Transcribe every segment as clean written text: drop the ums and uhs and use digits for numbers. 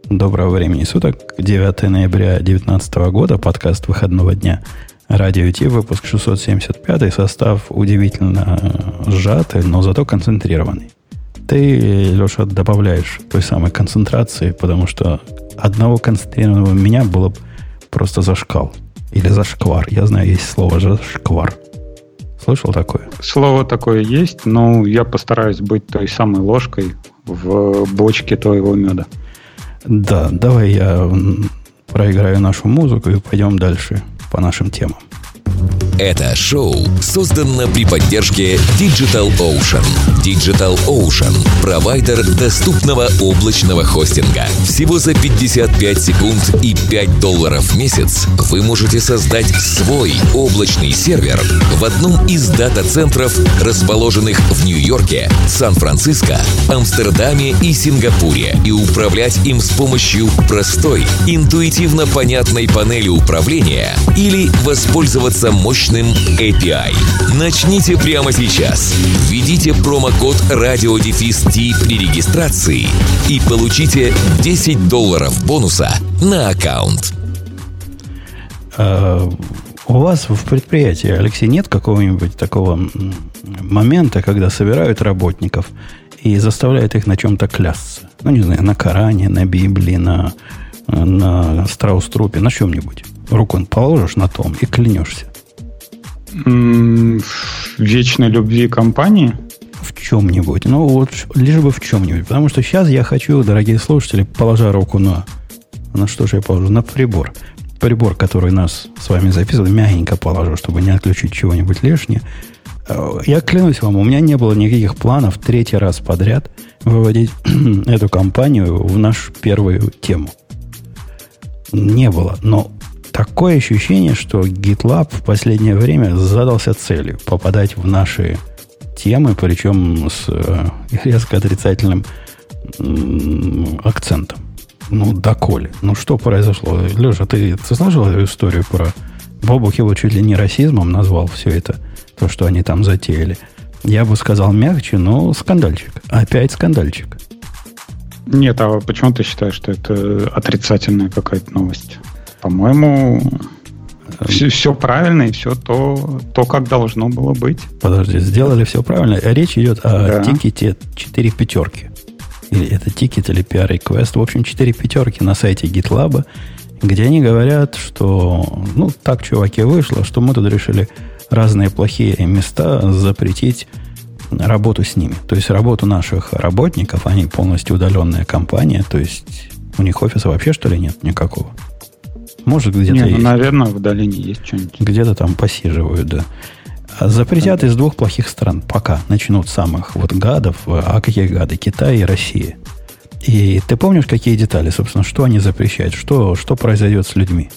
Доброго времени суток. 9 ноября 2019 года. Подкаст выходного дня. Радио Ти. Выпуск 675. Состав удивительно сжатый, но зато концентрированный. Ты, Леша, добавляешь той самой концентрации, потому что одного концентрированного меня было просто зашкал. Или зашквар. Я знаю, есть слово зашквар. Слышал такое? Слово такое есть, но я постараюсь быть той самой ложкой в бочке твоего меда. Да, давай я проиграю нашу музыку и пойдем дальше по нашим темам. Это шоу создано при поддержке DigitalOcean. DigitalOcean – провайдер доступного облачного хостинга. Всего за 55 секунд и $5 в месяц вы можете создать свой облачный сервер в одном из дата-центров, расположенных в Нью-Йорке, Сан-Франциско, Амстердаме и Сингапуре, и управлять им с помощью простой, интуитивно понятной панели управления или воспользоваться мощным API. Начните прямо сейчас. Введите промокод RadioDefist при регистрации и получите $10 бонуса на аккаунт. У вас в предприятии, Алексей, нет какого-нибудь такого момента, когда собирают работников и заставляют их на чем-то клясться? Ну, не знаю, на Коране, на Библии, на Страус-трупе, на чем-нибудь. Руку положишь на том и клянешься. Вечной любви компании? В чем-нибудь. Ну, вот лишь бы в чем-нибудь. Потому что сейчас я хочу, дорогие слушатели, положа руку на что же я положу? На прибор. Прибор, который нас с вами записывает, мягенько положу, чтобы не отключить чего-нибудь лишнее. Я клянусь вам, у меня не было никаких планов третий раз подряд выводить эту компанию в нашу первую тему. Не было. Но такое ощущение, что GitLab в последнее время задался целью попадать в наши темы, причем с резко отрицательным акцентом. Ну, доколе. Ну, что произошло? Леша, ты слышал эту историю про... Бобук его чуть ли не расизмом назвал все это, то, что они там затеяли. Я бы сказал мягче, но скандальчик. Опять скандальчик. Нет, а почему ты считаешь, что это отрицательная какая-то новость? По-моему, все правильно и все то, как должно было быть. Подожди, сделали все правильно. Речь идет о тикете 4 пятерки. Или это тикет, или PR-request. В общем, 4 пятерки на сайте GitLab, где они говорят, что, ну, так, чуваки, вышло, что мы тут решили разные плохие места запретить работу с ними. То есть работу наших работников, они полностью удаленная компания, то есть у них офиса вообще, что ли, нет никакого. Может, где-то есть. Наверное, в долине есть что-нибудь. Где-то там посиживают, да. Запретят из двух плохих стран. Пока начнут самых вот гадов. А какие гады? Китай и Россия. И ты помнишь, какие детали, собственно, что они запрещают? Что произойдет с людьми?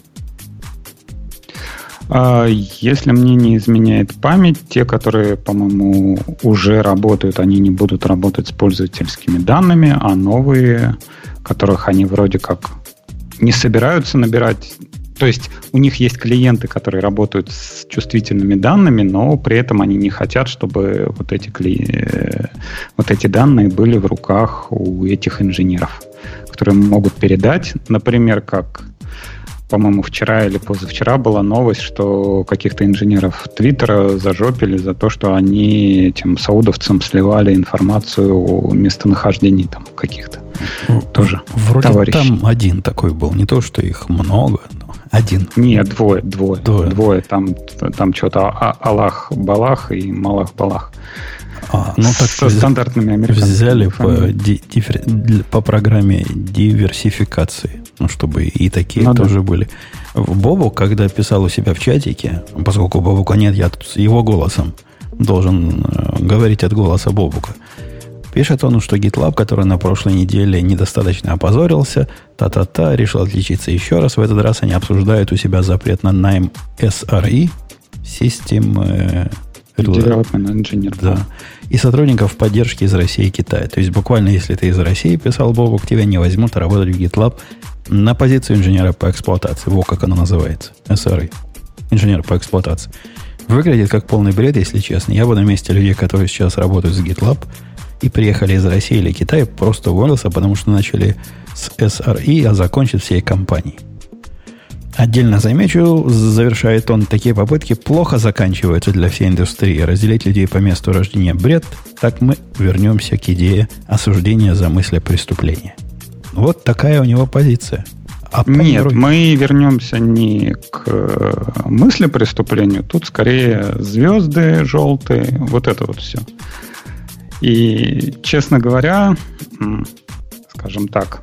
Если мне не изменяет память, те, которые, по-моему, уже работают, они не будут работать с пользовательскими данными, а новые, которых они вроде как не собираются набирать. То есть у них есть клиенты, которые работают с чувствительными данными, но при этом они не хотят, чтобы вот эти данные были в руках у этих инженеров, которые могут передать, например, как, по-моему, вчера или позавчера была новость, что каких-то инженеров Твиттера зажопили за то, что они этим саудовцам сливали информацию о местонахождении там каких-то. Тоже вроде товарищей. Там один такой был. Не то, что их много, но один. Нет, двое. Там что-то Аллах-Балах и Малах-Балах. Так со стандартными американцами. Взяли по программе диверсификации. Ну, чтобы и такие тоже были. Бобук, когда писал у себя в чатике, поскольку Бобука нет, я тут его голосом должен говорить от голоса Бобука. Пишет он, что GitLab, который на прошлой неделе недостаточно опозорился, решил отличиться еще раз. В этот раз они обсуждают у себя запрет на найм SRE, System Development Engineer. Да. И сотрудников поддержки из России и Китая. То есть, буквально, если ты из России писал, Бобук, тебя не возьмут работать в GitLab на позицию инженера по эксплуатации. Вот как оно называется. SRE. Инженер по эксплуатации. Выглядит как полный бред, если честно. Я бы на месте людей, которые сейчас работают с GitLab, и приехали из России или Китая, просто уволился, потому что начали с SRE, а закончат всей компанией. Отдельно замечу, завершает он, такие попытки плохо заканчиваются для всей индустрии. Разделить людей по месту рождения – бред. Так мы вернемся к идее осуждения за мысли преступления. Вот такая у него позиция. Нет, мы вернемся не к мысли преступлению. Тут скорее звезды желтые, вот это вот все. И, честно говоря, скажем так,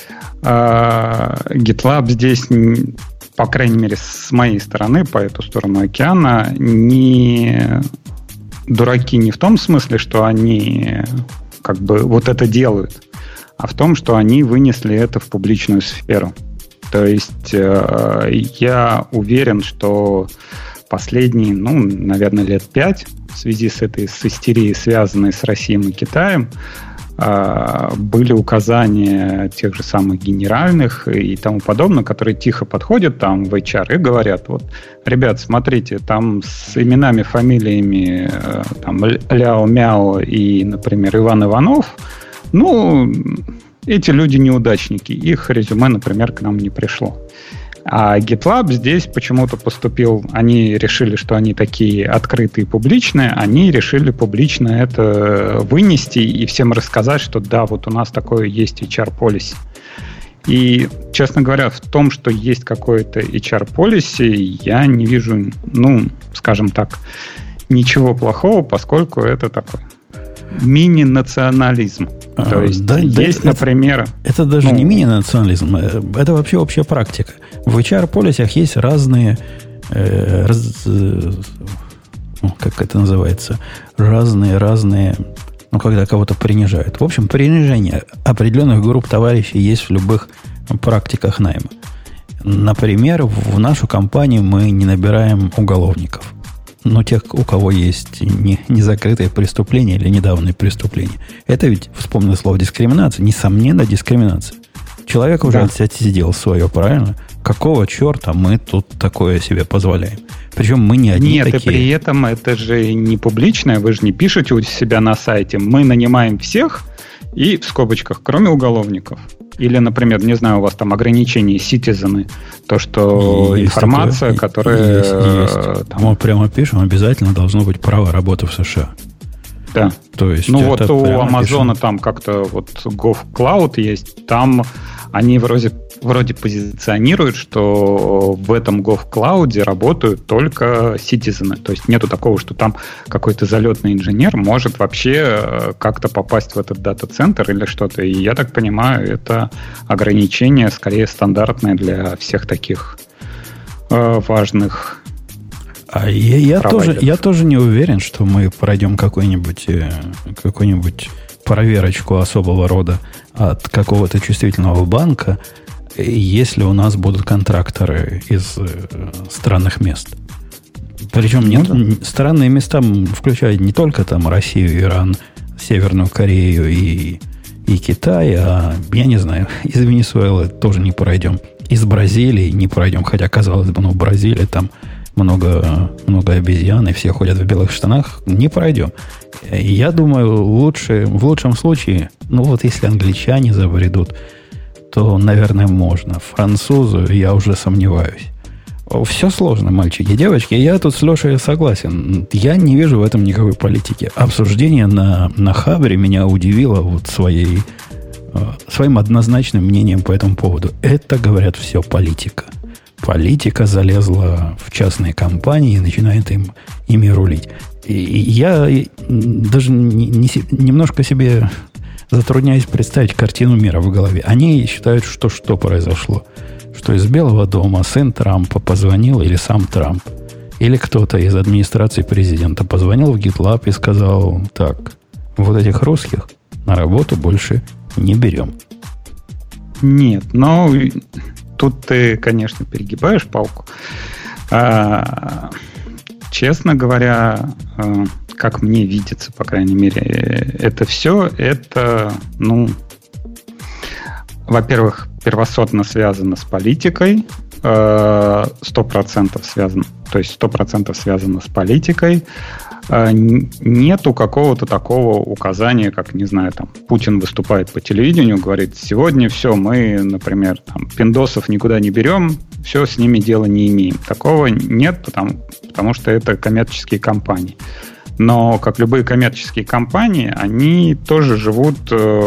GitLab здесь, по крайней мере, с моей стороны, по эту сторону океана, не дураки не в том смысле, что они как бы вот это делают, а в том, что они вынесли это в публичную сферу. То есть я уверен, что последние, наверное, лет 5 в связи с истерией, связанной с Россией и Китаем, были указания тех же самых генеральных и тому подобное, которые тихо подходят там в HR и говорят: вот, ребят, смотрите, там с именами, фамилиями там, Ляо Мяо и, например, Иван Иванов, эти люди неудачники, их резюме, например, к нам не пришло. А GitLab здесь почему-то поступил, они решили, что они такие открытые и публичные, они решили публично это вынести и всем рассказать, что да, вот у нас такое есть HR-полиси. И, честно говоря, в том, что есть какое-то HR-полиси, я не вижу, скажем так, ничего плохого, поскольку это такой мини-национализм. То есть есть, например... Это даже не мини-национализм, это вообще общая практика. В HR-полисях есть разные... как это называется? Разные... когда кого-то принижают. В общем, принижение определенных групп товарищей есть в любых практиках найма. Например, в нашу компанию мы не набираем уголовников. Тех, у кого есть незакрытые преступления или недавние преступления. Это ведь, вспомнил слово дискриминация, несомненно дискриминация. Человек уже отсидел свое, правильно? Какого черта мы тут такое себе позволяем? Причем мы не одни такие. Нет, и при этом это же не публичное, вы же не пишете у себя на сайте. Мы нанимаем всех и в скобочках, кроме уголовников. Или, например, не знаю, у вас там ограничения citizen, то, что есть информация, такое, которая... Есть. Мы прямо пишем, обязательно должно быть право работы в США. Да. То есть вот у Амазона там как-то вот GovCloud есть, там они вроде позиционируют, что в этом GovCloud работают только citizen. То есть нету такого, что там какой-то залетный инженер может вообще как-то попасть в этот дата-центр или что-то. И я так понимаю, это ограничение скорее стандартное для всех таких важных. А я тоже не уверен, что мы пройдем какую-нибудь проверочку особого рода от какого-то чувствительного банка, если у нас будут контракторы из странных мест. Причем странные места включают не только там Россию, Иран, Северную Корею и Китай, а, я не знаю, из Венесуэлы тоже не пройдем. Из Бразилии не пройдем, хотя, казалось бы, в Бразилии там много обезьян, и все ходят в белых штанах, не пройдем. Я думаю, в лучшем случае, если англичане забредут, то, наверное, можно. Французы я уже сомневаюсь. Все сложно, мальчики и девочки. Я тут с Лешей согласен. Я не вижу в этом никакой политики. Обсуждение на Хабре меня удивило своим однозначным мнением по этому поводу. Это, говорят, все политика. Политика залезла в частные компании и начинает ими рулить. И я даже немножко себе затрудняюсь представить картину мира в голове. Они считают, что произошло. Что из Белого дома сын Трампа позвонил, или сам Трамп, или кто-то из администрации президента позвонил в GitLab и сказал: так, вот этих русских на работу больше не берем. Нет, тут ты, конечно, перегибаешь палку. Честно говоря, как мне видится, по крайней мере, это все, во-первых, первосортно связано с политикой, 100% связано с политикой. нету какого-то такого указания, как, не знаю, там, Путин выступает по телевидению, говорит, сегодня все, мы, например, там, пиндосов никуда не берем, все, с ними дела не имеем. Такого нет, потому что это коммерческие компании. Но, как любые коммерческие компании, они тоже живут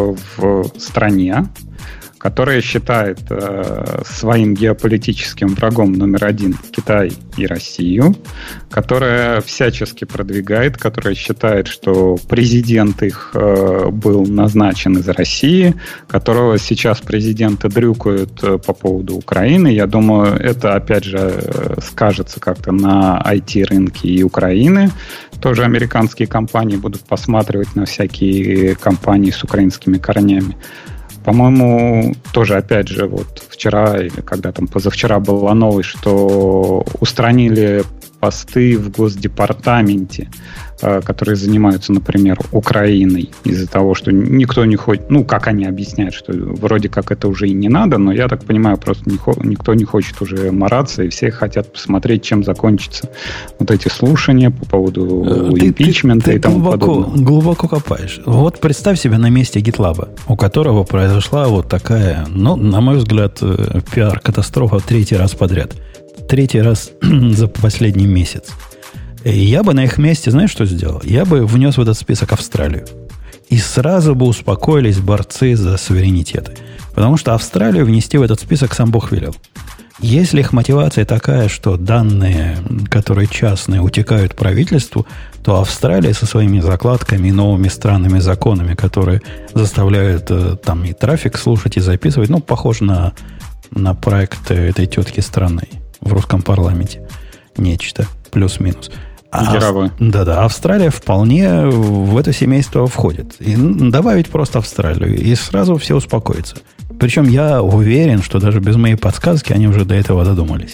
в стране, которая считает своим геополитическим врагом номер один Китай и Россию, которая всячески продвигает, которая считает, что президент их был назначен из России, которого сейчас президенты дрюкают по поводу Украины. Я думаю, это, опять же, скажется как-то на IT-рынке и Украины. Тоже американские компании будут посматривать на всякие компании с украинскими корнями. По-моему, тоже, опять же, вот вчера или когда там позавчера была новость, что устранили посты в Госдепартаменте, которые занимаются, например, Украиной, из-за того, что никто не хочет, ну, как они объясняют, что вроде как это уже и не надо, но я так понимаю, просто никто не хочет уже мараться, и все хотят посмотреть, чем закончатся вот эти слушания по поводу импичмента и тому подобное. Глубоко копаешь. Вот представь себя на месте GitLab, у которого произошла вот такая, ну, на мой взгляд, пиар-катастрофа третий раз подряд. Третий раз за последний месяц. И я бы на их месте, знаешь, что сделал? Я бы внес в этот список Австралию. И сразу бы успокоились борцы за суверенитеты. Потому что Австралию внести в этот список сам Бог велел. Если их мотивация такая, что данные, которые частные, утекают правительству, то Австралия со своими закладками и новыми странными законами, которые заставляют там и трафик слушать, и записывать, ну, похож на проект этой тетки страны в русском парламенте. Нечто. Плюс-минус. Да-да, Австралия вполне в это семейство входит. И добавить просто Австралию, и сразу все успокоятся. Причем я уверен, что даже без моей подсказки они уже до этого додумались.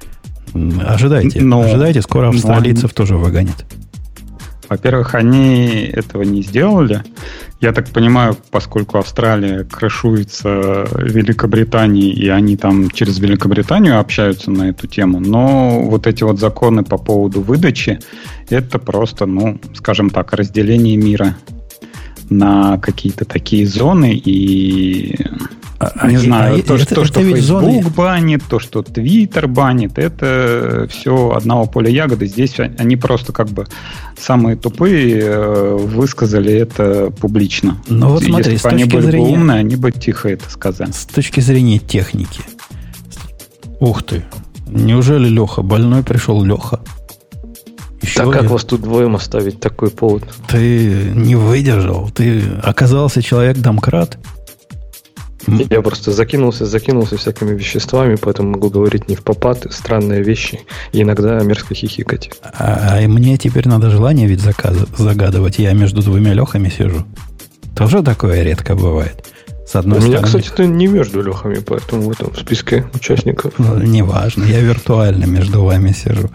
Ожидайте, скоро австралийцев тоже выгонят. Во-первых, они этого не сделали. Я так понимаю, поскольку Австралия крышуется Великобританией, и они там через Великобританию общаются на эту тему, но вот эти вот законы по поводу выдачи, это просто, ну, скажем так, разделение мира на какие-то такие зоны, и не знаю, то, что Facebook банит, то, что Twitter банит, это все одного поля ягоды. Здесь они просто как бы самые тупые высказали это публично. Но вот смотри, если бы они были умные, они бы тихо это сказали. С точки зрения техники. Ух ты. Неужели Леха? Больной пришел Леха. Так как вас тут двоем оставить такой повод? Ты не выдержал. Ты оказался человек-домкрат. Я просто закинулся всякими веществами, поэтому могу говорить не впопад, странные вещи, и иногда мерзко хихикать. А мне теперь надо желание ведь загадывать. Я между двумя Лехами сижу. Тоже такое редко бывает. С одной стороны... меня, кстати, не между Лехами, поэтому в этом списке участников. Неважно, я виртуально между вами сижу.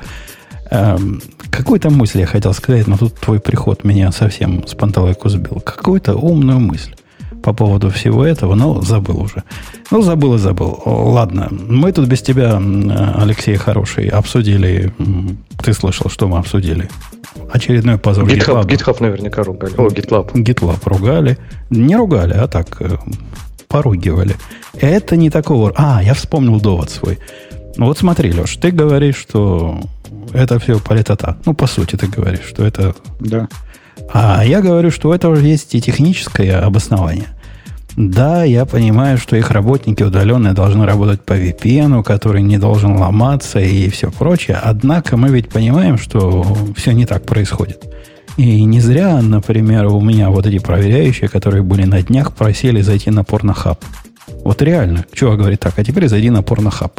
Какую-то мысль я хотел сказать, но тут твой приход меня совсем с панталыку сбил. Какую-то умную мысль по поводу всего этого, но забыл уже. Ну, забыл и забыл. Ладно, мы тут без тебя, Алексей хороший, обсудили. Ты слышал, что мы обсудили? Очередной позор GitLab. GitHub наверняка ругали. О, GitLab ругали. Не ругали, а так поругивали. Это не такого... я вспомнил довод свой. Вот смотри, Леш, ты говоришь, что это все политота. Ну, по сути, ты говоришь, что это... Да. А я говорю, что у этого есть и техническое обоснование. Да, я понимаю, что их работники удаленные должны работать по VPN, который не должен ломаться и все прочее. Однако мы ведь понимаем, что все не так происходит. И не зря, например, у меня вот эти проверяющие, которые были на днях, просили зайти на Pornhub. Вот реально. Чувак говорит так, а теперь зайди на Pornhub.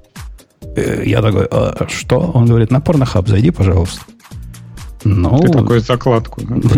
Я такой, что? Он говорит, на Pornhub зайди, пожалуйста. Ну, ты такой закладку.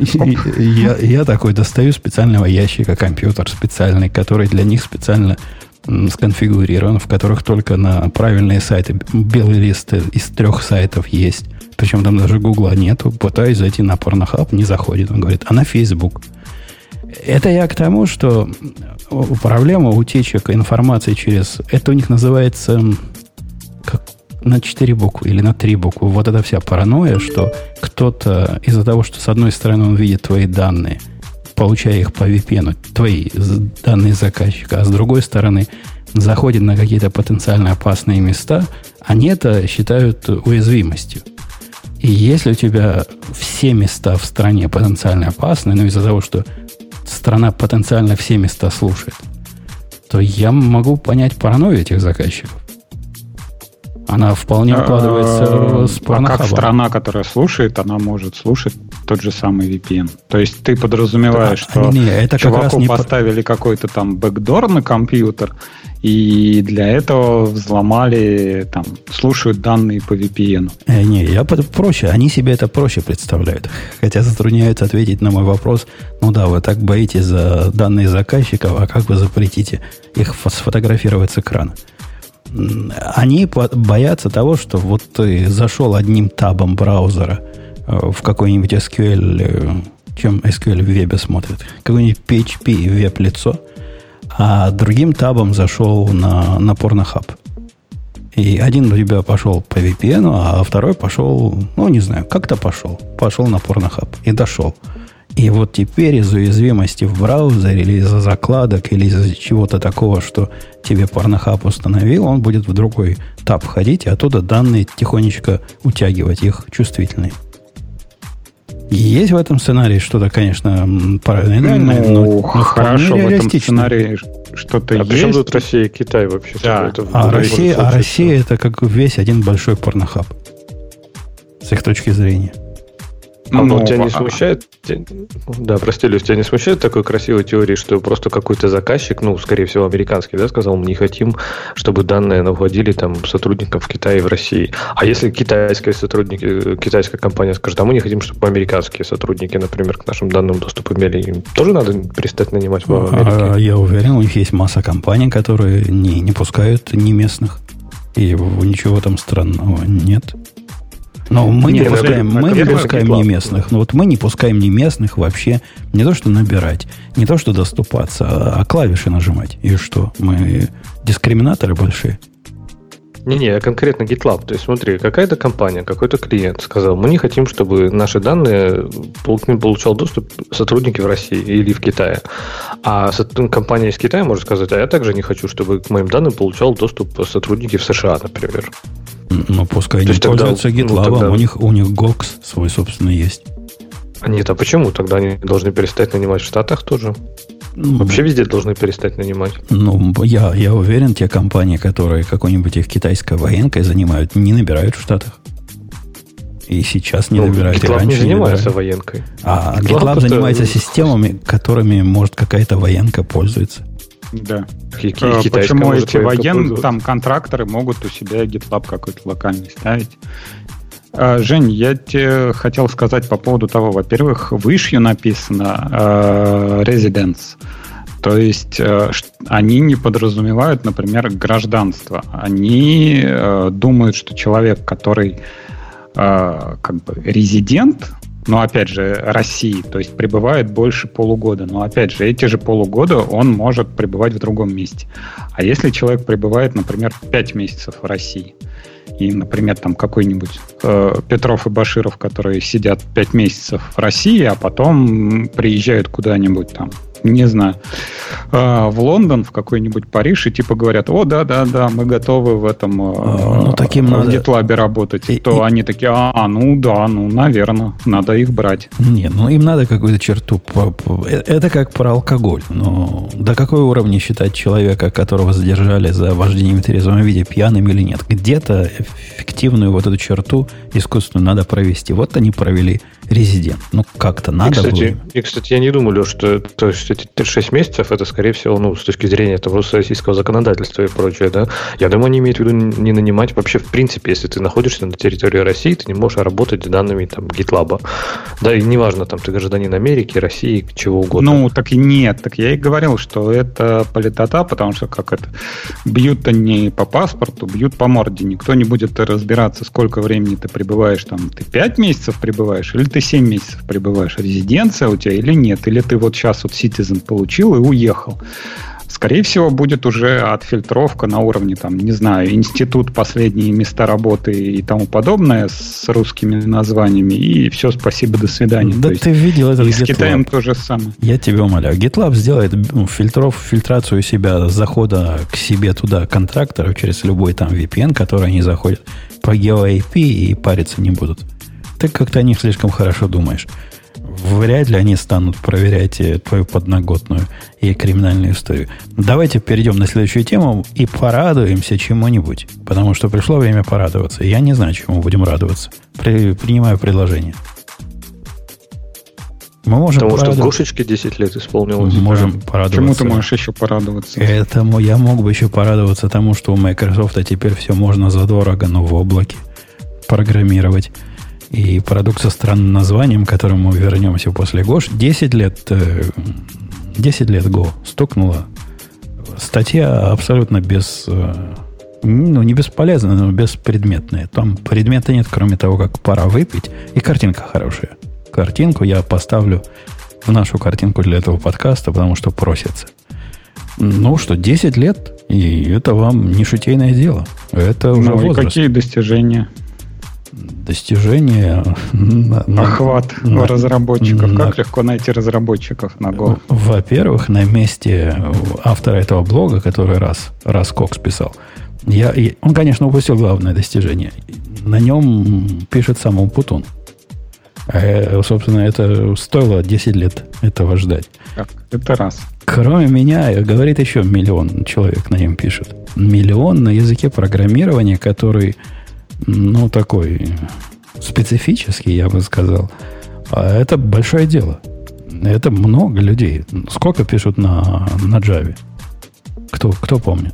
Я такой достаю специального ящика компьютер специальный, который для них специально сконфигурирован, в которых только на правильные сайты белый лист из 3 сайтов есть. Причем там даже Гугла нету. Пытаюсь зайти на Pornhub, не заходит. Он говорит, а на Facebook? Это я к тому, что проблема утечек информации через... Это у них называется... на 4 буквы или на 3 буквы. Вот это вся паранойя, что кто-то из-за того, что с одной стороны он видит твои данные, получая их по VPN, твои данные заказчика, а с другой стороны заходит на какие-то потенциально опасные места, они это считают уязвимостью. И если у тебя все места в стране потенциально опасны, но из-за того, что страна потенциально все места слушает, то я могу понять паранойю этих заказчиков. Она вполне укладывается с порнохабом. А как страна, которая слушает, она может слушать тот же самый VPN. То есть ты подразумеваешь, что это чуваку поставили какой-то там бэкдор на компьютер, и для этого взломали, там, слушают данные по VPN. Проще. Они себе это проще представляют. Хотя затрудняются ответить на мой вопрос. Ну да, вы так боитесь за данные заказчиков, а как вы запретите их сфотографировать с экрана? Они боятся того, что вот ты зашел одним табом браузера в какой-нибудь SQL, чем SQL в вебе смотрит, какой-нибудь PHP веб-лицо, а другим табом зашел на Pornhub. И один у тебя пошел по VPN, а второй пошел, не знаю, как-то пошел на Pornhub и дошел. И вот теперь из-за уязвимости в браузере или из-за закладок, или из-за чего-то такого, что тебе Pornhub установил, он будет в другой таб ходить, и оттуда данные тихонечко утягивать, их чувствительные. И есть в этом сценарии что-то, конечно, параноидальное, но хорошо, в этом сценарии что-то есть. Причем тут Россия и Китай вообще? Да. Россия это как весь один большой Pornhub. С их точки зрения. Тебя не смущает? Да, прости, Люсь, тебя не смущает такой красивой теории, что просто какой-то заказчик, скорее всего, американский, да, сказал, мы не хотим, чтобы данные наводили там сотрудников в Китае и в России. А если китайская компания скажет, а мы не хотим, чтобы американские сотрудники, например, к нашим данным доступ имели, им тоже надо перестать нанимать в Америке? Я уверен, у них есть масса компаний, которые не пускают ни местных. И ничего там странного нет. Но мы не пускаем ни местных. Но вот мы не пускаем ни местных вообще. Не то, что набирать, не то, что доступаться, а клавиши нажимать. И что? Мы дискриминаторы большие? Не, конкретно GitLab. То есть, смотри, какая-то компания, какой-то клиент сказал, мы не хотим, чтобы наши данные к ним получал доступ сотрудники в России или в Китае. А компания из Китая может сказать, а я также не хочу, чтобы к моим данным получал доступ сотрудники в США, например. Пускай они пользуются GitLab, у них GOX свой собственный есть. Нет, а почему? Тогда они должны перестать нанимать в Штатах тоже. Вообще везде должны перестать нанимать. Я уверен, те компании, которые какой-нибудь их китайской военкой занимают, не набирают в Штатах. И сейчас не набирают. GitLab не занимается военкой. А GitLab занимается системами, которыми, может, какая-то военка пользуется. Да. Почему эти там контракторы могут у себя GitLab какой-то локальный ставить? Жень, я тебе хотел сказать по поводу того, во-первых, в issue написано residence. То есть они не подразумевают, например, гражданство. Они думают, что человек, который резидент, но опять же России, то есть пребывает больше полугода. Но опять же, эти же полугода он может пребывать в другом месте. А если человек пребывает, например, 5 месяцев в России, и, например, там какой-нибудь Петров и Баширов, которые сидят 5 месяцев в России, а потом приезжают куда-нибудь там, не знаю, в Лондон, в какой-нибудь Париж, и типа говорят, да, мы готовы в этом в GitLab работать. То они такие, наверное, надо их брать. Нет, им надо какую-то черту. Это как про алкоголь. Но до какого уровня считать человека, которого задержали за вождение в трезвом виде, пьяным или нет? Где-то эффективную вот эту черту искусственную надо провести. Вот они провели резидент. Как-то надо было. И, кстати, я не думаю, Леш, что то есть эти 6 месяцев, это, скорее всего, с точки зрения того российского законодательства и прочее, да, я думаю, они имеют в виду не нанимать вообще, в принципе, если ты находишься на территории России, ты не можешь работать с данными там GitLab. Да, и неважно, там, ты гражданин Америки, России, чего угодно. Так и нет. Так я и говорил, что это политота, потому что бьют-то не по паспорту, бьют по морде. Никто не будет разбираться, сколько времени ты пребываешь там. Ты 5 месяцев пребываешь или ты 7 месяцев пребываешь? Резиденция у тебя или нет? Или ты вот сейчас Citizen получил и уехал. Скорее всего, будет уже отфильтровка на уровне, там, не знаю, институт, последние места работы и тому подобное с русскими названиями, и все, спасибо, до свидания. Да, ты видел это в GitLab. И с Китаем то же самое. Я тебя умоляю. GitLab сделает фильтрацию себя захода к себе туда контракторов через любой там VPN, который они заходят по GeoIP и париться не будут. Ты как-то о них слишком хорошо думаешь. Вряд ли они станут проверять твою подноготную и криминальную историю. Давайте перейдем на следующую тему и порадуемся чему-нибудь. Потому что пришло время порадоваться. Я не знаю, чему будем радоваться. Принимаю предложение. Мы можем потому что Гошечке 10 лет исполнилось. Можем порадоваться. Чему ты можешь еще порадоваться? Этому я мог бы еще порадоваться тому, что у Microsoft теперь все можно задорого, но в облаке программировать. И продукт со странным названием, к которому мы вернемся после Гош. 10 лет Go стукнула. Статья абсолютно не бесполезная, но беспредметная. Там предмета нет, кроме того, как пора выпить. И картинка хорошая. Картинку я поставлю в нашу картинку для этого подкаста, потому что просится. Ну что, 10 лет, и это вам не шутейное дело. Это уже возраст. И какие достижения? Достижения... Охват разработчиков. Как легко найти разработчиков на Go? Во-первых, на месте автора этого блога, который раз Кокс писал, он, конечно, упустил главное достижение. На нем пишет сам Умпутун. Собственно, это стоило 10 лет этого ждать. Это раз. Кроме меня, говорит, еще 1 миллион человек на нем пишет. 1 миллион на языке программирования, который... такой специфический, я бы сказал. А это большое дело. Это много людей. Сколько пишут на Java? Кто помнит?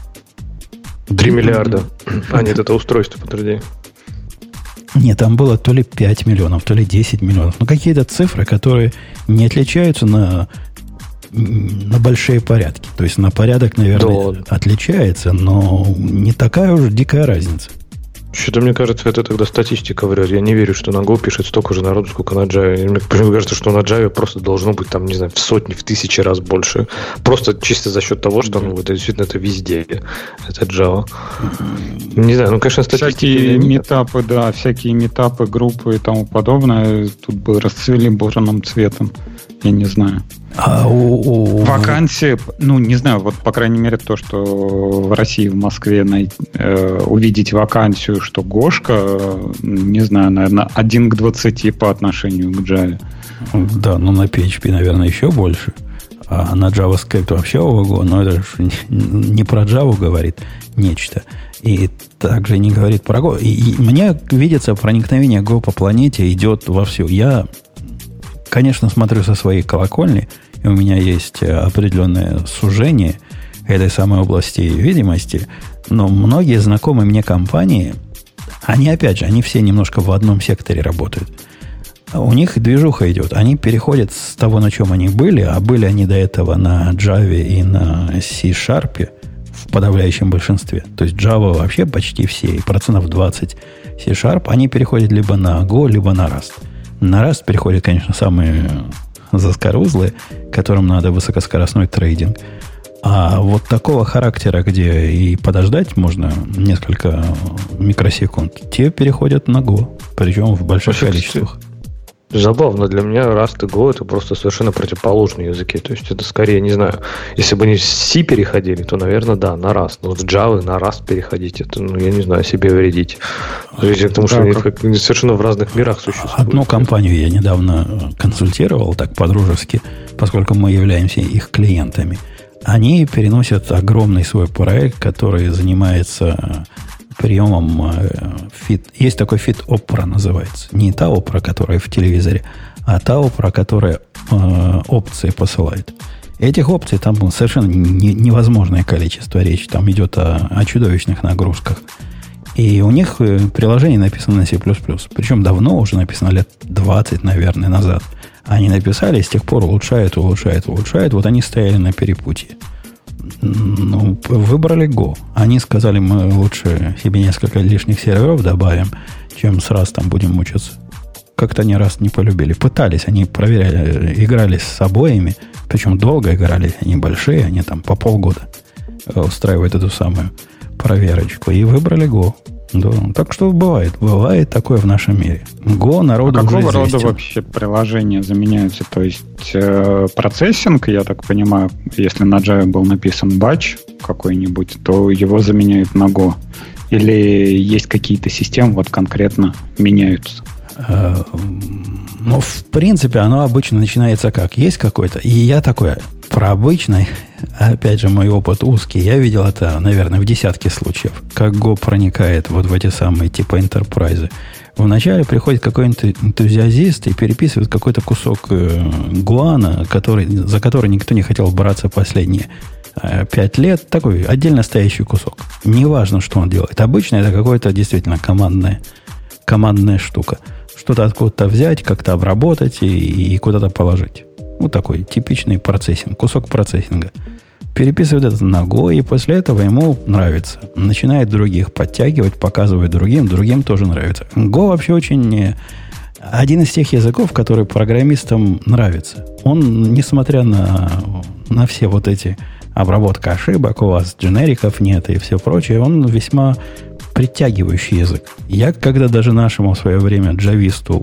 3 миллиарда. Нет, это устройство, подожди. Нет, там было то ли 5 миллионов, то ли 10 миллионов. Какие-то цифры, которые не отличаются на большие порядки. То есть на порядок, наверное, отличается, но не такая уж дикая разница. Что-то мне кажется, это тогда статистика врет. Я не верю, что на Go пишет столько же народу, сколько на Java. Мне кажется, что на Java просто должно быть там, не знаю, в сотни, в тысячи раз больше. Просто чисто за счет того, что это действительно это везде. Это Java. Не знаю, конечно, статистика... Всякие метапы, группы и тому подобное тут бы расцвели бурным цветом. Я не знаю. Вакансии, не знаю, вот, по крайней мере, то, что в России, в Москве увидеть вакансию, что Гошка, не знаю, наверное, 1 к 20 по отношению к Java. Да, на PHP, наверное, еще больше. А на JavaScript вообще ого-го, но это же не про Java говорит нечто. И также не говорит про Go. И мне видится, проникновение Go по планете идет вовсю. Я, конечно, смотрю со своей колокольни, и у меня есть определенное сужение этой самой области видимости, но многие знакомые мне компании, они все немножко в одном секторе работают. У них движуха идет. Они переходят с того, на чем они были, а были они до этого на Java и на C-Sharp в подавляющем большинстве. То есть Java вообще почти все, и 20% C-Sharp, они переходят либо на Go, либо на Rust. На Rust переходят, конечно, самые заскорузлые, которым надо высокоскоростной трейдинг. А вот такого характера, где и подождать можно несколько микросекунд, те переходят на Go, причем в больших количествах. Забавно, для меня Rust и Go это просто совершенно противоположные языки. То есть это скорее, не знаю, если бы они с C переходили, то, наверное, да, на Rust. Но с Java на Rust переходить, это, я не знаю, себе вредить. Потому что они совершенно в разных мирах существуют. Одну компанию я недавно консультировал так по-дружески, поскольку мы являемся их клиентами. Они переносят огромный свой проект, который занимается приемом фит. Есть такой фит Opera называется. Не та Opera, которая в телевизоре, а та Opera, которая опции посылает. Этих опций там совершенно невозможное количество. Речь там идет о чудовищных нагрузках. И у них приложение написано на C++. Причем давно, уже написано лет 20, наверное, назад. Они написали, с тех пор улучшают. Вот они стояли на перепутье. Выбрали Go. Они сказали, мы лучше себе несколько лишних серверов добавим, чем с Rust там будем мучиться. Как-то они Rust не полюбили. Пытались, они проверяли, играли с обоими, Причем долго играли, они большие, они там по полгода устраивают эту самую проверочку. И выбрали Go. Да. Так что бывает такое в нашем мире. Go народу уже известен. Какого рода вообще приложения заменяются? То есть процессинг, я так понимаю, если на Java был написан батч какой-нибудь, то его заменяют на Go. Или есть какие-то системы, вот конкретно меняются? Ну, в принципе, оно обычно начинается как? Есть какой-то. И я такой, про обычный, опять же, мой опыт узкий, я видел это, наверное, в десятки случаев, как Go проникает вот в эти самые типа enterprise. Вначале приходит какой-нибудь энтузиаст и переписывает какой-то кусок гуана, за который никто не хотел браться последние 5 лет. Такой отдельно стоящий кусок. Неважно, что он делает. Обычно это какое-то действительно командная штука. Что-то откуда-то взять, как-то обработать и куда-то положить. Вот такой типичный процессинг, кусок процессинга. Переписывает это на Go, и после этого ему нравится. Начинает других подтягивать, показывает другим тоже нравится. Go вообще очень один из тех языков, который программистам нравится. Он, несмотря на все вот эти обработка ошибок, у вас дженериков нет и все прочее, он весьма притягивающий язык. Я, когда даже нашему в свое время джависту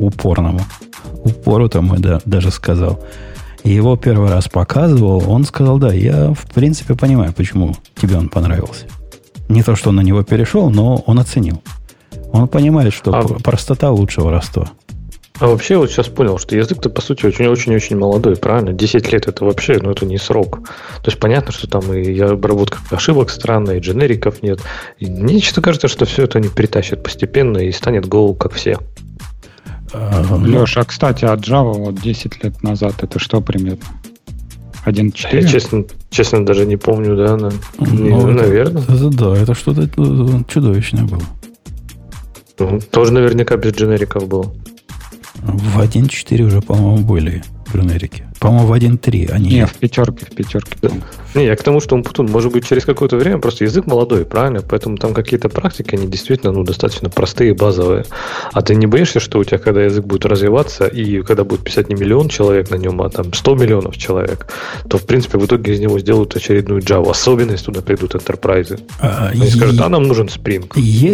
упору-то даже сказал, и его первый раз показывал, он сказал, да, я в принципе понимаю, почему тебе он понравился. Не то, что он на него перешел, но он оценил. Он понимает, что простота лучше воровства. А вообще, вот сейчас понял, что язык-то, по сути, очень-очень-очень молодой, правильно? 10 лет это вообще, это не срок. То есть понятно, что там и обработка ошибок странная, и дженериков нет. И мне что-то кажется, что все это они перетащат постепенно и станет Go как все. Леша, кстати, от Java вот 10 лет назад это что примерно? 1.4? Я, честно, даже не помню, да? Наверное. Да, это что-то чудовищное было. Тоже наверняка без дженериков было. В 1.4 уже, по-моему, были дженерики. По-моему, в 1.3 они... Не, в пятерке. Не, я к тому, что может быть, через какое-то время просто язык молодой, правильно? Поэтому там какие-то практики, они действительно достаточно простые, базовые. А ты не боишься, что у тебя, когда язык будет развиваться, и когда будет писать не миллион человек на нем, а там 100 миллионов человек, то, в принципе, в итоге из него сделают очередную Java. Особенно, если туда придут enterprise. Они скажут, нам нужен Spring.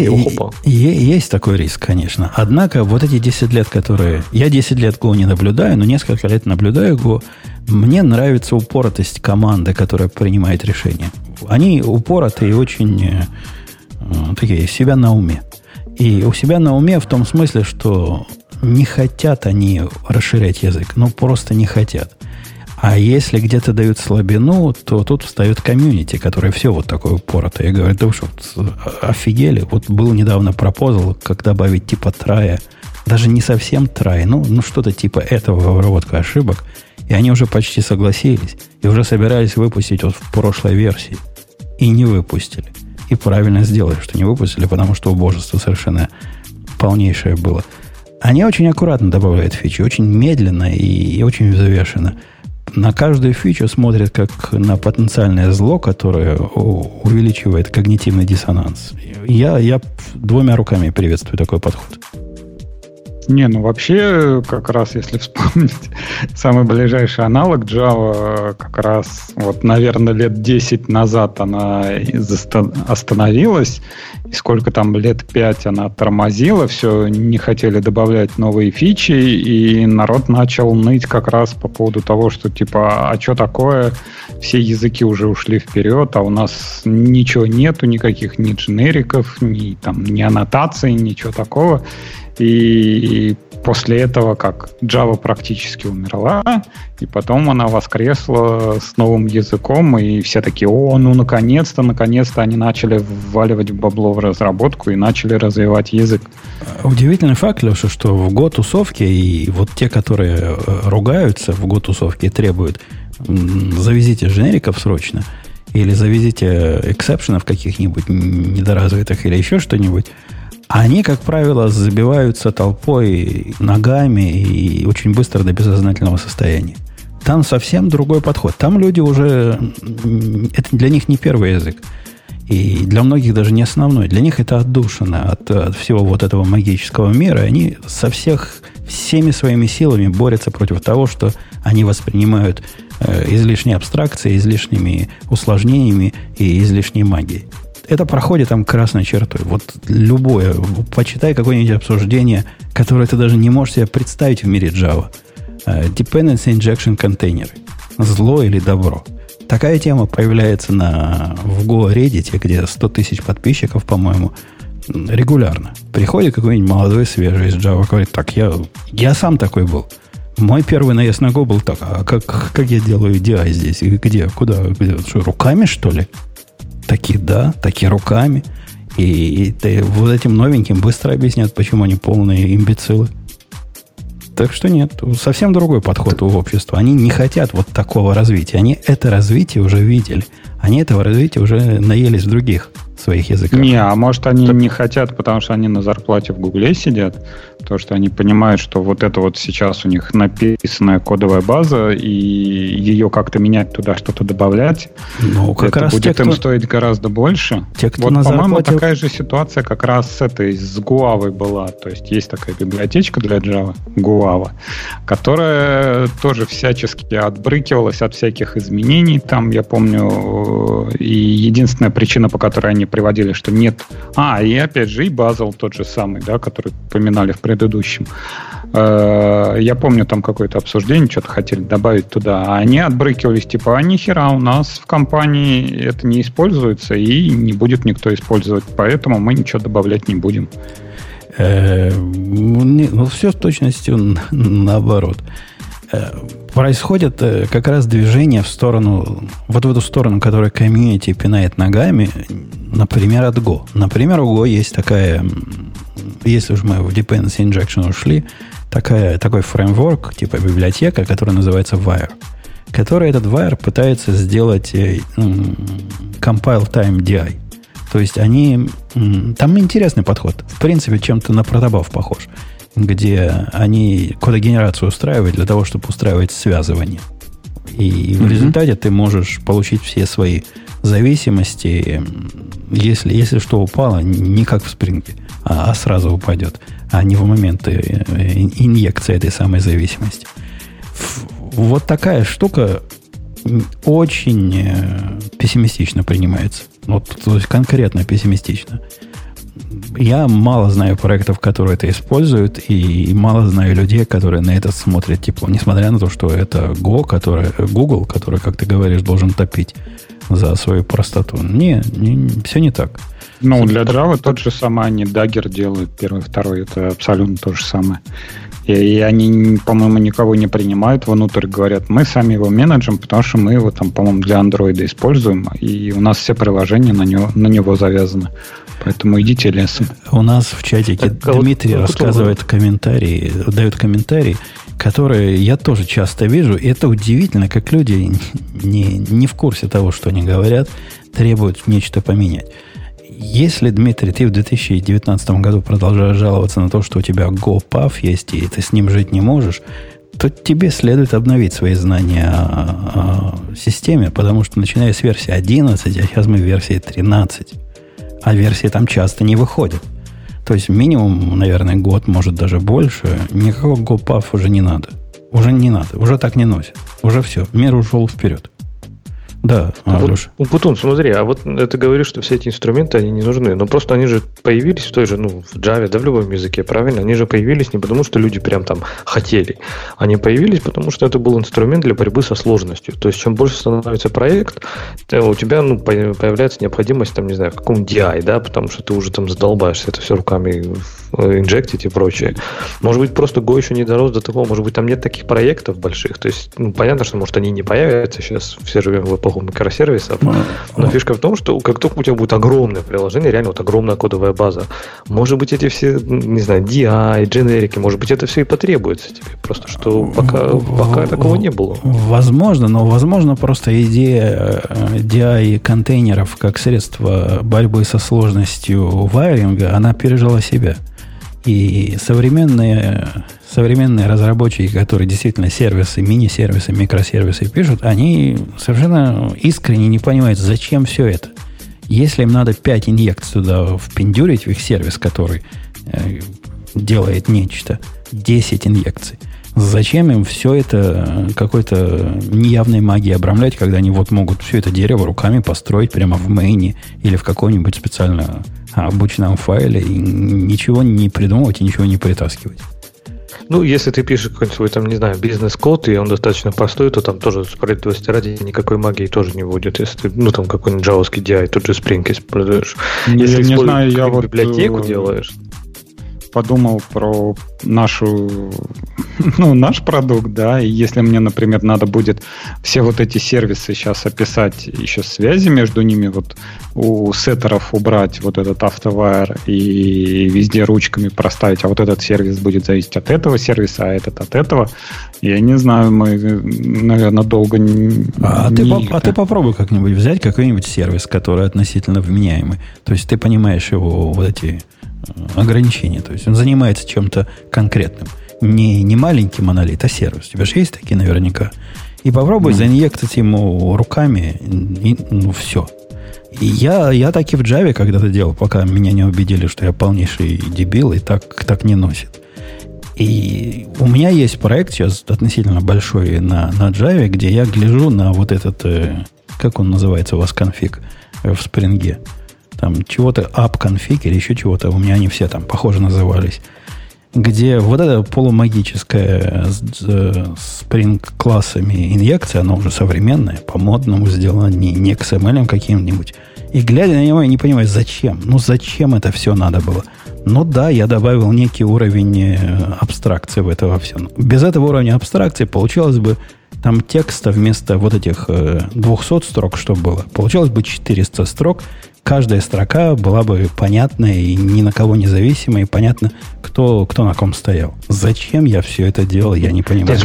Есть такой риск, конечно. Однако, вот эти 10 лет, которые... Я 10 лет Go не наблюдаю, но несколько лет наблюдаю Go. Мне нравится упоротость команды, которая принимает решения. Они упоротые и очень такие, себя на уме. И у себя на уме в том смысле, что не хотят они расширять язык. Просто не хотят. А если где-то дают слабину, то тут встает комьюнити, которое все вот такое упоротое. И говорит, да вы что, офигели? Вот был недавно пропозал, как добавить типа трая. Даже не совсем трай, что-то типа этого в обработку ошибок. И они уже почти согласились. И уже собирались выпустить вот в прошлой версии. И не выпустили. И правильно сделали, что не выпустили, потому что убожество совершенно полнейшее было. Они очень аккуратно добавляют фичи. Очень медленно и очень взвешенно. На каждую фичу смотрят как на потенциальное зло, которое увеличивает когнитивный диссонанс. Я 2 руками приветствую такой подход. Не, вообще, как раз, если вспомнить, самый ближайший аналог Java, как раз, наверное, лет 10 назад она остановилась, и сколько там, лет 5 она тормозила, все, не хотели добавлять новые фичи, и народ начал ныть как раз по поводу того, что, типа, а что такое, все языки уже ушли вперед, а у нас ничего нету, никаких ни дженериков, ни аннотаций, ничего такого. И после этого, как Java практически умерла, и потом она воскресла с новым языком, и все такие, наконец-то они начали вваливать бабло в разработку и начали развивать язык. Удивительный факт, Леша, что в Go-тусовке, и вот те, которые ругаются в Go-тусовке и требуют, завезите дженериков срочно, или завезите эксепшенов каких-нибудь недоразвитых, или еще что-нибудь, они, как правило, забиваются толпой, ногами и очень быстро до бессознательного состояния. Там совсем другой подход. Там люди уже... Это для них не первый язык. И для многих даже не основной. Для них это отдушина от всего вот этого магического мира. И они всеми своими силами борются против того, что они воспринимают излишней абстракцией, излишними усложнениями и излишней магией. Это проходит там красной чертой. Вот любое. Почитай какое-нибудь обсуждение, которое ты даже не можешь себе представить в мире Java. Dependency Injection контейнеры. Зло или добро. Такая тема появляется в Go Reddit, где 100 тысяч подписчиков, по-моему, регулярно. Приходит какой-нибудь молодой, свежий из Java, говорит, так, я сам такой был. Мой первый наезд на Go был так, а как я делаю DI здесь? Где? Куда? Где? Что, руками, что ли? Таки да, таки руками. И вот этим новеньким быстро объяснят, почему они полные имбецилы. Так что нет, совсем другой подход у общества. Они не хотят вот такого развития. Они это развитие уже видели. Они этого развития уже наелись в других своих языках. Не, а может они не хотят, потому что они на зарплате в Гугле сидят, потому что они понимают, что вот это вот сейчас у них написанная кодовая база, и ее как-то менять туда, что-то добавлять, ну, как это раз будет им стоить гораздо больше. Те, кто вот, на по-моему, зарплате... такая же ситуация как раз с Guava была. То есть есть такая библиотечка для Java, Guava, которая тоже всячески отбрыкивалась от всяких изменений. Там, я помню, и единственная причина, по которой они приводили, что нет... и опять же, и Bazel тот же самый, да, который поминали в предыдущем. Я помню, там какое-то обсуждение, что-то хотели добавить туда, а они отбрыкивались, типа, нихера, у нас в компании это не используется, и не будет никто использовать, поэтому мы ничего добавлять не будем. Все с точностью наоборот. Происходит как раз движение в сторону, вот в эту сторону, которая комьюнити пинает ногами, например, от Go. Например, у Go есть такая, если уж мы в Dependency Injection ушли, такой фреймворк, типа библиотека, которая называется Wire, который этот Wire пытается сделать compile time DI. То есть там интересный подход. В принципе, чем-то на протобаф похож, где они кодогенерацию устраивают для того, чтобы устраивать связывание. И в результате ты можешь получить все свои зависимости, если что упало, не как в спринге, а сразу упадет, а не в момент инъекции этой самой зависимости. Вот такая штука очень пессимистично принимается. Вот, то есть конкретно пессимистично. Я мало знаю проектов, которые это используют, и мало знаю людей, которые на это смотрят тепло. Несмотря на то, что это Google, который, как ты говоришь, должен топить за свою простоту. Все не так. Ну, для Java тот же самый они Dagger делают, первый, второй, это абсолютно то же самое. И они, по-моему, никого не принимают внутрь, говорят, мы сами его менеджем, потому что мы его там, по-моему, для Android используем, и у нас все приложения на него завязаны. Поэтому идите лесом. У нас в чатике Дмитрий рассказывает комментарии, дает комментарии, которые я тоже часто вижу, и это удивительно, как люди не в курсе того, что они говорят, требуют нечто поменять. Если, Дмитрий, ты в 2019 году продолжаешь жаловаться на то, что у тебя GoPuff есть, и ты с ним жить не можешь, то тебе следует обновить свои знания о системе, потому что начиная с версии 11, а сейчас мы в версии 13, а версии там часто не выходят. То есть минимум, наверное, год, может даже больше, никакого GoPuff уже не надо. Уже так не носят. Уже все, мир ушел вперед. Да, Путун, смотри, а вот ты говоришь, что все эти инструменты, они не нужны. Но просто они же появились в той же, в Java, да, в любом языке, правильно? Они же появились не потому, что люди прям там хотели. Они появились, потому что это был инструмент для борьбы со сложностью. То есть, чем больше становится проект, у тебя появляется необходимость, там, не знаю, в каком DI, да, потому что ты уже там задолбаешься это все руками инжектить и прочее. Может быть, просто Go еще не дорос до того, может быть, там нет таких проектов больших. То есть, понятно, что, может, они не появятся. Сейчас все живем в эпоху микросервисов. Но фишка в том, что как только у тебя будет огромное приложение, реально вот огромная кодовая база, может быть, эти все, не знаю, DI, дженерики, может быть, это все и потребуется тебе. Просто что пока такого не было. Возможно, но возможно просто идея DI контейнеров как средство борьбы со сложностью вайринга, она пережила себя. И современные разработчики, которые действительно сервисы, мини-сервисы, микросервисы пишут, они совершенно искренне не понимают, зачем все это. Если им надо 5 инъекций туда впендюрить в их сервис, который делает нечто, 10 инъекций, зачем им все это какой-то неявной магией обрамлять, когда они вот могут все это дерево руками построить прямо в мейне или в каком-нибудь специально обычном файле и ничего не придумывать и ничего не притаскивать? Ну, если ты пишешь какой-нибудь свой, там, не знаю, бизнес-код, и он достаточно простой, то там тоже, справедливости ради, никакой магии тоже не будет. Если ты, ну, там, какой-нибудь джавовский DI, тот же Spring используешь. Если не знаю, я вот библиотеку делаешь. Подумал про нашу, наш продукт, да, и если мне, например, надо будет все вот эти сервисы сейчас описать, еще связи между ними, вот у сеттеров убрать вот этот автовайр и везде ручками проставить, а вот этот сервис будет зависеть от этого сервиса, а этот от этого, я не знаю, мы, наверное, долго ты попробуй как-нибудь взять какой-нибудь сервис, который относительно вменяемый, то есть ты понимаешь его вот эти ограничения. То есть он занимается чем-то конкретным. Не маленький монолит, а сервис. У тебя же есть такие наверняка. И попробуй заинъектить ему руками, и, все. И я так и в Java когда-то делал, пока меня не убедили, что я полнейший дебил, и так не носит. И у меня есть проект сейчас относительно большой на Java, где я гляжу на вот этот, как он называется у вас, конфиг в Spring. Там чего-то app-конфиг или еще чего-то, у меня они все там похоже назывались, где вот эта полумагическая с Spring-классами инъекция, она уже современная, по-модному сделана, не XML каким-нибудь. И глядя на него, я не понимаю, зачем? Зачем это все надо было? Да, я добавил некий уровень абстракции в это во всем. Без этого уровня абстракции получилось бы там текста вместо вот этих 200 строк, что было, получалось бы 400 строк. Каждая строка была бы понятная и ни на кого не зависимая, и понятно, кто на ком стоял. Зачем я все это делал, я не понимаю.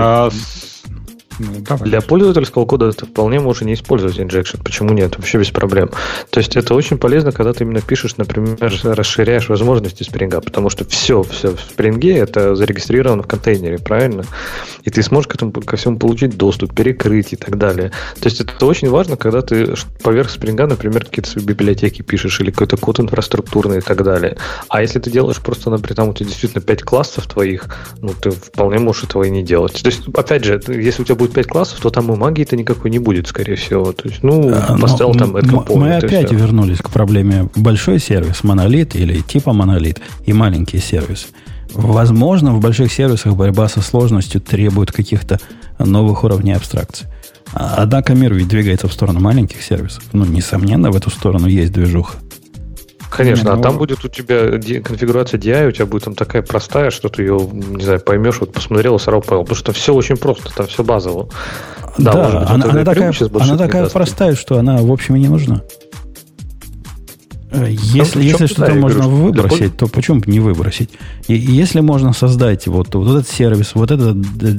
Для пользовательского кода это вполне можно не использовать injection. Почему нет? Вообще без проблем. То есть это очень полезно, когда ты именно пишешь, например, расширяешь возможности Spring, потому что все в Spring это зарегистрировано в контейнере, правильно? И ты сможешь ко всему получить доступ, перекрыть и так далее. То есть это очень важно, когда ты поверх Spring, например, какие-то свои библиотеки пишешь или какой-то код инфраструктурный и так далее. А если ты делаешь просто, например, там у тебя действительно 5 классов твоих, ты вполне можешь этого и не делать. То есть, опять же, если у тебя будет 5 классов, то там и магии-то никакой не будет, скорее всего. То есть, поставил там это компонент. Мы опять вернулись к проблеме большой сервис, монолит или типа монолит и маленькие сервисы. Возможно, в больших сервисах борьба со сложностью требует каких-то новых уровней абстракции. Однако мир ведь двигается в сторону маленьких сервисов. Несомненно, в эту сторону есть движуха. Конечно, там будет у тебя конфигурация DI, у тебя будет там такая простая, что ты ее, не знаю, поймешь, вот посмотрел и сразу понял. Потому что все очень просто, там все базово. Да, она такая простая, что она, в общем, и не нужна. Если что-то можно выбросить, то почему бы не выбросить? И если можно создать вот этот сервис, вот этот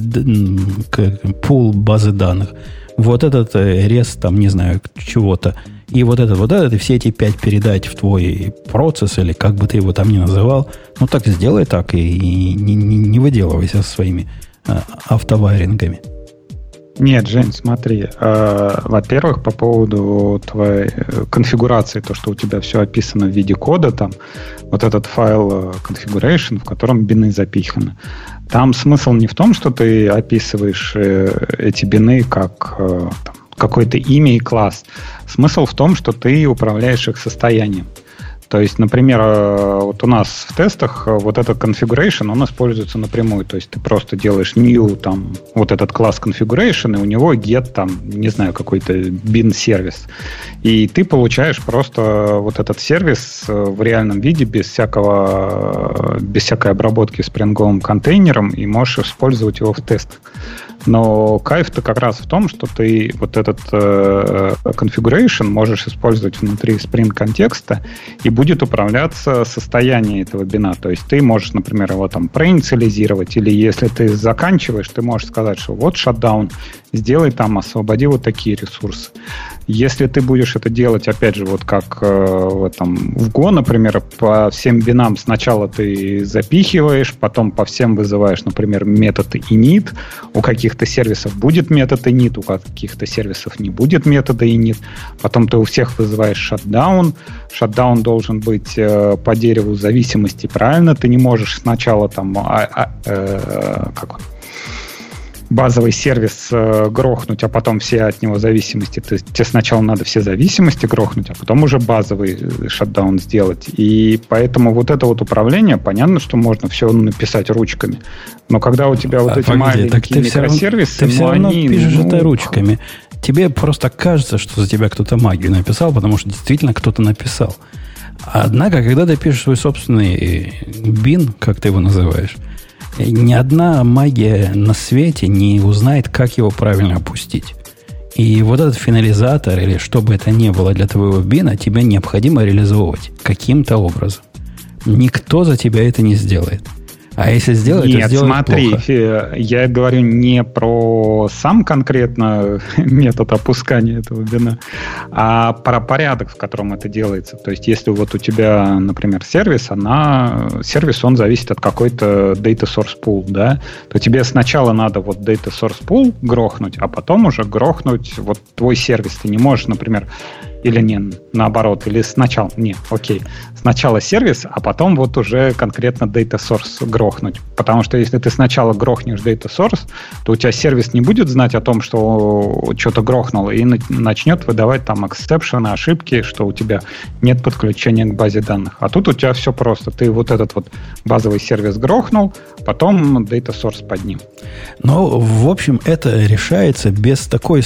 пул базы данных, вот этот REST, там, не знаю, чего-то, и вот это, и все эти 5 передать в твой процесс, или как бы ты его там ни называл, так сделай так, и не выделывайся со своими автовайрингами. Нет, Жень, смотри. Во-первых, по поводу твоей конфигурации, то, что у тебя все описано в виде кода, там, вот этот файл configuration, в котором бины запиханы. Там смысл не в том, что ты описываешь эти бины как какое-то имя и класс. Смысл в том, что ты управляешь их состоянием. То есть, например, вот у нас в тестах вот этот configuration, он используется напрямую. То есть ты просто делаешь new, там, вот этот класс configuration, и у него get, там, не знаю, какой-то bin сервис. И ты получаешь просто вот этот сервис в реальном виде без всякой обработки спринговым контейнером, и можешь использовать его в тестах. Но кайф-то как раз в том, что ты вот этот configuration можешь использовать внутри Spring контекста, и будет управляться состояние этого бина. То есть ты можешь, например, его там проинициализировать, или если ты заканчиваешь, ты можешь сказать, что вот shutdown, сделай там, освободи вот такие ресурсы. Если ты будешь это делать, опять же, вот как в Go, например, по всем бинам сначала ты запихиваешь, потом по всем вызываешь, например, метод init, у каких-то сервисов будет метод init, у каких-то сервисов не будет метода init, потом ты у всех вызываешь shutdown. Shutdown должен быть по дереву зависимости, правильно? Ты не можешь сначала там базовый сервис грохнуть, а потом все от него зависимости. Тебе сначала надо все зависимости грохнуть, а потом уже базовый шатдаун сделать. И поэтому вот это вот управление, понятно, что можно все написать ручками. Но когда у тебя вот эти маленькие микросервисы... Ты все равно пишешь это ручками. Тебе просто кажется, что за тебя кто-то магию написал, потому что действительно кто-то написал. Однако, когда ты пишешь свой собственный бин, как ты его называешь, ни одна магия на свете не узнает, как его правильно опустить. И вот этот финализатор, или что бы это ни было для твоего бина, тебе необходимо реализовывать каким-то образом. Никто за тебя это не сделает. А если сделать, то сделает смотри, плохо. Я говорю не про сам конкретно метод опускания этого бина, а про порядок, в котором это делается. То есть, если вот у тебя, например, сервис, он зависит от какой-то data source pool, да, то тебе сначала надо вот data source pool грохнуть, а потом уже грохнуть вот твой сервис. Ты не можешь, например, или не, наоборот, или сначала, сначала сервис, а потом вот уже конкретно data source грохнуть. Потому что если ты сначала грохнешь data source, то у тебя сервис не будет знать о том, что что-то грохнуло, и начнет выдавать там эксепшены, ошибки, что у тебя нет подключения к базе данных. А тут у тебя все просто. Ты вот этот вот базовый сервис грохнул, потом data source под ним. Но, в общем, это решается без таких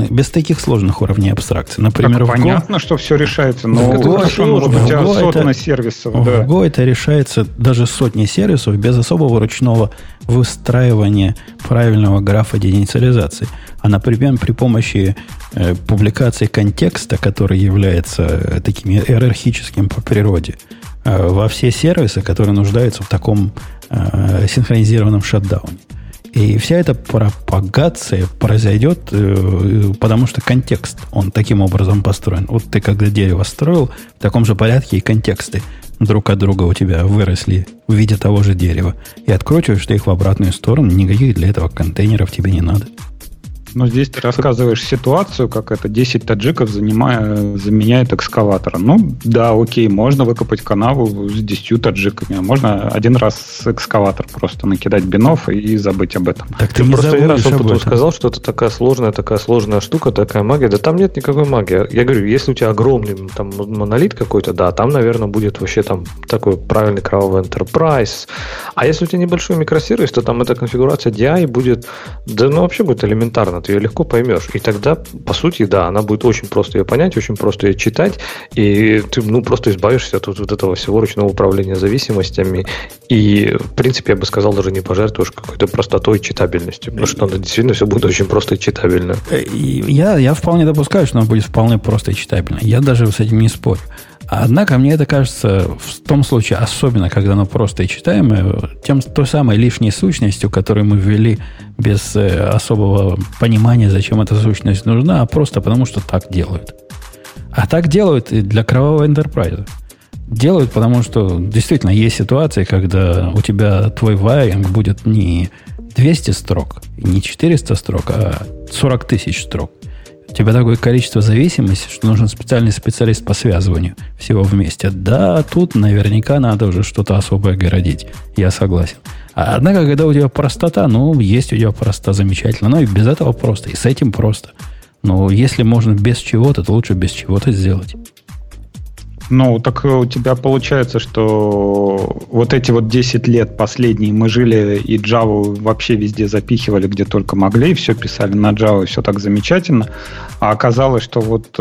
сложных уровней абстракции. Например, понятно, что все решается, но у тебя сотни сервисов. В Go это решается даже сотни сервисов без особого ручного выстраивания правильного графа деинициализации. А, например, при помощи публикации контекста, который является таким иерархическим по природе, во все сервисы, которые нуждаются в таком синхронизированном шатдауне. И вся эта пропагация произойдет, потому что контекст, он таким образом построен. Вот ты когда дерево строил, в таком же порядке и контексты друг от друга у тебя выросли в виде того же дерева. И откручиваешь ты их в обратную сторону, никаких для этого контейнеров тебе не надо. Но здесь ты рассказываешь ситуацию, как это 10 таджиков заменяет экскаватор. Ну, да, окей, можно выкопать канаву с 10 таджиками, а можно один раз экскаватор просто накидать бинов и забыть об этом. Так ты просто один раз опыту сказал, что это такая сложная штука, такая магия. Да там нет никакой магии. Я говорю, если у тебя огромный там монолит какой-то, да, там, наверное, будет вообще там такой правильный кровавый enterprise. А если у тебя небольшой микросервис, то там эта конфигурация DI будет, вообще будет элементарно. Ты ее легко поймешь. И тогда, по сути, да, она будет очень просто ее понять, очень просто ее читать, и ты, просто избавишься от вот этого всего ручного управления зависимостями. И, в принципе, я бы сказал, даже не пожертвуешь какой-то простотой и читабельностью, потому что действительно все будет очень просто и читабельно. Я вполне допускаю, что оно будет вполне просто и читабельно. Я даже с этим не спорю. Однако мне это кажется в том случае, особенно когда оно просто и читаемое, той самой лишней сущностью, которую мы ввели без особого понимания, зачем эта сущность нужна, а просто потому, что так делают. А так делают и для кровавого enterprise. Делают, потому что действительно есть ситуации, когда у тебя твой вайринг будет не 200 строк, не 400 строк, а 40 тысяч строк. У тебя такое количество зависимостей, что нужен специальный специалист по связыванию всего вместе. Да, тут наверняка надо уже что-то особое городить. Я согласен. Однако, когда у тебя простота, есть у тебя простота замечательно. Но и без этого просто, и с этим просто. Но если можно без чего-то, то лучше без чего-то сделать. Так у тебя получается, что вот эти вот 10 лет последние мы жили и Java вообще везде запихивали, где только могли, и все писали на Java, и все так замечательно. А оказалось, что вот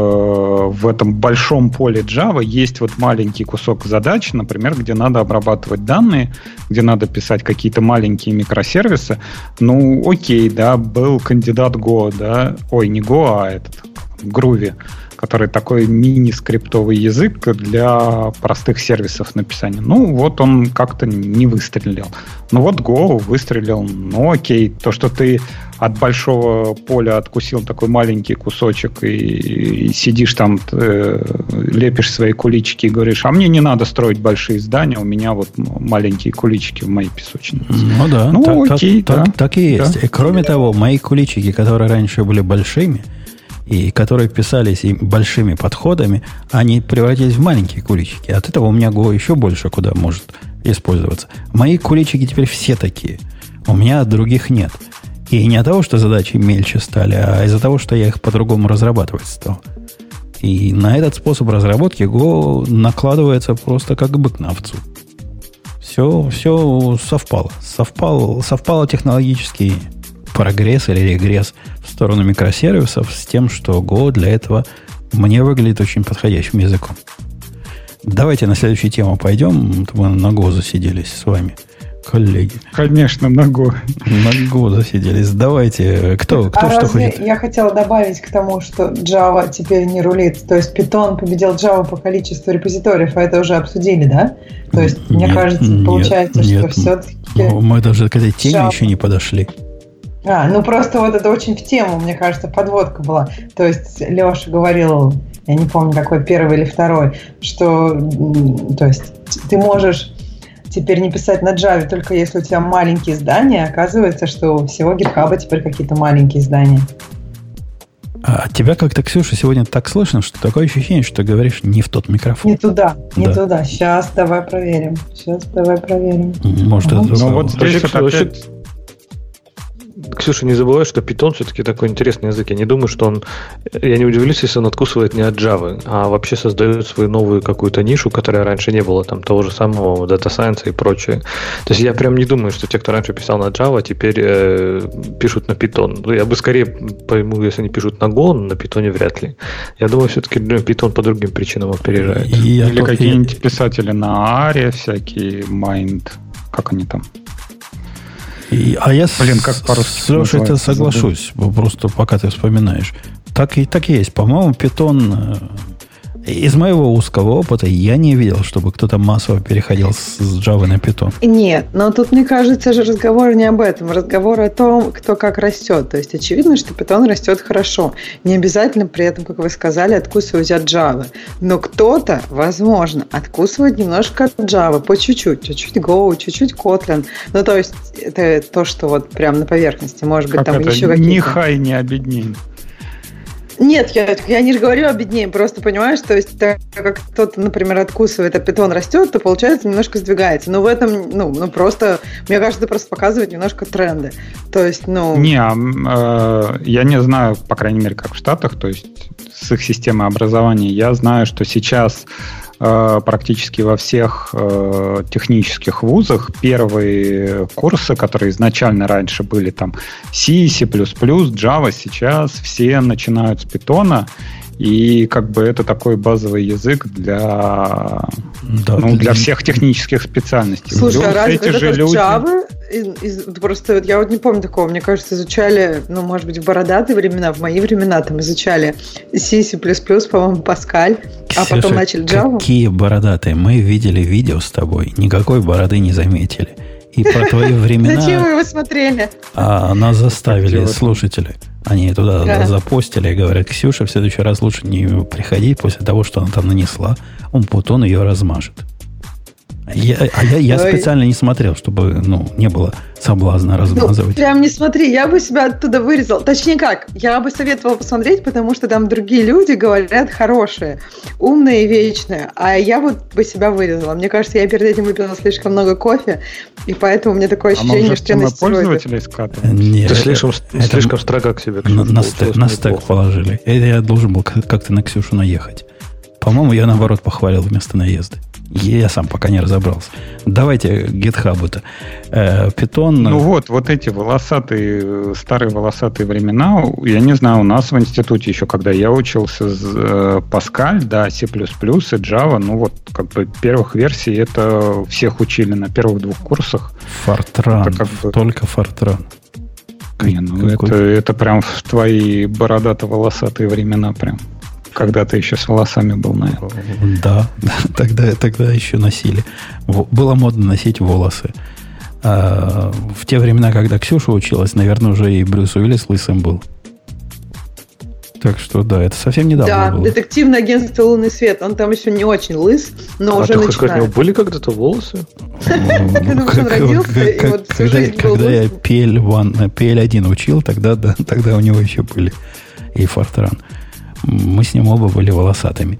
в этом большом поле Java есть вот маленький кусок задач, например, где надо обрабатывать данные, где надо писать какие-то маленькие микросервисы. Окей, да, был кандидат Go, да, не Go, а Groovy. который такой мини-скриптовый язык для простых сервисов написания. Ну, вот он как-то не выстрелил. Ну, вот Go выстрелил. Ну, окей. То, что ты от большого поля откусил такой маленький кусочек и сидишь там, лепишь свои куличики и говоришь, а мне не надо строить большие здания, у меня вот маленькие куличики в моей песочнице. Ну да, ну, окей, так и есть. Да. И кроме того, мои куличики, которые раньше были большими, и которые писались и большими подходами, они превратились в маленькие куличики. От этого у меня Go еще больше куда может использоваться. Мои куличики теперь все такие. У меня других нет. И не от того, что задачи мельче стали, а из-за того, что я их по-другому разрабатывать стал. И на этот способ разработки Go накладывается просто как бык на овцу. Все совпало. Совпало технологический прогресс или регресс в сторону микросервисов с тем, что Go для этого мне выглядит очень подходящим языком. Давайте на следующую тему пойдем. Мы на Go засиделись с вами, коллеги. Конечно, на Go. На Go засиделись. Давайте, кто что хочет? Я хотела добавить к тому, что Java теперь не рулит. То есть Python победил Java по количеству репозиториев, а это уже обсудили, да? То есть, мне кажется, получается, что все-таки... Мы даже к этой теме еще не подошли. Ну просто вот это очень в тему, мне кажется, подводка была. То есть Леша говорил, я не помню, какой первый или второй, что то есть ты можешь теперь не писать на Java, только если у тебя маленькие здания. Оказывается, что у всего GitHub теперь какие-то маленькие здания. А тебя как-то, Ксюша, сегодня так слышно, что такое ощущение, что ты говоришь не в тот микрофон. Не туда. Сейчас давай проверим. Может, это вот здесь опять... Ксюша, не забывай, что Python все-таки такой интересный язык. Я не думаю, что я не удивлюсь, если он откусывает не от Java, а вообще создает свою новую какую-то нишу, которая раньше не было, там того же самого Data Science и прочее. То есть я прям не думаю, что те, кто раньше писал на Java, теперь пишут на Python. Я бы скорее пойму, если они пишут на Go, на Python вряд ли. Я думаю, все-таки Python по другим причинам опережает. Или какие-нибудь писатели на ARIA всякие, Mind, как они там? Я с Лешей это соглашусь, просто пока ты вспоминаешь. Так и есть. По-моему, Python... Из моего узкого опыта я не видел, чтобы кто-то массово переходил с Java на Python. Нет, но тут, мне кажется, же разговор не об этом. Разговор о том, кто как растет. То есть, очевидно, что Python растет хорошо. Не обязательно при этом, как вы сказали, откусывать от Java. Но кто-то, возможно, откусывает немножко от Java. По чуть-чуть. Чуть-чуть Go, чуть-чуть Kotlin. Ну, то есть, это то, что вот прям на поверхности. Может быть, как там еще какие-то... Ни хай, ни обедней. Нет, я не говорю о беднее, просто понимаешь, то есть так как кто-то, например, откусывает, а Python растет, то получается немножко сдвигается. Но в этом, просто, мне кажется, это просто показывает немножко тренды. То есть, я не знаю, по крайней мере, как в Штатах, то есть с их системой образования, я знаю, что сейчас практически во всех технических вузах первые курсы, которые изначально раньше были там C, C++, Java, сейчас все начинают с Python, и как бы это такой базовый язык для всех технических специальностей. Слушай, а разве это Java? Просто я вот не помню такого. Мне кажется, изучали, может быть, в бородатые времена, в мои времена там изучали C, C++, по-моему, Pascal, а потом начали Java. Какие бородатые? Мы видели видео с тобой, никакой бороды не заметили. И про твои времена... Зачем вы его смотрели? Нас заставили слушатели. Они туда запостили и говорят, Ксюша, в следующий раз лучше не приходить после того, что она там нанесла. Умпутун ее размажет. Я специально не смотрел, чтобы не было соблазна размазывать. Прям не смотри, я бы себя оттуда вырезал. Точнее как, я бы советовала посмотреть, потому что там другие люди говорят хорошие, умные и вечные. А я вот бы себя вырезала. Мне кажется, я перед этим выпила слишком много кофе, и поэтому у меня такое ощущение, что я на пользователей скатываем. Нет, ты слишком строга к себе. На стек положили. Это я должен был как-то на Ксюшу наехать. По-моему, я наоборот похвалил вместо наезда. Я сам пока не разобрался. Давайте GitHub-то. Python... Вот эти старые волосатые времена. Я не знаю, у нас в институте еще, когда я учился, Pascal, да, C++ и Java, первых версий это всех учили на первых 2 курсах. Fortran. Только Fortran. Это прям в твои бородато-волосатые времена прям. когда-то еще с волосами был, наверное. Да, тогда еще носили. Было модно носить волосы. А в те времена, когда Ксюша училась, наверное, уже и Брюс Уиллис лысым был. Так что, да, это совсем недавно было. Да, детективное агентство «Лунный свет». Он там еще не очень лыс, но уже начинает. Сказать, у него были когда-то волосы? Когда я PL1 учил, тогда у него еще были и Фортран. Мы с ним оба были волосатыми.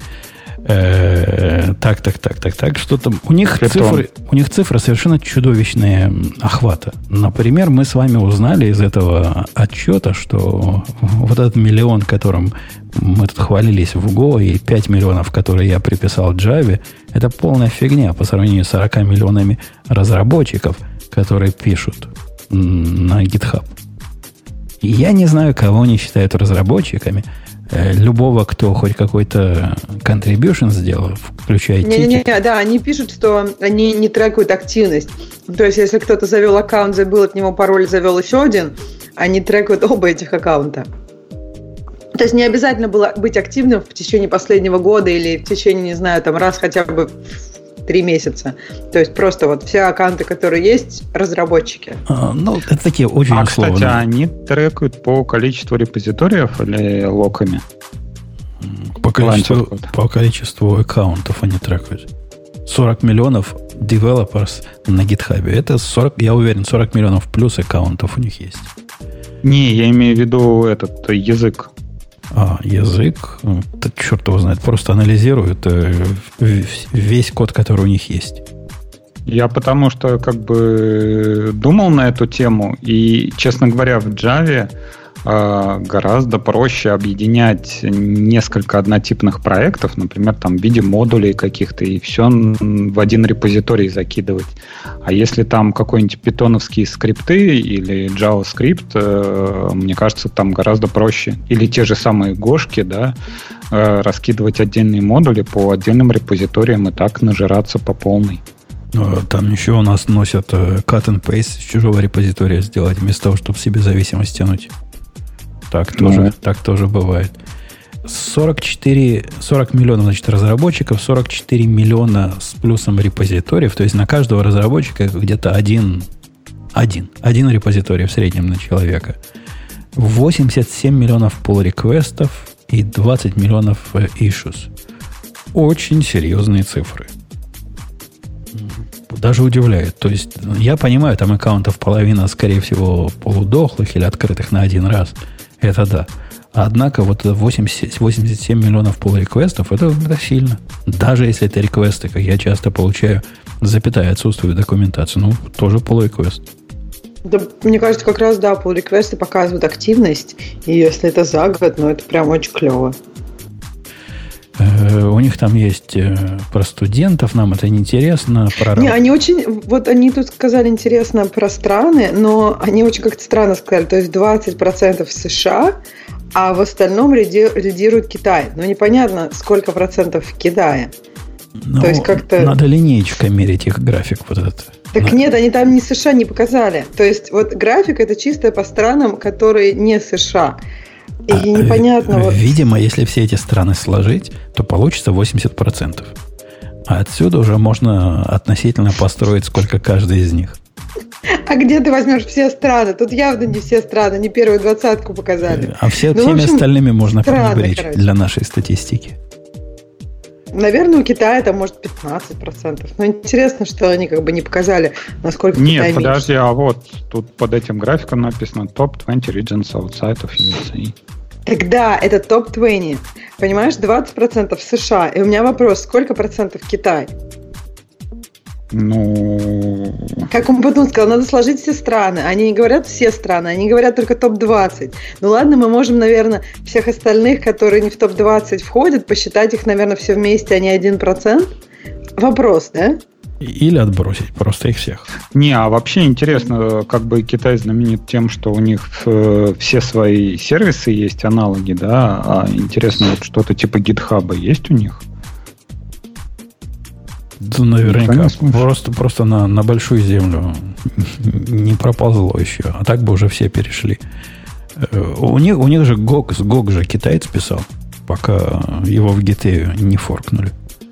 Так, что там? У них цифры совершенно чудовищные охвата. Например, мы с вами узнали из этого отчета, что вот этот миллион, которым мы тут хвалились в Go, и 5 миллионов, которые я приписал Java, это полная фигня по сравнению с 40 миллионами разработчиков, которые пишут на GitHub. И я не знаю, кого они считают разработчиками. Любого, кто хоть какой-то contribution сделал, включая тикет. Да, они пишут, что они не трекают активность. То есть, если кто-то завел аккаунт, забыл от него пароль, завел еще один, они трекают оба этих аккаунта. То есть, не обязательно было быть активным в течение последнего года или в течение, не знаю, там раз хотя бы 3 месяца. То есть, просто вот все аккаунты, которые есть, разработчики. Ну, это такие очень условные. Кстати, они трекают по количеству репозиториев или локами? По количеству аккаунтов они трекают. 40 миллионов developers на GitHub. Это 40, я уверен, 40 миллионов плюс аккаунтов у них есть. Не, я имею в виду этот язык. Язык, черт его знает, просто анализируют весь код, который у них есть. Я потому что как бы думал на эту тему, и, честно говоря, в Java гораздо проще объединять несколько однотипных проектов, например, там в виде модулей каких-то, и все в один репозиторий закидывать. А если там какой-нибудь питоновские скрипты или JavaScript, мне кажется, там гораздо проще. Или те же самые гошки, да, раскидывать отдельные модули по отдельным репозиториям и так нажираться по полной. Там еще у нас носят cut and paste с чужого репозитория сделать, вместо того, чтобы себе зависимость тянуть. Так тоже бывает. 40 миллионов, значит, разработчиков, 44 миллиона с плюсом репозиториев. То есть на каждого разработчика где-то один репозиторий в среднем на человека. 87 миллионов pull-реквестов и 20 миллионов issues. Очень серьезные цифры. Даже удивляет. То есть, я понимаю, там аккаунтов половина, скорее всего, полудохлых или открытых на один раз. Это да. Однако вот 87 миллионов pull-реквестов, это сильно. Даже если это реквесты, как я часто получаю, запятая отсутствует документация. Ну, тоже pull-реквест. Да, мне кажется, как раз, да, pull-реквесты показывают активность. И если это за год, ну, это прям очень клево. У них там есть про студентов, нам это неинтересно. Не, они очень, вот они тут сказали интересно про страны, но они очень как-то странно сказали, то есть 20% в США, а в остальном лидирует Китай. Но непонятно, сколько процентов в Китае. Ну, то есть как-то... Надо линеечкой мерить их график вот этот. Так нет, они там не США не показали. То есть вот график это чисто по странам, которые не США. И непонятно. Видимо, если все эти страны сложить, то получится 80%. А отсюда уже можно относительно построить, сколько каждый из них. А где ты возьмешь все страны? Тут явно не все страны, не первую 20-ку показали. А всеми остальными можно пренебречь для нашей статистики. Наверное, у Китая это может 15%. Но интересно, что они как бы не показали, насколько Нет, Китай подожди, меньше. А вот тут под этим графиком написано Top 20 regions outside of USA. Тогда это топ-20. Понимаешь, 20% США. И у меня вопрос, сколько процентов Китай? Ну... Как он потом сказал, надо сложить все страны. Они не говорят все страны, они говорят только топ-20. Ну ладно, мы можем, наверное, всех остальных, которые не в топ-20 входят, посчитать их, наверное, все вместе, а не 1%. Вопрос, да? Или отбросить просто их всех. Не, а вообще интересно, как бы Китай знаменит тем, что у них все свои сервисы есть, аналоги, да, а интересно, вот что-то типа GitHub есть у них? Да, наверняка. Просто на большую землю не проползло еще. А так бы уже все перешли. У них же GOG же китаец писал. пока его в Гитею не форкнули.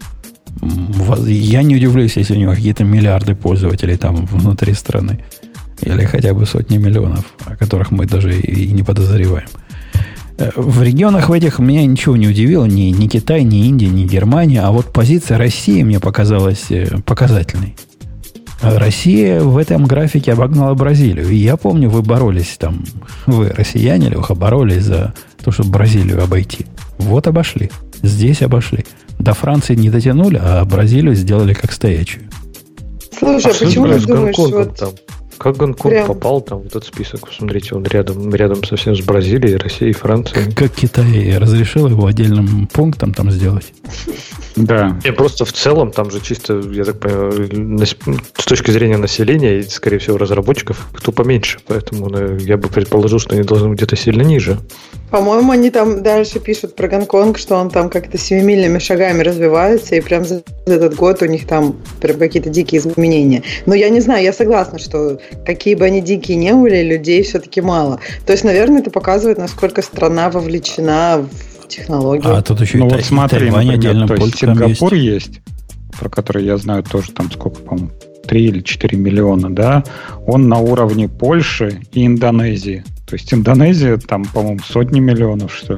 Я не удивлюсь, если у него какие-то миллиарды пользователей там внутри страны. Или хотя бы сотни миллионов, о которых мы даже и не подозреваем. В регионах в этих меня ничего не удивило. Ни Китай, ни Индия, ни Германия. А вот позиция России мне показалась показательной. Россия в этом графике обогнала Бразилию. И я помню, вы боролись там, вы, россияне, Леха, боролись за то, чтобы Бразилию обойти. Вот обошли. Здесь обошли. До Франции не дотянули, а Бразилию сделали как стоячую. Слушай, а почему ты думаешь, вот... Там? Как Гонконг попал там в этот список? Посмотрите, он рядом совсем с Бразилией, Россией, Францией. Как Китай разрешил его отдельным пунктом там сделать? Да. И просто в целом, там же чисто, я так понимаю, с точки зрения населения и, скорее всего, разработчиков, кто поменьше. Поэтому я бы предположил, что они должны быть где-то сильно ниже. По-моему, они там дальше пишут про Гонконг, что он там как-то семимильными шагами развивается, и прям за этот год у них там прям какие-то дикие изменения. Но я не знаю, я согласна, что какие бы они дикие не были, людей все-таки мало. То есть, наверное, это показывает, насколько страна вовлечена в технологии. А тут еще вот смотри, например, то есть Сингапур есть, про который я знаю тоже там сколько, по-моему, 3 или 4 миллиона, да, он на уровне Польши и Индонезии. То есть Индонезия там, по-моему, сотни миллионов, что ли?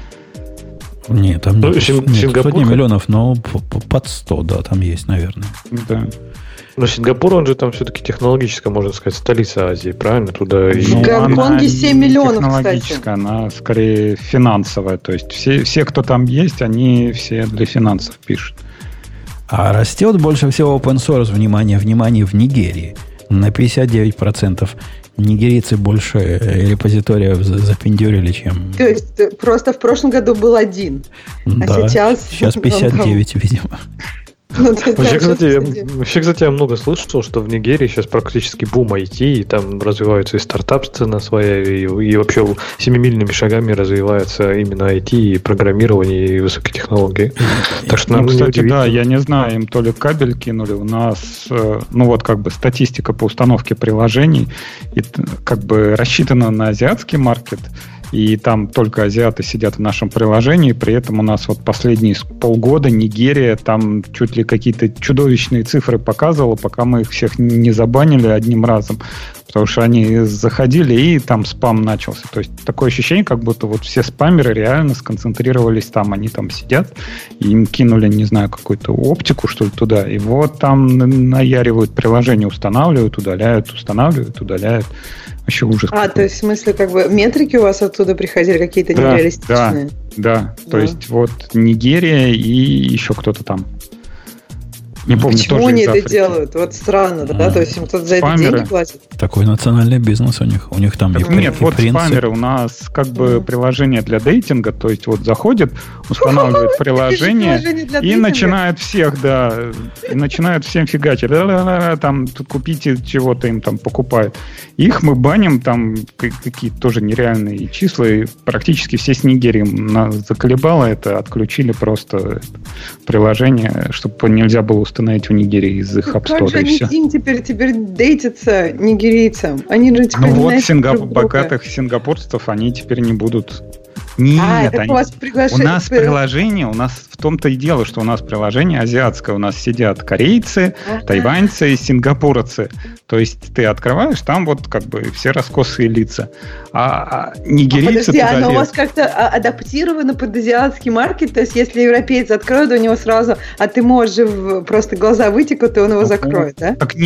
Нет, там нет, Сингапур, сотни миллионов, но под 100, да, там есть, наверное. Да. Но Сингапур, он же там все-таки технологическая, можно сказать, столица Азии, правильно? Туда в Гонконге 7 миллионов, технологическая, кстати. Она скорее финансовая. То есть все, кто там есть, они все для финансов пишут. А растет больше всего open source, внимание, в Нигерии. На 59%. Нигерийцы больше репозиториев запендюрили, чем... То есть просто в прошлом году был один, да, сейчас 59, видимо. Вообще, кстати, я много слышал, что в Нигерии сейчас практически бум IT, и там развиваются и стартап-сцена своя, и вообще семимильными шагами развивается именно IT, и программирование, и высокие технологии. Так что, кстати, да, я не знаю, им то ли кабель кинули, у нас, как бы статистика по установке приложений и, как бы рассчитана на азиатский маркет, и там только азиаты сидят в нашем приложении, при этом у нас вот последние полгода Нигерия там чуть ли какие-то чудовищные цифры показывала, пока мы их всех не забанили одним разом, потому что они заходили, и там спам начался. То есть такое ощущение, как будто вот все спамеры реально сконцентрировались там, они там сидят, и им кинули, не знаю, какую-то оптику, что ли, туда, и вот там наяривают приложение, устанавливают, удаляют. Вообще ужас. То есть в смысле, как бы метрики у вас оттуда приходили какие-то нереалистичные? Да. То есть вот Нигерия и еще кто-то там. Не помню, почему они это делают? Вот странно, да? То есть им кто-то за это деньги платит? Такой национальный бизнес у них. У них там нет, вот спамеры у нас как бы приложение для дейтинга, то есть вот заходит, устанавливает приложение и начинает всех, и начинает всем фигачить. Там купите чего-то им там покупают. Их мы баним, там какие-то тоже нереальные числа, и практически все с Нигерии нас заколебало это, отключили просто приложение, чтобы нельзя было установить в Нигерии из их App Store. Как же они теперь дейтятся нигерийцам? Они же теперь богатых сингапурцев они теперь не будут... Нет, у нас приложение, у нас в том-то и дело, что у нас приложение азиатское, у нас сидят корейцы, тайваньцы и сингапурцы. То есть ты открываешь, там вот как бы все раскосые лица. А нигерийцы подожди, оно у вас как-то адаптировано под азиатский маркет? То есть если европеец откроет, у него сразу, а ты можешь просто глаза вытекут, и он его закроет, да? Так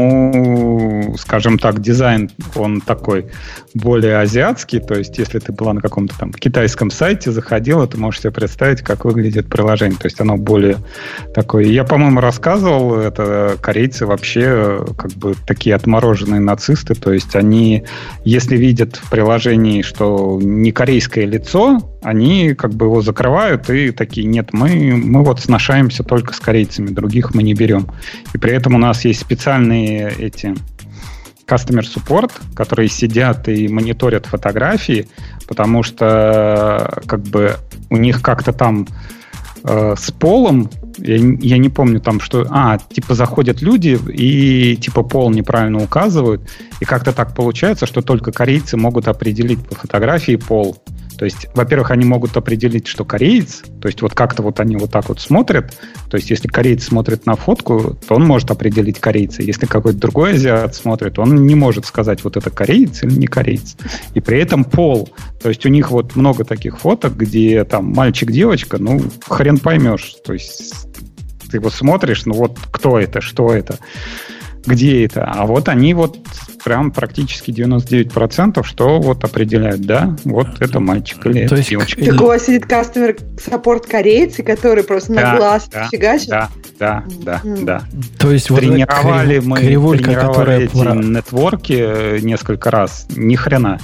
скажем так, дизайн, он такой более азиатский, то есть если ты была на каком-то там китайском сайте, заходила, ты можешь себе представить, как выглядит приложение. То есть оно более такое... Я, по-моему, рассказывал, это корейцы вообще как бы такие отмороженные нацисты, то есть они, если видят в приложении, что не корейское лицо, они как бы его закрывают и такие, нет, мы вот сношаемся только с корейцами, других мы не берем. И при этом у нас есть специальные customer support, которые сидят и мониторят фотографии, потому что как бы у них как-то там с полом, я не помню там, что... заходят люди и пол неправильно указывают, и как-то так получается, что только корейцы могут определить по фотографии пол. То есть, во-первых, они могут определить, что кореец, то есть вот как-то вот они вот так вот смотрят, то есть если кореец смотрит на фотку, то он может определить корейца. Если какой-то другой азиат смотрит, он не может сказать, вот это кореец или не кореец. И при этом пол. То есть у них вот много таких фоток, где там мальчик-девочка, ну, хрен поймешь. То есть ты вот смотришь, ну вот кто это, что это, где это. А вот они вот прям практически 99%, что вот определяют, да, вот это мальчик или это девочка. Так у вас сидит customer support корейцы, которые просто на глаз фигачат? Да. То есть тренировали мы которая эти нетворки несколько раз, ни хрена.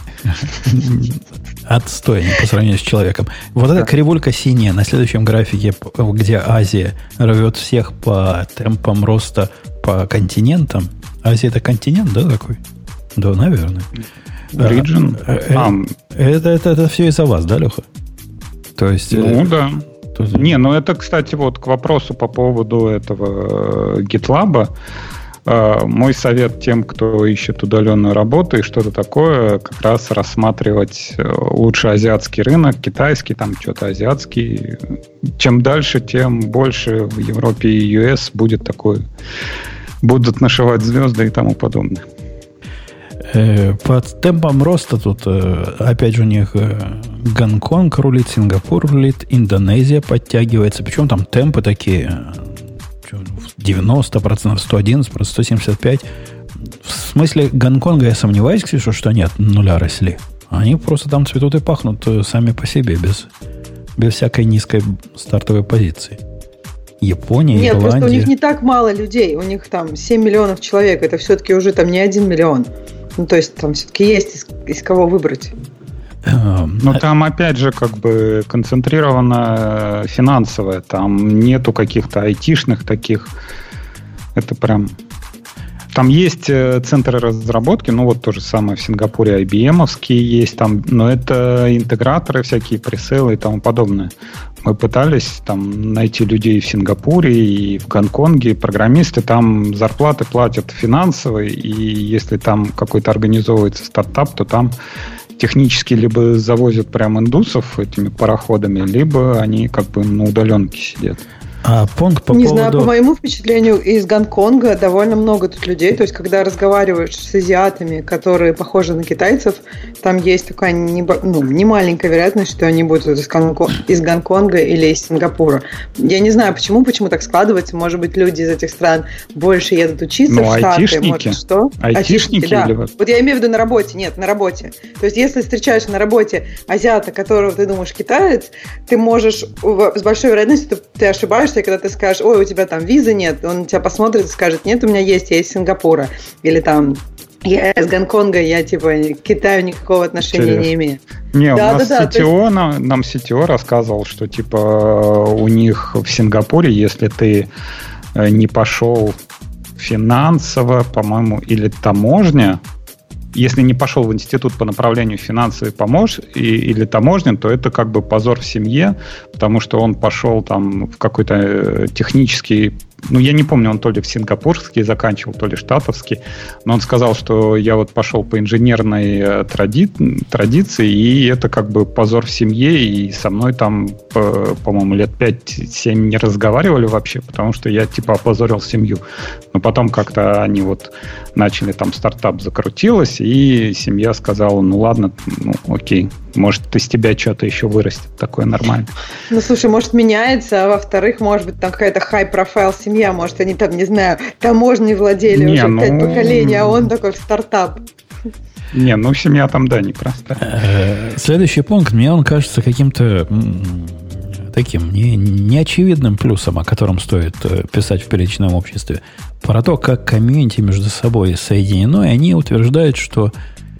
Отстой по сравнению с человеком. Вот эта кривулька синяя на следующем графике, где Азия рвет всех по темпам роста по континентам. Азия это континент, да, такой? Да, наверное. Region? Это все из-за вас, да, Леха? То есть... Ну, да. Не, ну это, кстати, вот к вопросу по поводу этого GitLab. Мой совет тем, кто ищет удаленную работу и что-то такое, как раз рассматривать лучше азиатский рынок, китайский, там что-то азиатский. Чем дальше, тем больше в Европе и US будет такое, будут нашивать звезды и тому подобное. По темпам роста тут, опять же, у них Гонконг рулит, Сингапур рулит, Индонезия подтягивается. Причем там темпы такие 90%, 111%, 175%. В смысле Гонконга я сомневаюсь, Ксюша, что они от нуля росли. Они просто там цветут и пахнут сами по себе, без всякой низкой стартовой позиции. Япония, Нет, Ирландия. просто у них не так мало людей. У них там 7 миллионов человек. Это все-таки уже там не 1 миллион. Ну, то есть там все-таки есть из кого выбрать. Но там, опять же, как бы концентрировано финансовое. Там нету каких-то айтишных таких. Это прям... Там есть центры разработки, ну вот то же самое в Сингапуре, IBM-овские есть там, но это интеграторы всякие, пресейлы и тому подобное. Мы пытались там найти людей в Сингапуре и в Гонконге, программисты там зарплаты платят финансовые, и если там какой-то организовывается стартап, то там технически либо завозят прям индусов этими пароходами, либо они как бы на удаленке сидят. А Понг по Не поводу... знаю, по моему впечатлению, из Гонконга довольно много тут людей. То есть, когда разговариваешь с азиатами, которые похожи на китайцев, там есть такая немаленькая вероятность, что они будут из Гонконга или из Сингапура. Я не знаю, почему так складывается. Может быть, люди из этих стран больше едут учиться в Штаты. Айтишники. Может, что? Айтишники, да. или вот я имею в виду на работе. Нет, на работе. То есть, если встречаешь на работе азиата, которого ты думаешь китаец, ты можешь с большой вероятностью ты ошибаешься, и когда ты скажешь, ой, у тебя там визы нет, он тебя посмотрит и скажет, нет, у меня есть, я из Сингапура. Или там, я из Гонконга, я типа к Китаю никакого отношения не имею. Не, да, у нас CTO, нам CTO рассказывал, что типа у них в Сингапуре, если ты не пошел финансово, по-моему, или таможня, если не пошел в институт по направлению финансовый или таможня, то это как бы позор в семье, потому что он пошел там в какой-то технический... Ну, я не помню, он то ли в сингапурский заканчивал, то ли штатовский, но он сказал, что я вот пошел по инженерной традиции, и это как бы позор в семье, и со мной там, по-моему, лет 5-7 не разговаривали вообще, потому что я типа опозорил семью. Но потом как-то они вот начали, там стартап закрутилось, и семья сказала, ну ладно, ну окей, может из тебя что-то еще вырастет, такое нормально. Ну, слушай, может меняется, а во-вторых, может быть, там какая-то high-profile семья, может, они там, не знаю, таможней владели уже 5 поколений, а он такой в стартап. Не, ну семья там, да, непростая. Следующий пункт, мне он кажется каким-то таким неочевидным плюсом, о котором стоит писать в приличном обществе. Про то, как комьюнити между собой соединено, и они утверждают, что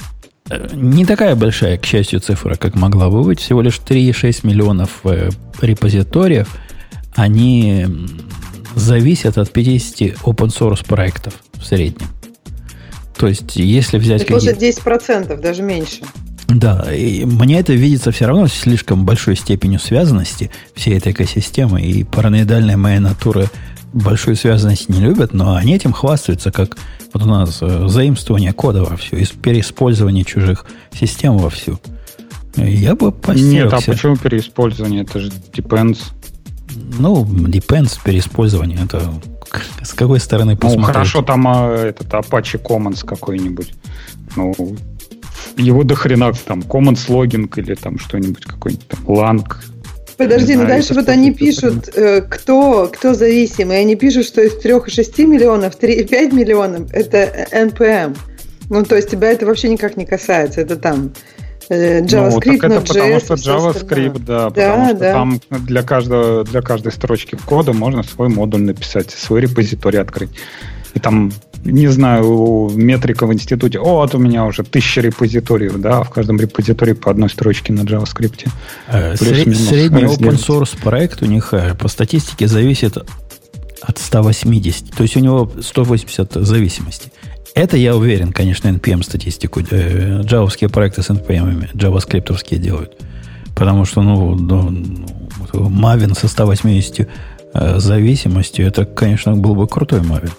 не такая большая, к счастью, цифра, как могла бы быть, всего лишь 3,6 миллионов репозиториев, они зависят от 50 open-source проектов в среднем. То есть, если взять... Это уже 10%, даже меньше. Да, и мне это видится все равно слишком большой степенью связанности всей этой экосистемы, и параноидальная моя натура большой связанности не любят, но они этим хвастаются, как вот у нас заимствование кода вовсю, переиспользование чужих систем вовсю. Я бы постерегся. Нет, а почему переиспользование? Это же depends. Ну, depends, переиспользование. Это с какой стороны посмотреть? Ну, хорошо, там этот Apache Commons какой-нибудь. Ну, его дохрена там Commons Logging или там что-нибудь, какой-нибудь там Lang. Подожди, ну дальше вот они пишут, кто зависимый. Они пишут, что из 3,6 миллионов 3,5 миллионов это NPM. Ну, то есть тебя это вообще никак не касается. Это там JavaScript, ну, так это потому что потому JavaScript, что там для каждой строчки кода можно свой модуль написать, свой репозиторий открыть. И там, не знаю, метрика в институте, вот у меня уже 1000 репозиториев, да, в каждом репозитории по одной строчке на JavaScript. Средний open source проект у них по статистике зависит от 180. То есть у него 180 зависимостей. Это, я уверен, конечно, NPM статистику. Джавовские проекты с NPM, джаваскриптовские делают. Потому что, Maven со 180 зависимостью, это, конечно, был бы крутой Maven.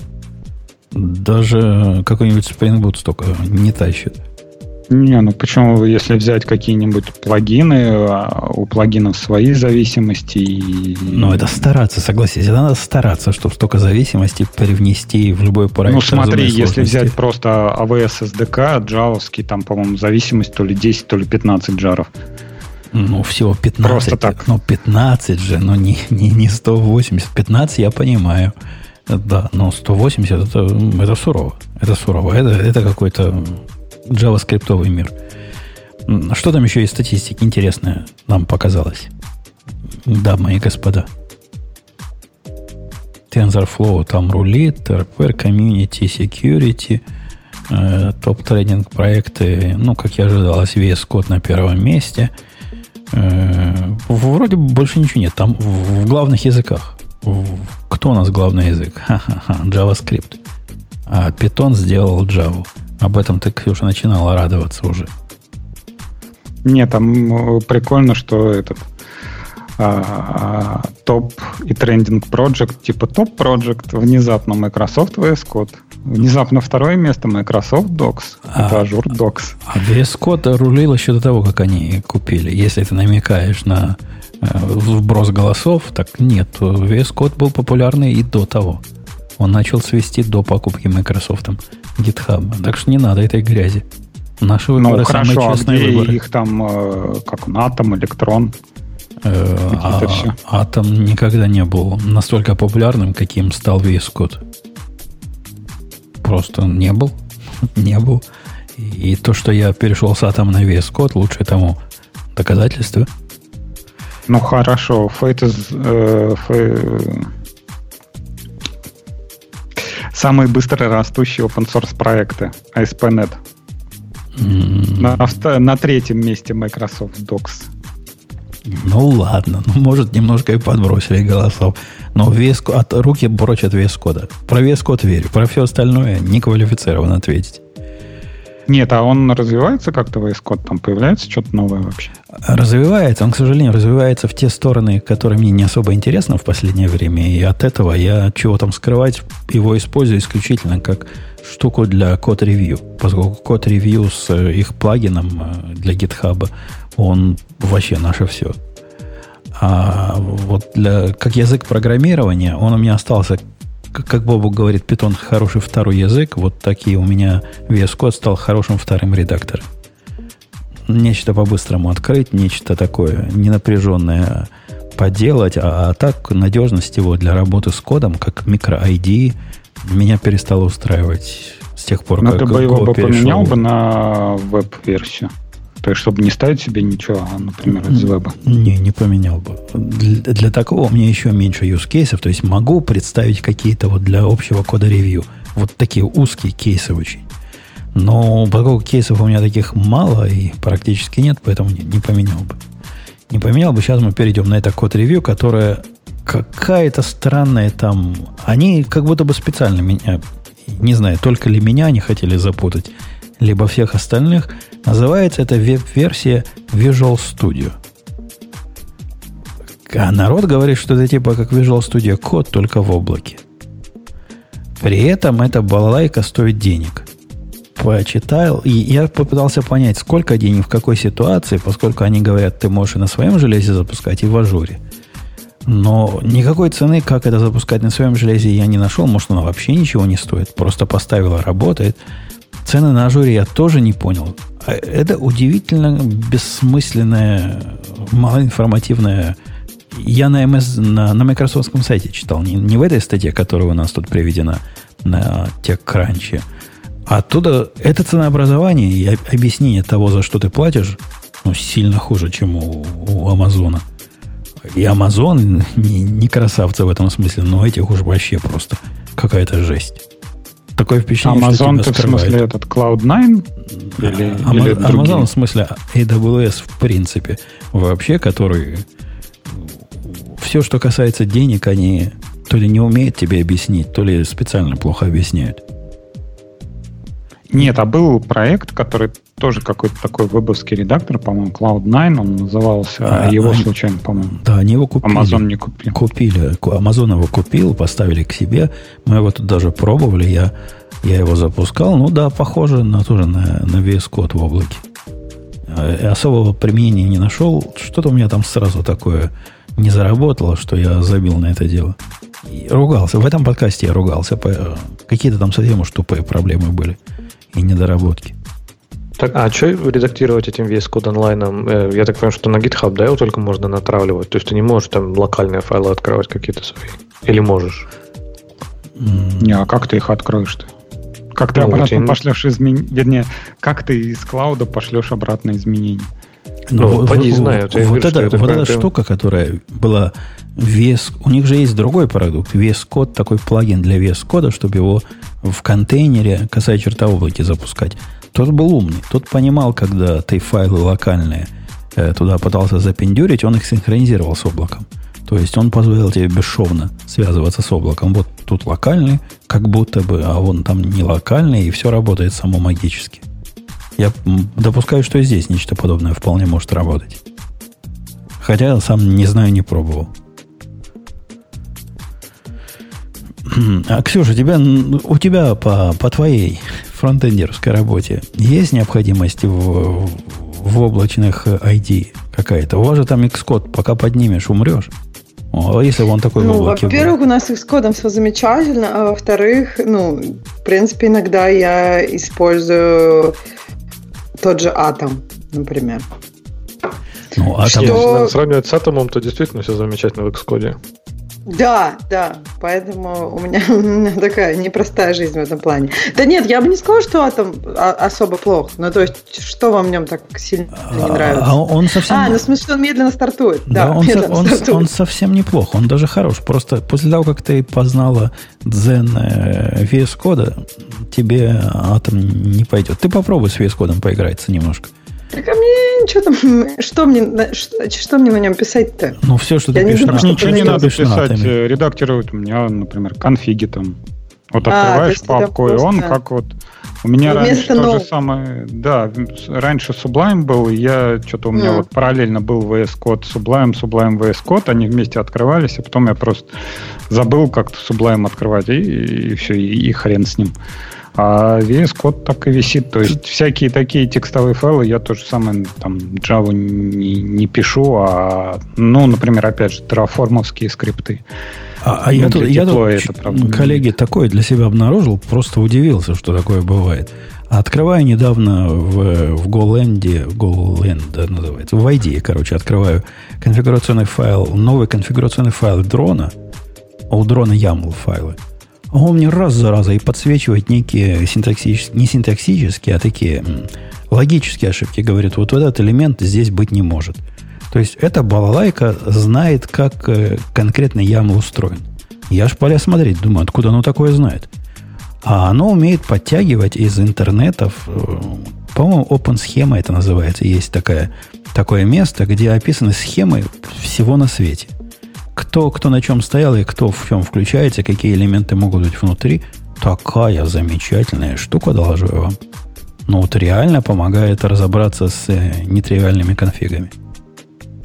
Даже какой-нибудь Spring Boot столько не тащит. Не, ну почему, если взять какие-нибудь плагины, у плагинов свои зависимости. Ну, это стараться, согласись. Это надо стараться, чтобы столько зависимостей привнести в любой проект. Ну, смотри, если взять просто AWS SDK, джавовский, там, по-моему, зависимость то ли 10, то ли 15 джаров. Ну, всего 15. Просто так. Ну, 15 же, но не 180. 15 я понимаю. Да, но 180 это сурово. Это сурово. Это какой-то джаваскриптовый мир. Что там еще из статистики интересное нам показалось? Дамы и господа. TensorFlow там рулит, RPR, Community, Security, топ-трейдинг проекты, ну, как я ожидал, VS Code на первом месте. Вроде больше ничего нет. Там в главных языках. Кто у нас главный язык? Ха-ха-ха, JavaScript. А Python сделал Java. Об этом ты, Ксюша, начинала радоваться уже. Нет, там прикольно, что этот топ и трендинг project, типа топ-проджект, внезапно Microsoft VS Code, внезапно второе место Microsoft Docs, это Azure Docs. А VS Code рулил еще до того, как они купили. Если ты намекаешь на вброс голосов, так нет, VS Code был популярный и до того. Он начал свести до покупки Microsoft GitHub. Так что не надо этой грязи. Наши выборы самые честные выборы. Их там, как он, Atom, Electron. Atom никогда не был настолько популярным, каким стал VS Code. Просто не был. Не был. И то, что я перешел с Atom на VS Code, лучшее тому доказательство. Ну, хорошо. Самые быстро растущие open source проекты. ASP.NET. На третьем месте Microsoft Docs. Ну ладно, может немножко и подбросили голосов. Но руки бросят VS Code. Про VS Code верю. Про все остальное не квалифицирован ответить. Нет, а он развивается как-то, VS Code? Там появляется что-то новое вообще? Развивается. Он, к сожалению, развивается в те стороны, которые мне не особо интересны в последнее время. И от этого я, чего там скрывать, его использую исключительно как штуку для код-ревью. Поскольку код-ревью с их плагином для GitHub, он вообще наше все. А вот как язык программирования, он у меня остался, как Бобук говорит, Python хороший второй язык. Вот такие у меня VS Code стал хорошим вторым редактором. Нечто по-быстрому открыть, нечто такое ненапряженное поделать, а так надежность его для работы с кодом, как микро-ID, меня перестало устраивать с тех пор, как ты бы его поменял бы на веб-версию? То есть, чтобы не ставить себе ничего, например, из веба? Не поменял бы. Для такого у меня еще меньше use кейсов. То есть, могу представить какие-то вот для общего кода-ревью. Вот такие узкие кейсы очень. Но поскольку кейсов у меня таких мало и практически нет, поэтому не поменял бы. Не поменял бы. Сейчас мы перейдем на это код-ревью, которое какая-то странная там... Они как будто бы специально меня... Не знаю, только ли меня они хотели запутать, либо всех остальных. Называется это веб-версия Visual Studio. А народ говорит, что это типа как Visual Studio Code, только в облаке. При этом эта балалайка стоит денег. почитал, и я попытался понять, сколько денег в какой ситуации, поскольку они говорят, ты можешь и на своем железе запускать, и в ажуре. Но никакой цены, как это запускать на своем железе, я не нашел. Может, оно вообще ничего не стоит. Просто поставила, работает. Цены на ажуре я тоже не понял. Это удивительно бессмысленное, малоинформативное. Я на Microsoftском сайте читал. Не в этой статье, которая у нас тут приведена на TechCrunch. Оттуда это ценообразование и объяснение того, за что ты платишь, сильно хуже, чем у Амазона. И Amazon не красавцы в этом смысле, но этих уж вообще просто какая-то жесть. Такое впечатление, Amazon, что тебя скрывает. В смысле этот Cloud9? Или Amazon в смысле AWS в принципе. Вообще, который все, что касается денег, они то ли не умеют тебе объяснить, то ли специально плохо объясняют. Нет, а был проект, который тоже какой-то такой вебовский редактор, по-моему, Cloud9 он назывался, его случайно, по-моему. Да, они его купили. Amazon не купил. Amazon его купил, поставили к себе. Мы его тут даже пробовали, я его запускал. Ну да, похоже тоже на VS Code в облаке. Особого применения не нашел. Что-то у меня там сразу такое не заработало, что я забил на это дело. И ругался. В этом подкасте я ругался. Какие-то там совсем уж тупые проблемы были. И недоработки. Так, а что редактировать этим VS Code онлайном? Я так понимаю, что на GitHub, да, его только можно натравливать. То есть ты не можешь там локальные файлы открывать какие-то свои. Или можешь? Не, а как ты их откроешь-то? Как ты обратно пошлешь изменения? Вернее, как ты из клауда пошлешь обратно изменения? Поди знаю. Вот эта штука, которая была у них же есть другой продукт. VS Code, такой плагин для VS Code, чтобы его в контейнере косая черта облаке запускать. Тот был умный. Тот понимал, когда ты файлы локальные туда пытался запендюрить, он их синхронизировал с облаком. То есть он позволил тебе бесшовно связываться с облаком. Вот тут локальный, как будто бы, а вон там не локальный, и все работает само магически. Я допускаю, что и здесь нечто подобное вполне может работать. Хотя сам не знаю, не пробовал. А, Ксюша, у тебя по твоей фронтендерской работе есть необходимость в облачных ID какая-то? У вас же там Xcode, пока поднимешь, умрешь. А если он такой в облаке? Во-первых, у нас с Xcode все замечательно, а во-вторых, в принципе, иногда я использую тот же Atom, например. Если сравнивать с Atom, то действительно все замечательно в Xcode. Да, поэтому у меня такая непростая жизнь в этом плане. Да нет, я бы не сказала, что Atom особо плох. То есть, что вам в нем так сильно не нравится? Он совсем... в смысле, что он медленно стартует. Он совсем неплох, он даже хорош. Просто после того, как ты познала Zen VS Code, тебе Atom не пойдет. Ты попробуй с VS Code поиграться немножко. Так а мне ничего там, что мне на нем писать-то? Все, что ты пишешь. Ничего не надо писать, редактирует у меня, например, конфиги там. Вот открываешь папку, и он как вот... У меня раньше то же самое... Да, раньше Sublime был, и у меня вот параллельно был VS Code Sublime VS Code, они вместе открывались, а потом я просто забыл как-то Sublime открывать, и все, и хрен с ним. А VS Code так и висит. То есть всякие такие текстовые файлы я тоже самое там Java не пишу, например, опять же, терраформовские скрипты. Я тут коллеги, такое для себя обнаружил, просто удивился, что такое бывает. Открываю недавно в GoLand называется, в IDE, открываю новый конфигурационный файл дрона, у дрона YAML файлы. Он мне раз за разом и подсвечивает некие не синтаксические, а такие логические ошибки. Говорит, вот этот элемент здесь быть не может. То есть эта балалайка знает, как конкретно YAML устроен. Я ж полез смотреть, думаю, откуда оно такое знает. А оно умеет подтягивать из интернетов, по-моему, OpenSchema это называется. Есть такое место, где описаны схемы всего на свете. Кто на чем стоял и кто в чем включается, какие элементы могут быть внутри. Такая замечательная штука, доложу я вам. Реально помогает разобраться с нетривиальными конфигами.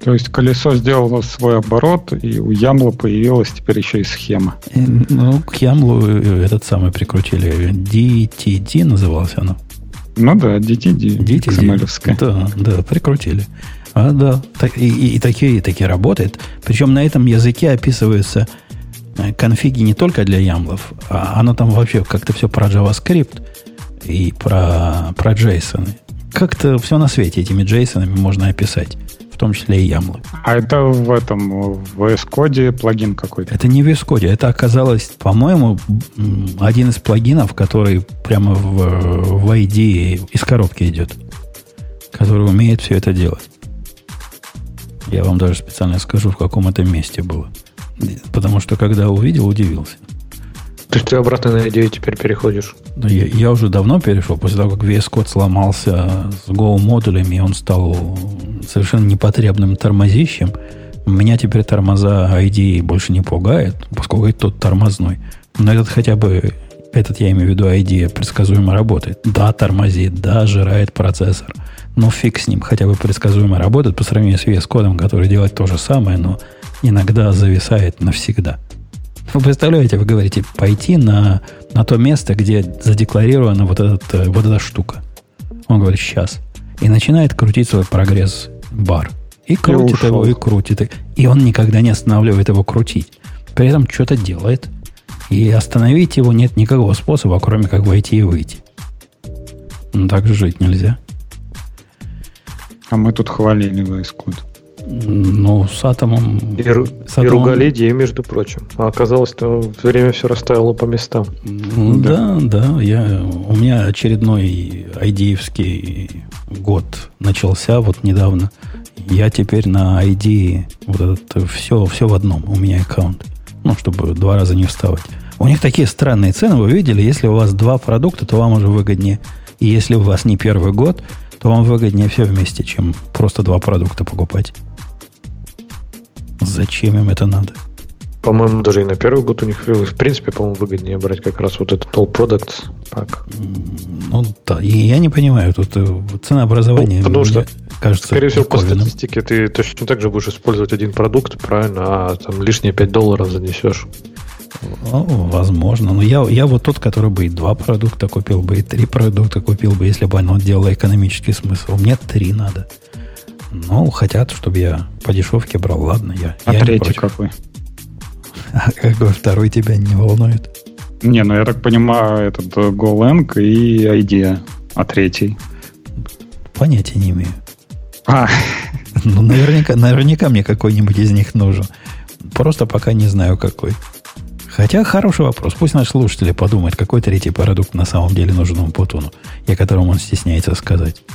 То есть колесо сделало свой оборот, и у Ямла появилась теперь еще и схема. Ну, к Ямлу этот самый прикрутили. DTD называлось оно. Ну да, DTD. XML-овское. Да, прикрутили. Да, и такие работает. Причем на этом языке описываются конфиги не только для ямлов, а оно там вообще как-то все про JavaScript и про JSON. Как-то все на свете этими JSON можно описать, в том числе и ямлы. А это в VS Code плагин какой-то? Это не в VS Code, это оказалось, по-моему, один из плагинов, который прямо в ID из коробки идет, который умеет все это делать. Я вам даже специально скажу, в каком это месте было. Потому что, когда увидел, удивился. То есть ты обратно на идею теперь переходишь? Я уже давно перешел, после того, как VS Code сломался с Go-модулями, и он стал совершенно непотребным тормозищем. Меня теперь тормоза ID больше не пугает, поскольку это тот тормозной. Но этот хотя бы, я имею в виду ID, предсказуемо работает. Да, тормозит, да, жирает процессор. Но фиг с ним, хотя бы предсказуемо работает по сравнению с VS Code, который делает то же самое, но иногда зависает навсегда. Вы представляете, вы говорите, пойти на то место, где задекларирована вот эта штука. Он говорит, сейчас. И начинает крутить свой прогресс-бар. И крутит его, и крутит. И он никогда не останавливает его крутить. При этом что-то делает. И остановить его нет никакого способа, кроме как войти и выйти. Но так же жить нельзя. А мы тут хвалили VS Code. Ну, с атомом... И ругали идеи, между прочим. А оказалось, что время все расставило по местам. Да. У меня очередной ID-евский год начался вот недавно. Я теперь на ID вот это все в одном. У меня аккаунт. Ну, чтобы 2 раза не вставать. У них такие странные цены, вы видели? Если у вас 2 продукта, то вам уже выгоднее. И если у вас не первый год, то вам выгоднее все вместе, чем просто 2 продукта покупать. Зачем им это надо? По-моему, даже и на первый год у них, в принципе, по-моему, выгоднее брать как раз вот этот All Products пак. Ну, да. И я не понимаю, тут ценообразование, потому что, кажется, скорее всего, по статистике ты точно так же будешь использовать один продукт, правильно, а там лишние $5 занесешь. Возможно. Но я вот тот, который бы и 2 продукта купил бы, и 3 продукта купил бы, если бы оно делало экономический смысл. Мне 3 надо. Ну, хотят, чтобы я по дешевке брал. Ладно, я третий какой? А какой второй тебя не волнует? Не, ну я так понимаю, этот GoLang и IDEA. А третий? Понятия не имею. Ну, наверняка мне какой-нибудь из них нужен. Просто пока не знаю, какой. Хотя хороший вопрос. Пусть наши слушатели подумают, какой третий продукт на самом деле нужен Умпутуну, и о котором он стесняется сказать.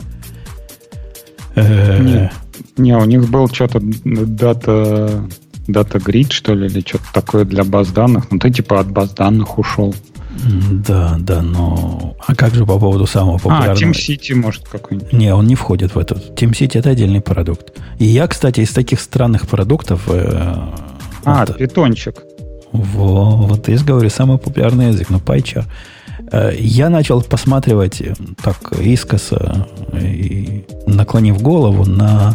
Не, у них был что-то Data Grid, что ли, или что-то такое для баз данных. Ну, ты типа от баз данных ушел. Да, но... А как же по поводу самого популярного? TeamCity, может, какой-нибудь? Не, он не входит в этот. TeamCity — это отдельный продукт. И я, кстати, из таких странных продуктов... питончик. Вот, я говорю, самый популярный язык, PyChar. Я начал посматривать так искоса, и наклонив голову на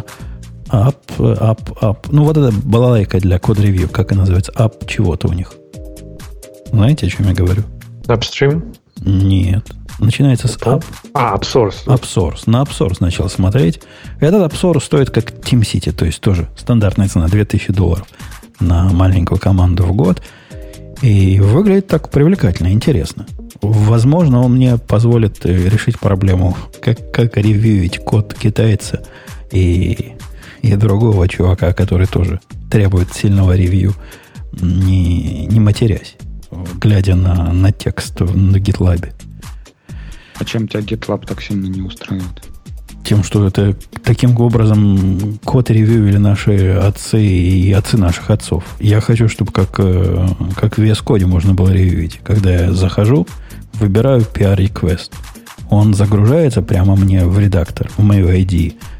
app. Ну, вот эта балалайка для код-ревью, как она называется? App чего-то у них. Знаете, о чем я говорю? Upstream? Нет. Начинается с app. AppSource. AppSource. На AppSource начал смотреть. Этот AppSource стоит как TeamCity, то есть тоже стандартная цена $2000 на маленькую команду в год. И выглядит так привлекательно, интересно. Возможно, он мне позволит решить проблему, как ревьюить код китайца и другого чувака, который тоже требует сильного ревью, не матерясь, глядя на текст на GitLab. А чем тебя GitLab так сильно не устраивает? Тем, что это таким образом код ревьюили наши отцы и отцы наших отцов. Я хочу, чтобы как в VS Code можно было ревьюить. Когда я захожу, выбираю PR request. Он загружается прямо мне в редактор, в мою ID.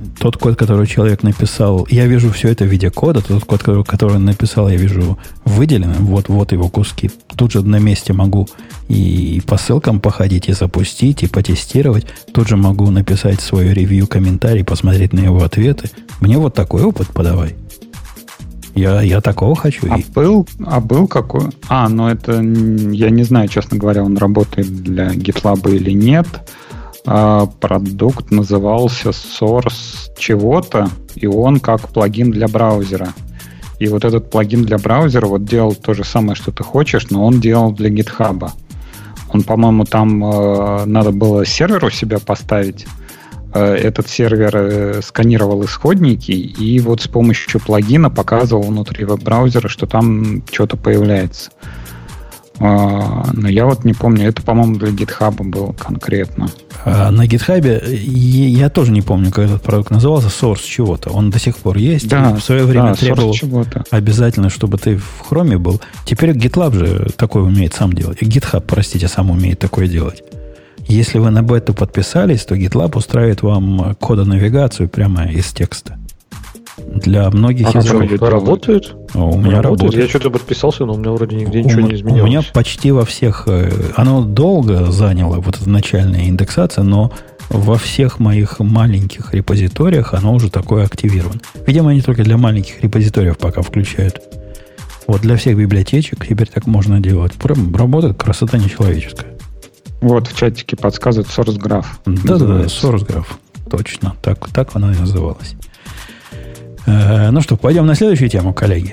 тот код, который человек написал, я вижу все это в виде кода, тот код, который он написал, я вижу выделенным, вот его куски. Тут же на месте могу и по ссылкам походить, и запустить, и потестировать. Тут же могу написать свое ревью, комментарий, посмотреть на его ответы. Мне вот такой опыт подавай. Я такого хочу. Был какой? Это, я не знаю, честно говоря, он работает для GitLab или нет. Продукт назывался Source чего-то, и он как плагин для браузера. И вот этот плагин для браузера вот делал то же самое, что ты хочешь, но он делал для GitHub. Он, по-моему, там надо было сервер у себя поставить. Этот сервер сканировал исходники и вот с помощью плагина показывал внутри веб-браузера, что там что-то появляется. Но я вот не помню. Это, по-моему, для GitHub был конкретно. На GitHub я тоже не помню, как этот продукт назывался. Source чего-то. Он до сих пор есть. Да, в свое время требовал обязательно, чтобы ты в Chrome был. Теперь GitLab же такое умеет сам делать. И GitHub, простите, сам умеет такое делать. Если вы на бету подписались, то GitLab устраивает вам кодонавигацию прямо из текста. Для многих языков. Работает? У меня работает. Я что-то подписался, но у меня вроде нигде ничего не изменилось. У меня почти во всех... Оно долго заняло, вот эта начальная индексация, но во всех моих маленьких репозиториях оно уже такое активировано. Видимо, они только для маленьких репозиториев пока включают. Вот для всех библиотечек теперь так можно делать. Работает, красота нечеловеческая. Вот в чатике подсказывают SourceGraph. Да, SourceGraph. Точно. Так оно и называлось. Ну что, пойдем на следующую тему, коллеги.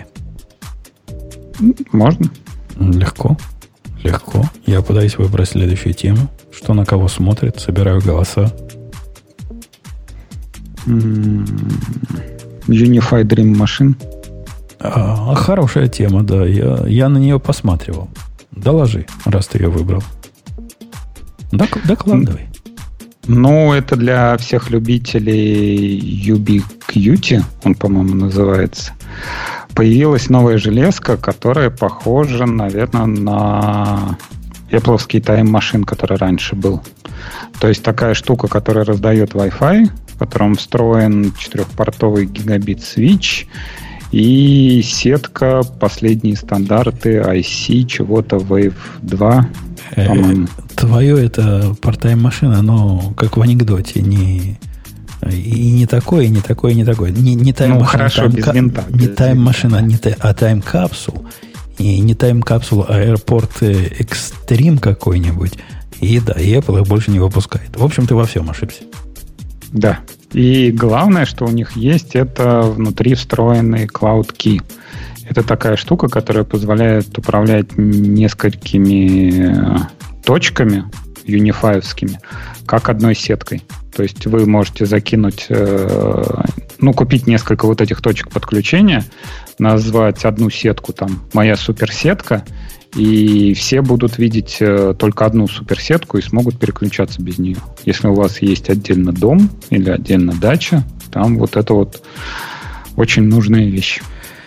Можно. Легко. Я пытаюсь выбрать следующую тему. Что на кого смотрит, собираю голоса. Unify Dream Machine. Хорошая тема, да. Я на нее посматривал. Доложи, раз ты ее выбрал. Докладывай. Это для всех любителей Ubiquiti, он, по-моему, называется. Появилась новая железка, которая похожа, наверное, на Apple-овский Time Machine, который раньше был. То есть такая штука, которая раздает Wi-Fi, в котором встроен 4-портовый гигабит свитч и сетка, последние стандарты IC, чего-то Wave 2, по-моему. Твое это part-time машина, оно как в анекдоте, не такое, и не такое, и не такое. Не тайм-машина, хорошо, без винта. Не тайм-машина, а тайм-капсул. И не тайм-капсул, а Airport Extreme какой-нибудь. И да, и Apple их больше не выпускает. В общем, ты во всем ошибся. Да. И главное, что у них есть, это внутри встроенный Cloud Key. Это такая штука, которая позволяет управлять несколькими точками юнифаевскими, как одной сеткой. То есть вы можете закинуть, купить несколько вот этих точек подключения, назвать одну сетку там «Моя суперсетка», и все будут видеть только одну суперсетку и смогут переключаться без нее. Если у вас есть отдельно дом или отдельно дача, там вот это вот очень нужная вещь.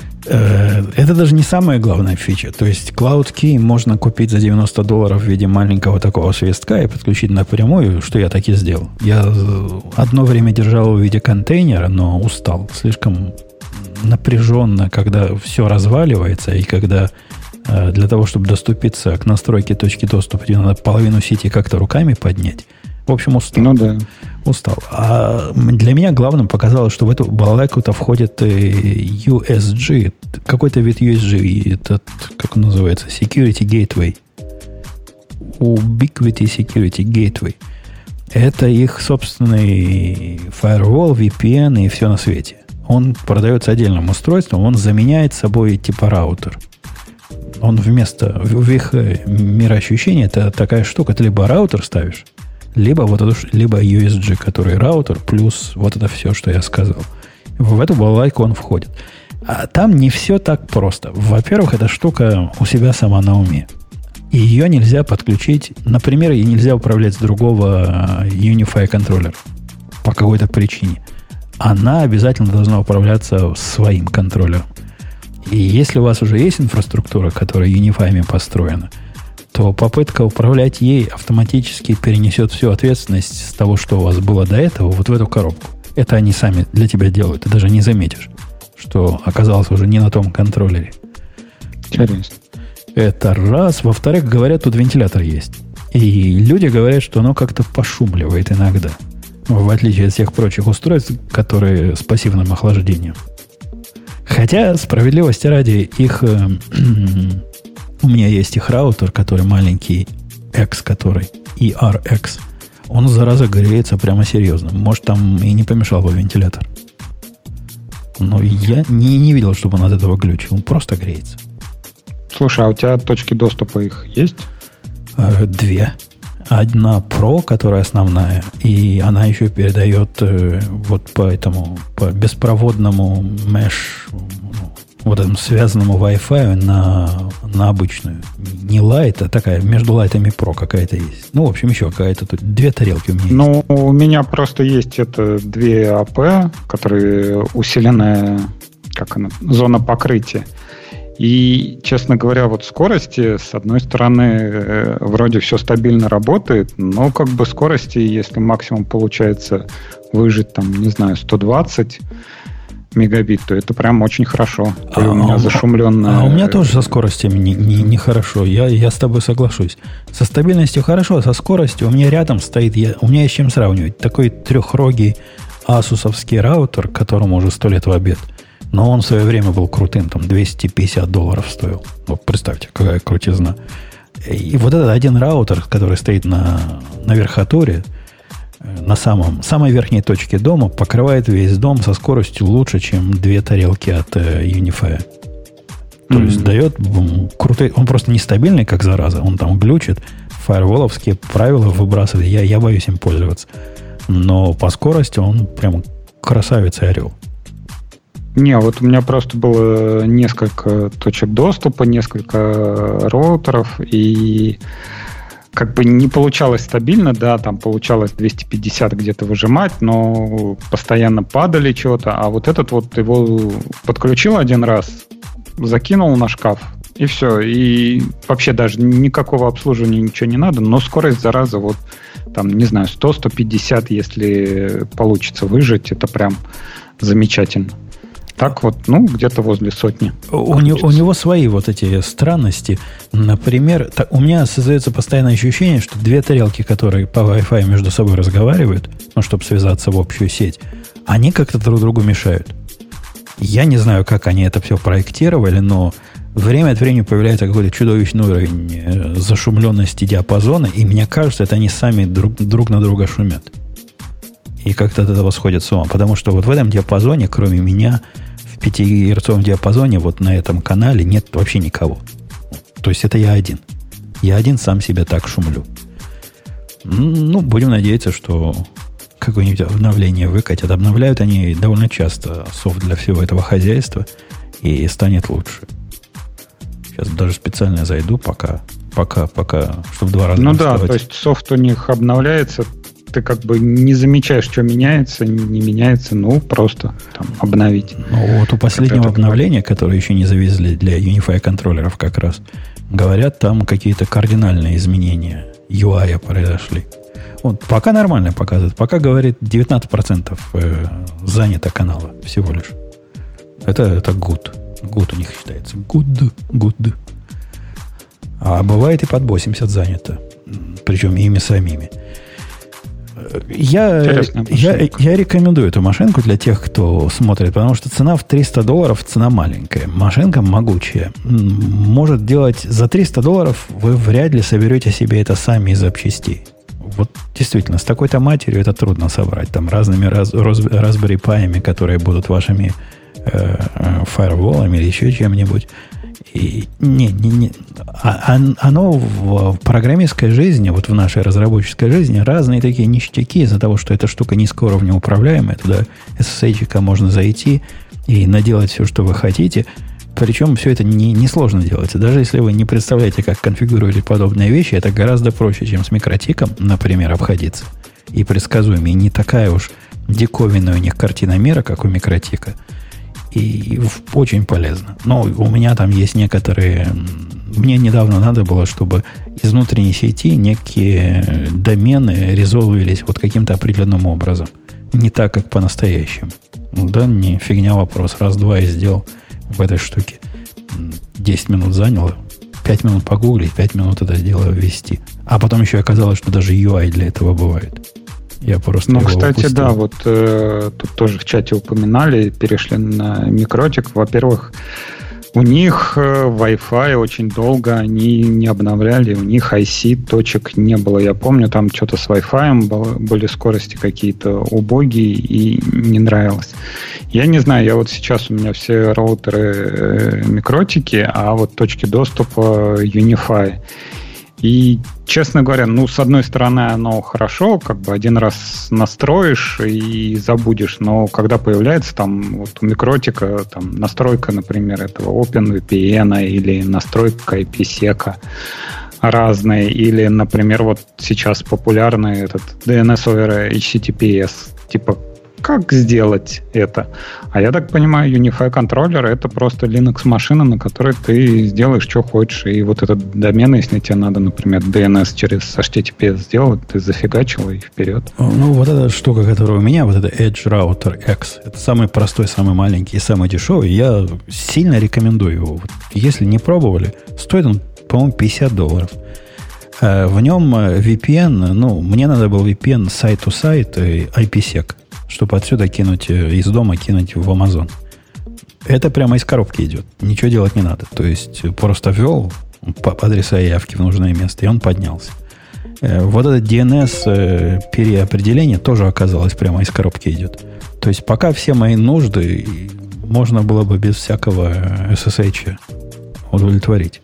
Это даже не самая главная фича. То есть Cloud Key можно купить за $90 в виде маленького такого свистка и подключить напрямую, что я так и сделал. Я одно время держал его в виде контейнера, но устал. Слишком напряженно, когда все разваливается, и когда для того, чтобы доступиться к настройке точки доступа, тебе надо половину сети как-то руками поднять. В общем, устал. Устал. А для меня главным показалось, что в эту балалайку-то входит USG, какой-то вид USG, этот, как он называется, Security Gateway. Ubiquiti Security Gateway. Это их собственный firewall, VPN и все на свете. Он продается отдельным устройством, он заменяет собой типа раутер. Он вместо, в их мироощущении, это такая штука, ты либо раутер ставишь, либо USG, который раутер, плюс вот это все, что я сказал. В эту балалайку он входит. А там не все так просто. Во-первых, эта штука у себя сама на уме. И ее нельзя подключить. Например, ей нельзя управлять с другого Unify контроллера по какой-то причине. Она обязательно должна управляться своим контроллером. И если у вас уже есть инфраструктура, которая Unify построена, то попытка управлять ей автоматически перенесет всю ответственность с того, что у вас было до этого, вот в эту коробку. Это они сами для тебя делают. Ты даже не заметишь, что оказалось уже не на том контроллере. Интересно. Это раз. Во-вторых, говорят, тут вентилятор есть. И люди говорят, что оно как-то пошумливает иногда. В отличие от всех прочих устройств, которые с пассивным охлаждением. Хотя, справедливости ради, их... у меня есть их раутер, который маленький, X, который, ERX. Он, зараза, греется прямо серьезно. Может, там и не помешал бы вентилятор. Но я не видел, чтобы он от этого глючил. Он просто греется. Слушай, а у тебя точки доступа их есть? 2. Одна Pro, которая основная, и она еще передает вот по этому, по беспроводному mesh, вот этому связанному Wi-Fi на обычную. Не Lite, а такая, между Lite и Pro какая-то есть. Ну, в общем, еще какая-то тут. 2 тарелки у меня есть. Ну, у меня просто есть это 2 AP, которые усиленная, как она, зона покрытия. И, честно говоря, вот скорости, с одной стороны, вроде все стабильно работает, но как бы скорости, если максимум получается выжить, там, не знаю, 120 мегабит, то это прям очень хорошо. У меня зашумленная... А у меня тоже со скоростями не хорошо. Я с тобой соглашусь. Со стабильностью хорошо, со скоростью у меня рядом стоит... у меня есть чем сравнивать. Такой трехрогий асусовский раутер, которому уже 100 лет в обед. Но он в свое время был крутым, там $250 стоил. Вот представьте, какая крутизна. И вот этот один раутер, который стоит на верхотуре, на самой верхней точке дома, покрывает весь дом со скоростью лучше, чем 2 тарелки от Unify. То есть дает крутой... Он просто нестабильный, как зараза. Он там глючит. Фаерволовские правила выбрасывает. Я боюсь им пользоваться. Но по скорости он прям красавец и орел. Не, вот у меня просто было несколько точек доступа, несколько роутеров, и как бы не получалось стабильно, да, там получалось 250 где-то выжимать, но постоянно падали что-то, а вот этот вот его подключил один раз, закинул на шкаф, и все, и вообще даже никакого обслуживания, ничего не надо, но скорость, зараза, вот там, не знаю, 100-150, если получится выжать, это прям замечательно. Так вот, ну, где-то возле 100. У него свои вот эти странности. Например, у меня создается постоянное ощущение, что 2 тарелки, которые по Wi-Fi между собой разговаривают, ну, чтобы связаться в общую сеть, они как-то друг другу мешают. Я не знаю, как они это все проектировали, но время от времени появляется какой-то чудовищный уровень зашумленности диапазона, и мне кажется, это они сами друг на друга шумят. И как-то от этого сходят с ума. Потому что вот в этом диапазоне, кроме меня, в 5-герцовом диапазоне, вот на этом канале нет вообще никого. То есть это я один. Я один сам себя так шумлю. Ну, будем надеяться, что какое-нибудь обновление выкатят. Обновляют они довольно часто софт для всего этого хозяйства, и станет лучше. Сейчас даже специально зайду, пока, чтобы 2 раза. Ну да, то есть софт у них обновляется. Ты как бы не замечаешь, что меняется, не меняется, ну, просто там обновить. Ну, вот у последнего обновления, которое еще не завезли для Unify контроллеров как раз, говорят, там какие-то кардинальные изменения UI произошли. Вот, пока нормально показывает. Пока, говорит, 19% занято канала всего лишь. Это good. Good у них считается. Good. А бывает и под 80 занято. Причем ими самими. Я рекомендую эту машинку для тех, кто смотрит, потому что цена в $300, цена маленькая. Машинка могучая. Может делать за $300, вы вряд ли соберете себе это сами из запчастей. Вот действительно, с такой-то матерью это трудно собрать. Там разными Raspberry Pi'ами, которые будут вашими фаерволами или еще чем-нибудь. И оно в программистской жизни, вот в нашей разработческой жизни, разные такие ништяки из-за того, что эта штука низкоуровнеуправляемая, туда SSH-ка можно зайти и наделать все, что вы хотите. Причем все это не сложно делается. Даже если вы не представляете, как конфигурировать подобные вещи, это гораздо проще, чем с микротиком, например, обходиться. И предсказуемее, не такая уж диковинная у них картина мира, как у микротика. И очень полезно. Но у меня там есть некоторые... Мне недавно надо было, чтобы из внутренней сети некие домены резолвились вот каким-то определенным образом. не так, как по-настоящему. Да, не фигня вопрос. Раз-два я сделал в этой штуке. 10 минут заняло. 5 минут погуглить, 5 минут это дело ввести. А потом еще оказалось, что даже UI для этого бывает. Я просто кстати, упустил. да, вот тут тоже в чате упоминали, перешли на Микротик. Во-первых, у них Wi-Fi очень долго они не обновляли, у них IC точек не было. Я помню, там что-то с Wi-Fi были скорости какие-то убогие и не нравилось. Я не знаю, я вот сейчас у меня все роутеры Микротики, а вот точки доступа Unify. И, честно говоря, с одной стороны, оно хорошо, как бы один раз настроишь и забудешь, но когда появляется там вот у Микротика там настройка, например, этого OpenVPN или настройка IPsec разные, или, например, вот сейчас популярный этот DNS over HTTPS, типа как сделать это? А я так понимаю, Unify контроллер это просто Linux-машина, на которой ты сделаешь, что хочешь. И вот этот домен, если тебе надо, например, DNS через HTTPS сделать, ты зафигачил и вперед. Вот эта штука, которая у меня, вот это Edge Router X, это самый простой, самый маленький и самый дешевый. Я сильно рекомендую его. Вот, если не пробовали, стоит он, по-моему, $50. В нем VPN, мне надо был VPN site-to-site и IPsec, чтобы отсюда кинуть, из дома кинуть в Amazon. Это прямо из коробки идет. Ничего делать не надо. То есть просто ввел адреса явки в нужное место, и он поднялся. Вот это DNS переопределение тоже оказалось прямо из коробки идет. То есть пока все мои нужды можно было бы без всякого SSH удовлетворить.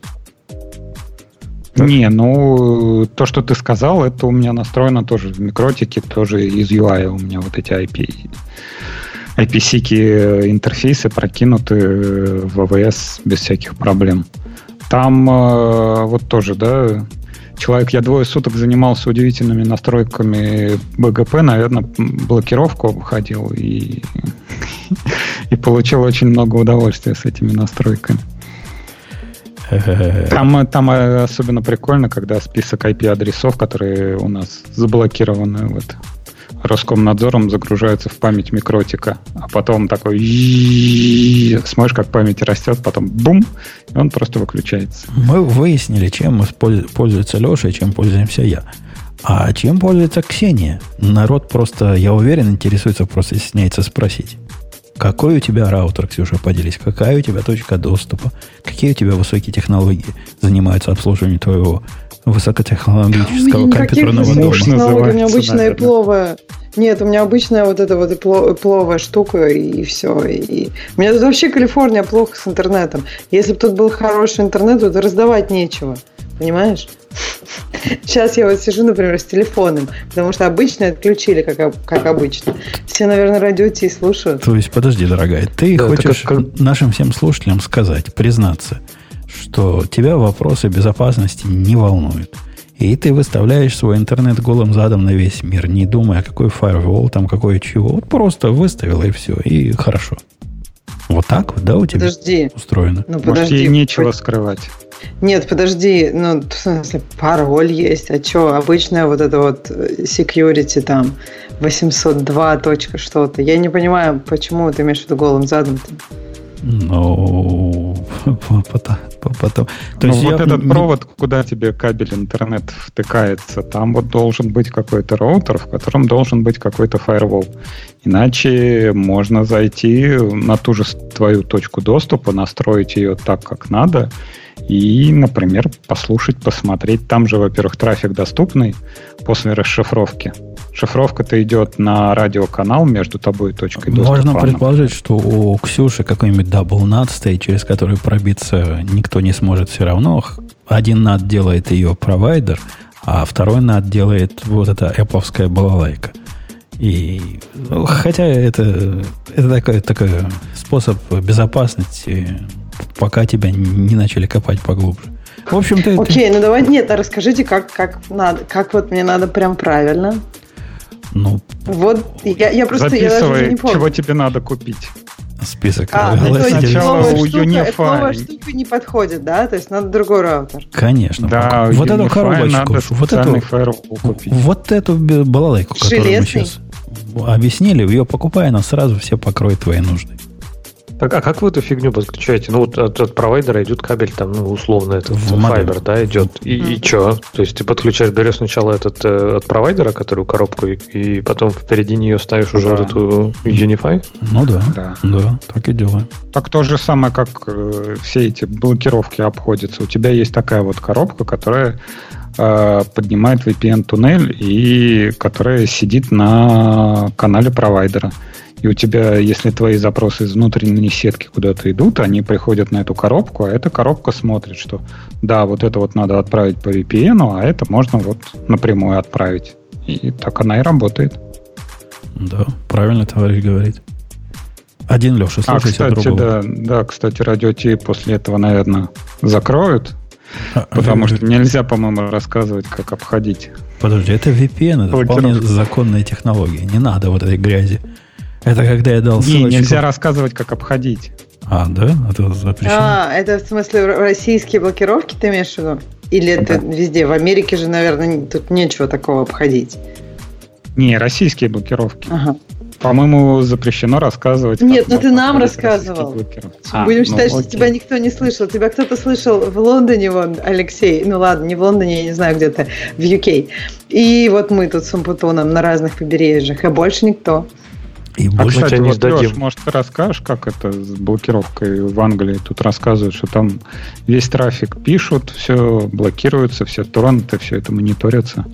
Не, то, что ты сказал, это у меня настроено тоже в Микротике, тоже из UI у меня вот эти IPsec интерфейсы прокинуты в AWS без всяких проблем. Там вот тоже, да, я 2 суток занимался удивительными настройками БГП, наверное, блокировку обходил и получил очень много удовольствия с этими настройками. Там особенно прикольно, когда список IP-адресов, которые у нас заблокированы Роскомнадзором, загружаются в память Микротика. А потом такой смотришь, как память растет, потом бум, и он просто выключается. Мы выяснили, чем пользуется Леша и чем пользуемся я. А чем пользуется Ксения? Народ просто, я уверен, интересуется, просто стесняется спросить. Какой у тебя раутер, Ксюша, поделись? Какая у тебя точка доступа? Какие у тебя высокие технологии занимаются обслуживанием твоего высокотехнологического компьютерного дома? У меня обычная эпловая. Нет, у меня обычная вот эта вот эпловая штука, и все. И у меня тут вообще Калифорния плохо с интернетом. Если бы тут был хороший интернет, то раздавать нечего. Понимаешь? Сейчас я вот сижу, например, с телефоном, потому что обычно отключили, как обычно. Все, наверное, радио Ти слушают. То есть, подожди, дорогая, ты хочешь нашим всем слушателям сказать, признаться, что тебя вопросы безопасности не волнуют. И ты выставляешь свой интернет голым задом на весь мир, не думая, какой фаервол, там какое чего. Вот просто выставила и все, и хорошо. Вот так вот, да, у тебя устроено? Может, ей нечего скрывать. Нет, подожди, в смысле, пароль есть, а что, обычная вот эта вот security там 802. что-то. Я не понимаю, почему ты имеешь в виду голым задом-то. Потом. То есть вот этот провод, куда тебе кабель интернет втыкается, там вот должен быть какой-то роутер, в котором должен быть какой-то фаервол. Иначе можно зайти на ту же твою точку доступа, настроить ее так, как надо, и, например, послушать, посмотреть. Там же, во-первых, трафик доступный после расшифровки. Шифровка-то идет на радиоканал между тобой и точкой доступа. Можно предположить, что у Ксюши какой-нибудь double NAT стоит, через который пробиться никто не сможет все равно. Один NAT делает ее провайдер, а второй NAT делает вот эта эпповская балалайка. И, хотя это такой способ безопасности, пока тебя не начали копать поглубже. В общем-то, окей, давай, расскажите, как надо, как вот мне надо прям правильно. Вот я просто записывай, не помню. Чего тебе надо купить. Список. Сначала у Unify. Новая штука не подходит, да? То есть надо другой раутер. Конечно. Да, вот эту коробочку. Надо специальный фаервол купить. Вот эту балалайку, которую мы сейчас... объяснили, ее покупай, она сразу все покроет твои нужды. Так, а как вы эту фигню подключаете? Ну, вот от провайдера идет кабель, там, ну, условно, этот Fiber, да, идет. И что? То есть ты подключаешь, берешь сначала этот от провайдера, которую коробку, и потом впереди нее ставишь уже вот эту Unify? Ну да, так и делаем. Так то же самое, как все эти блокировки обходятся. У тебя есть такая вот коробка, которая поднимает VPN-туннель и которая сидит на канале провайдера. И у тебя, если твои запросы из внутренней сетки куда-то идут, они приходят на эту коробку, а эта коробка смотрит, что да, вот это вот надо отправить по VPN, а это можно вот напрямую отправить. И так она и работает. Да, правильно товарищ говорит. Один Леша, слушайте другого. Да, кстати, Радио Ти после этого, наверное, закроют, потому что нельзя, по-моему, рассказывать, как обходить. Подожди, это VPN, это вполне законная технология. Не надо вот этой грязи. Это когда я дал ссылочку. Нельзя рассказывать, как обходить. А, да? Это запрещено? Это в смысле российские блокировки ты имеешь в виду? Или это везде? В Америке же, наверное, тут нечего такого обходить. Не, российские блокировки. Ага. По-моему, запрещено рассказывать. Нет, но ты нам рассказывал. Будем считать, что тебя никто не слышал. Тебя кто-то слышал в Лондоне, вон, Алексей. Ну ладно, не в Лондоне, я не знаю, где-то в UK. И вот мы тут с Умпутуном на разных побережьях. И больше никто. И больше, кстати, вот, Леш, может, ты расскажешь, как это с блокировкой в Англии? Тут рассказывают, что там весь трафик пишут, все блокируется, все торренты, все это мониторится.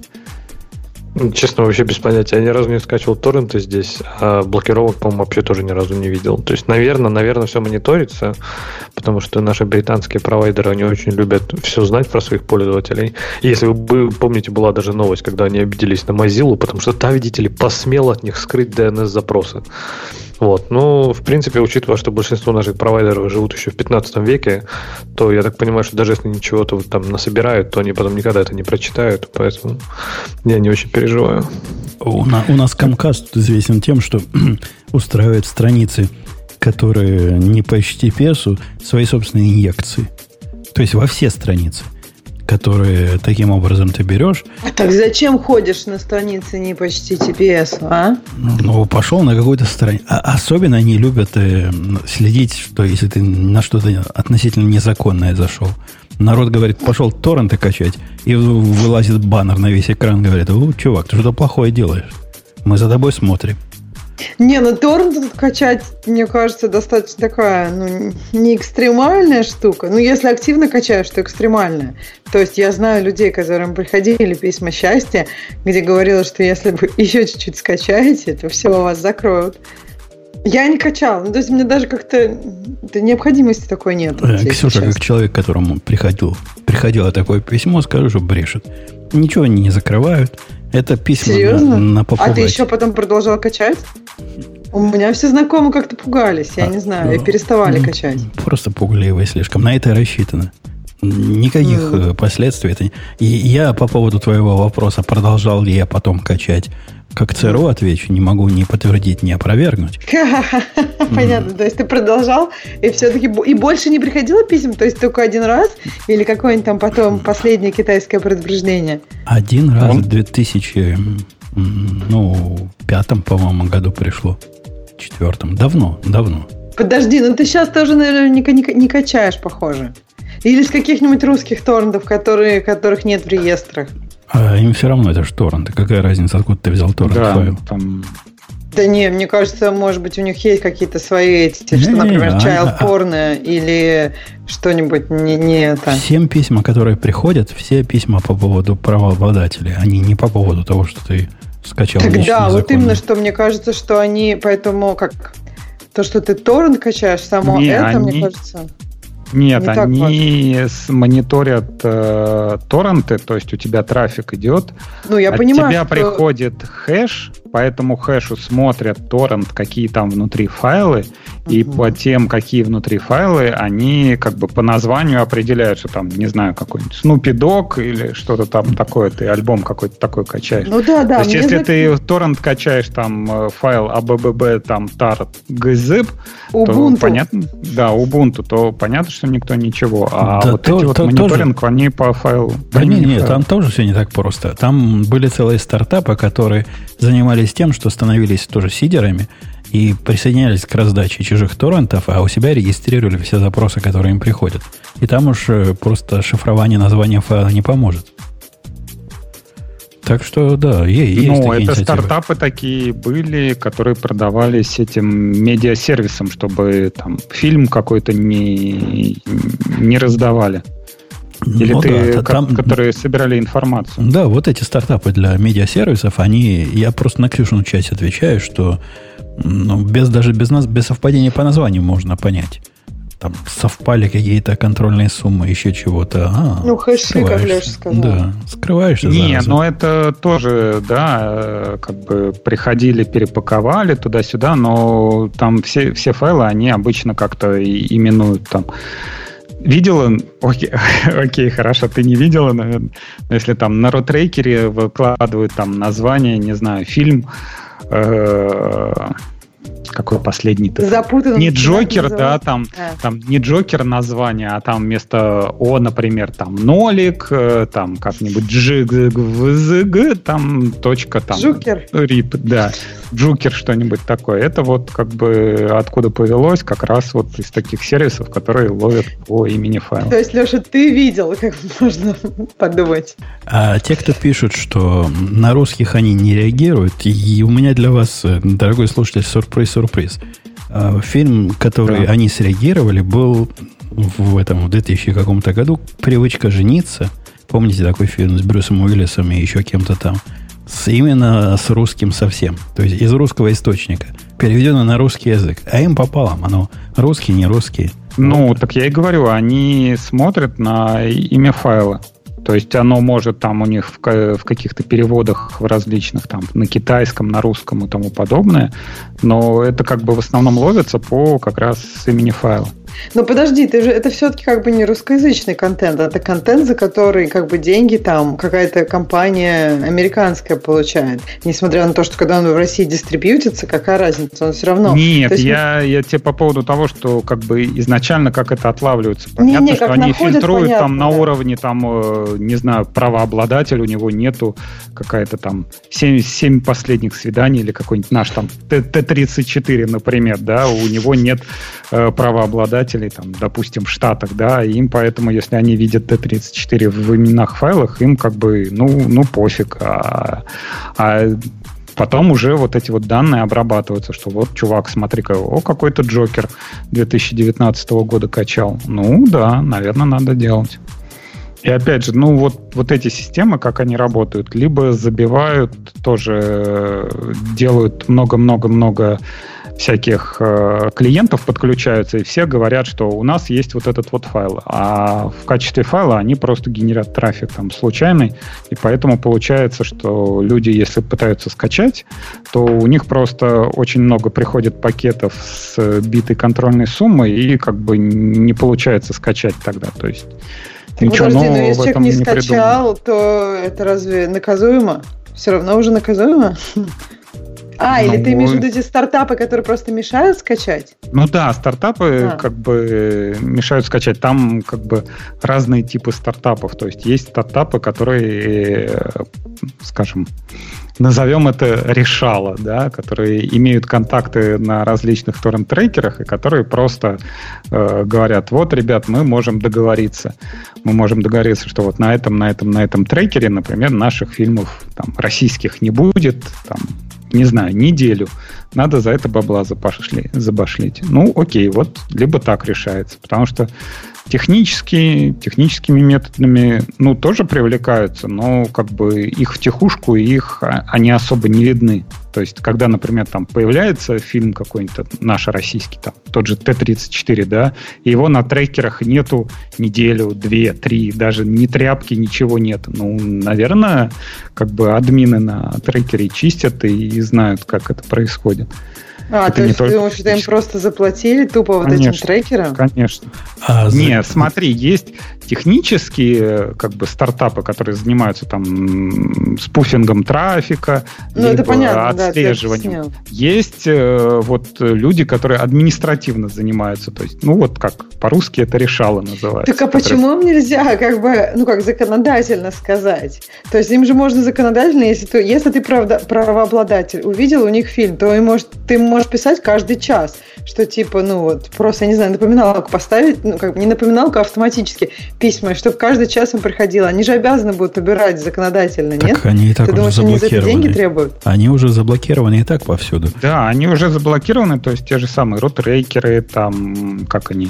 Честно, вообще без понятия. Я ни разу не скачивал торренты здесь, а блокировок, по-моему, вообще тоже ни разу не видел. То есть, наверное, все мониторится, потому что наши британские провайдеры, они очень любят все знать про своих пользователей. И если вы помните, была даже новость, когда они обиделись на Mozilla, потому что та, видите ли, посмела от них скрыть DNS-запросы. Вот. Ну, в принципе, учитывая, что большинство наших провайдеров живут еще в 15 веке, то я так понимаю, что даже если они чего-то вот там насобирают, то они потом никогда это не прочитают, поэтому я не очень переживаю. У нас Comcast известен тем, что устраивает страницы, которые не по HTTPS, свои собственные инъекции. То есть во все страницы, которые таким образом ты берешь. А так зачем ходишь на страницы не по HTTPS, а? Ну, пошел на какую-то страницу. Особенно они любят следить, что если ты на что-то относительно незаконное зашел. Народ говорит, пошел торренты качать, и вылазит баннер на весь экран, говорит, чувак, ты что-то плохое делаешь. Мы за тобой смотрим. Не, ну торренты тут качать, мне кажется, достаточно такая, не экстремальная штука. Ну, если активно качаешь, то экстремальная. То есть я знаю людей, которым приходили письма счастья, где говорилось, что если вы еще чуть-чуть скачаете, то все у вас закроют. Я не качал. Ну, то есть мне даже как-то необходимости такой нет. Ксюша, как человек, которому приходило такое письмо, скажу, что брешет. Ничего они не закрывают. Это письма на попугать. А ты еще потом продолжал качать? У меня все знакомые как-то пугались, я не знаю, и переставали качать. Просто пугливые слишком. На это рассчитано. Никаких последствий. И я по поводу твоего вопроса, продолжал ли я потом качать, как ЦРУ отвечу, не могу ни подтвердить, ни опровергнуть. Понятно, то есть ты продолжал, и все-таки и больше не приходило писем, то есть только один раз, или какое-нибудь там потом последнее китайское предупреждение? Один раз в 2005, по-моему, году пришло. 2004. Давно. Подожди, ну ты сейчас тоже, наверное, не качаешь, похоже. Или с каких-нибудь русских торрентов, которых нет в реестрах. А им все равно это же торренты. Какая разница, откуда ты взял торрент-файл? Да не, мне кажется, может быть, у них есть какие-то свои например, child porn или что-нибудь не это. Всем письма, которые приходят, все письма по поводу правообладателей, они не по поводу того, что ты скачал. Тогда вот именно, что мне кажется, что они, поэтому как то, что ты торрент качаешь, мне кажется... Нет, они мониторят торренты, то есть у тебя трафик идет. Ну, я понимаю, тебя приходит хэш, по этому хэшу смотрят торрент, какие там внутри файлы, и по тем, какие внутри файлы, они как бы по названию определяют, что там, не знаю, какой-нибудь Snoopy Dog или что-то там такое, ты альбом какой-то такой качаешь. Ну да. То есть если ты торрент качаешь, там файл ABBB, там tar gzip, то понятно, да, Ubuntu, то понятно, что что никто ничего. А да, вот эти вот мониторинг, тоже... они по файлу... Да нет, там тоже все не так просто. Там были целые стартапы, которые занимались тем, что становились тоже сидерами и присоединялись к раздаче чужих торрентов, а у себя регистрировали все запросы, которые им приходят. И там уж просто шифрование названия файла не поможет. Так что, да, есть такие это инициативы. Стартапы такие были, которые продавались этим медиасервисом, чтобы там фильм какой-то не раздавали. Или которые собирали информацию. Да, вот эти стартапы для медиасервисов, я просто на Ксюшину часть отвечаю, что без совпадения по названию можно понять. Там совпали какие-то контрольные суммы, еще чего-то. Хэши, как Леша сказал. Да, скрываешься. Но это тоже, да, как бы приходили, перепаковали туда-сюда, но там все файлы, они обычно как-то именуют там. Видела? Окей, хорошо, ты не видела, наверное. Если там на RoadTracker выкладывают там название, не знаю, фильм... Какой последний-то? Запутанный. Не Джокер, да, там не Джокер название, а там вместо О, например, там нолик, там как-нибудь джиг, там точка, там... Джукер. Рип, да. Джукер, что-нибудь такое. Это вот как бы откуда повелось, как раз вот из таких сервисов, которые ловят по имени файла. То есть, Леша, ты видел, как можно подумать. А те, кто пишут, что на русских они не реагируют, и у меня для вас, дорогой слушатель, сюрприз. Фильм, который они среагировали, был в 2000 каком-то году «Привычка жениться». Помните такой фильм с Брюсом Уиллисом и еще кем-то там? Именно с русским совсем. То есть из русского источника. Переведено на русский язык. А им пополам. Оно русский, не русский. Так я и говорю, они смотрят на имя файла. То есть оно может там у них в каких-то переводах в различных, там, на китайском, на русском и тому подобное, но это как бы в основном ловится по как раз имени файла. Но подожди, это все-таки как бы не русскоязычный контент, это контент, за который как бы деньги там какая-то компания американская получает. Несмотря на то, что когда он в России дистрибьютится, какая разница, он все равно... Нет, я тебе по поводу того, что как бы изначально как это отлавливается. Понятно, что они фильтруют там на уровне, там, не знаю, правообладатель, у него нету какая-то там 7 последних свиданий или какой-нибудь наш там Т-34, например, да, у него нет правообладателей, там, допустим, в Штатах, да, и им поэтому, если они видят Т-34 в именах файлах, им как бы, пофиг, а потом уже вот эти вот данные обрабатываются, что вот, чувак, смотри-ка, какой-то Джокер 2019 года качал. Да, наверное, надо делать. И опять же, вот эти системы, как они работают, либо забивают, тоже делают много-много-много всяких клиентов подключаются, и все говорят, что у нас есть вот этот вот файл. А в качестве файла они просто генерят трафик там случайный, и поэтому получается, что люди, если пытаются скачать, то у них просто очень много приходит пакетов с битой контрольной суммой, и как бы не получается скачать тогда. То есть ничего нового в этом если человек не скачал, то это разве наказуемо? Все равно уже наказуемо? Или ты имеешь в виду эти стартапы, которые просто мешают скачать? Да, стартапы как бы мешают скачать. Там как бы разные типы стартапов. То есть стартапы, которые, скажем, назовем это решало, да, которые имеют контакты на различных торрент-трекерах и которые просто говорят, вот, ребят, мы можем договориться. Мы можем договориться, что вот на этом трекере, например, наших фильмов там, российских не будет, там, не знаю, неделю. Надо за это бабла забашлить. Окей, вот либо так решается. Потому что техническими методами, тоже привлекаются, но как бы их втихушку, они особо не видны. То есть, когда, например, там появляется фильм какой-нибудь наш российский, там, тот же Т-34, да, и его на трекерах нету неделю, 2, 3, даже ни тряпки, ничего нет. Наверное, как бы админы на трекере чистят и знают, как это происходит. То есть ты думаешь, что им просто заплатили тупо вот этим трекерам? Конечно. Смотри, есть технические как бы стартапы, которые занимаются там спуфингом трафика, это понятно, отслеживанием. Да, есть вот люди, которые административно занимаются. То есть, вот как по-русски это решало называется. Так а почему им нельзя как законодательно сказать? То есть им же можно законодательно, если ты правообладатель, увидел у них фильм, то ты можешь писать каждый час, что типа, просто, я не знаю, напоминалку поставить, не напоминалку, а автоматически письма, чтобы каждый час им приходило. Они же обязаны будут убирать законодательно, так нет? Они и так ты уже думаешь, они за это деньги требуют? Они уже заблокированы и так повсюду. Да, они уже заблокированы, то есть те же самые рутрекеры, там, как они...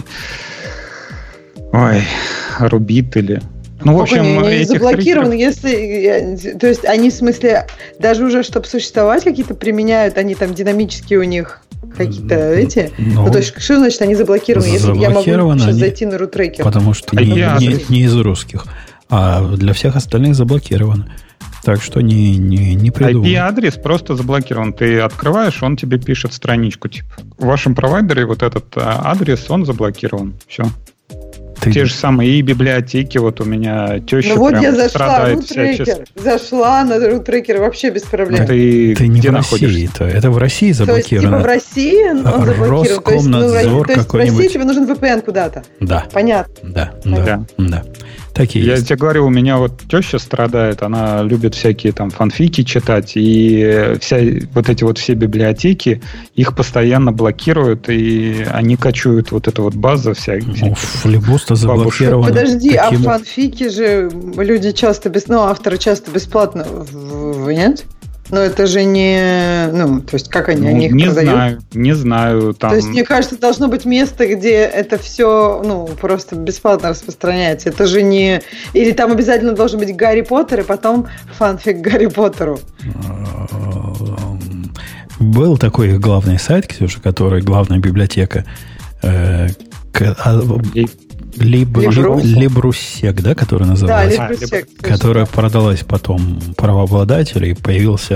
Рубит или... в общем, они заблокированы, то есть они, в смысле, даже уже, чтобы существовать, какие-то применяют, они там динамические у них какие-то эти... то есть, что значит они заблокированы? Если я могу сейчас зайти на рутрекер. Потому что не из русских, а для всех остальных заблокированы. Так что не придумай. IP-адрес просто заблокирован. Ты открываешь, он тебе пишет страничку. Типа, в вашем провайдере вот этот адрес, он заблокирован. Все. Те же самые и библиотеки, вот у меня теща я зашла на рутрекер вообще без проблем. Ты не в России, это в России заблокировано. То есть, в России он заблокирован. Роскомнадзор какой-нибудь. То есть в России тебе нужен VPN куда-то. Да. Понятно. Да. Такие я есть. тебе говорю, у меня вот теща страдает, она любит всякие там фанфики читать, и все библиотеки, их постоянно блокируют, и они качуют вот эту вот базу Флибуста заблокировано. Подожди, а фанфики же люди часто авторы часто бесплатно, нет? Но это же не... то есть, как они их продают? Не знаю. Там... То есть, мне кажется, должно быть место, где это все, просто бесплатно распространяется. Это же не... Или там обязательно должен быть Гарри Поттер, и потом фанфик Гарри Поттеру. Был такой главный сайт, Ксюша, который главная библиотека... Либруссек, да, который назывался? Да, Либруссек. Которая продалась потом правообладателю и появился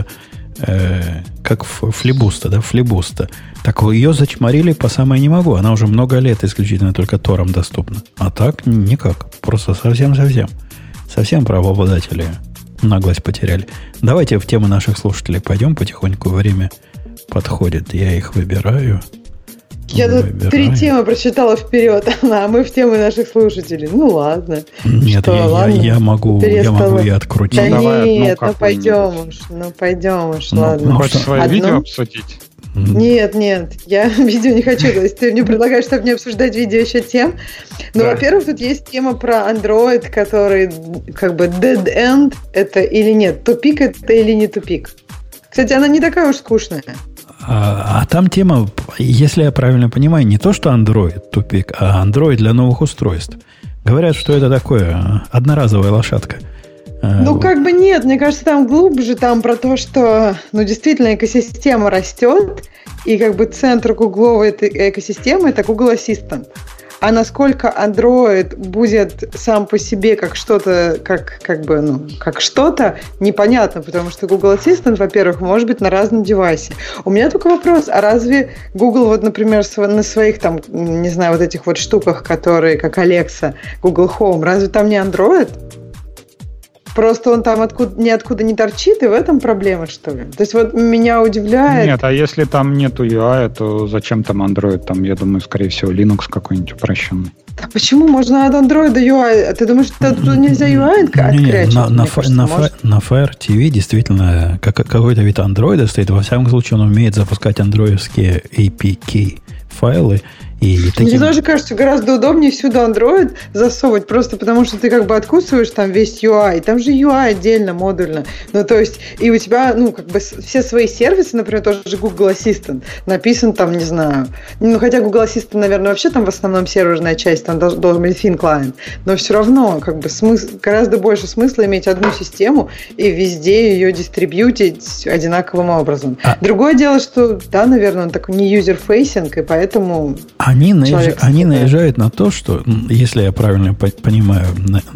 как Флибуста, да, Флибуста. Так ее зачморили по самое не могу. Она уже много лет исключительно только Тором доступна. А так никак. Просто совсем-совсем. Совсем правообладатели наглость потеряли. Давайте в темы наших слушателей пойдем потихоньку. Время подходит. Я их выбираю. Я тут 3 темы прочитала вперед, а мы в темы наших слушателей. Ладно. Нет, я могу и открутить. Да нет, пойдем уж, ладно. Хочешь свое видео обсудить? Нет, я видео не хочу. То есть ты мне предлагаешь, чтобы не обсуждать видео еще тем. Во-первых, тут есть тема про Android, который как бы dead end это или нет, тупик это или не тупик. Кстати, она не такая уж скучная. А там тема, если я правильно понимаю, не то, что Android тупик, а Android для новых устройств. Говорят, что это такое одноразовая лошадка. Нет, мне кажется, там глубже, там про то, что, действительно, экосистема растет, и как бы центр гугловой этой экосистемы – это Google Assistant. А насколько Android будет сам по себе как что-то, как что-то, непонятно, потому что Google Assistant, во-первых, может быть на разном девайсе. У меня только вопрос, а разве Google, например, на своих там, не знаю, вот этих вот штуках, которые, как Alexa, Google Home, разве там не Android? Просто он там ниоткуда не торчит, и в этом проблема, что ли? То есть меня удивляет... Нет, а если там нету UI, то зачем там Android? Там, я думаю, скорее всего, Linux какой-нибудь упрощенный. Да почему? Можно от Android UI. Ты думаешь, что тут нельзя UI открыть? На Fire TV действительно какой-то вид Android стоит. Во всяком случае, он умеет запускать андроидские APK файлы. Мне тоже кажется, гораздо удобнее всюду Android засовывать, просто потому что ты как бы откусываешь там весь UI. Там же UI отдельно, модульно. То есть, и у тебя, все свои сервисы, например, тоже Google Assistant, написан там, не знаю. Хотя Google Assistant, наверное, вообще там в основном серверная часть, там должен быть thin client. Но все равно, гораздо больше смысла иметь одну систему и везде ее дистрибьютить одинаковым образом. Другое дело, что, да, наверное, он такой не user-facing, и поэтому... Они наезжают на то, что, если я правильно понимаю,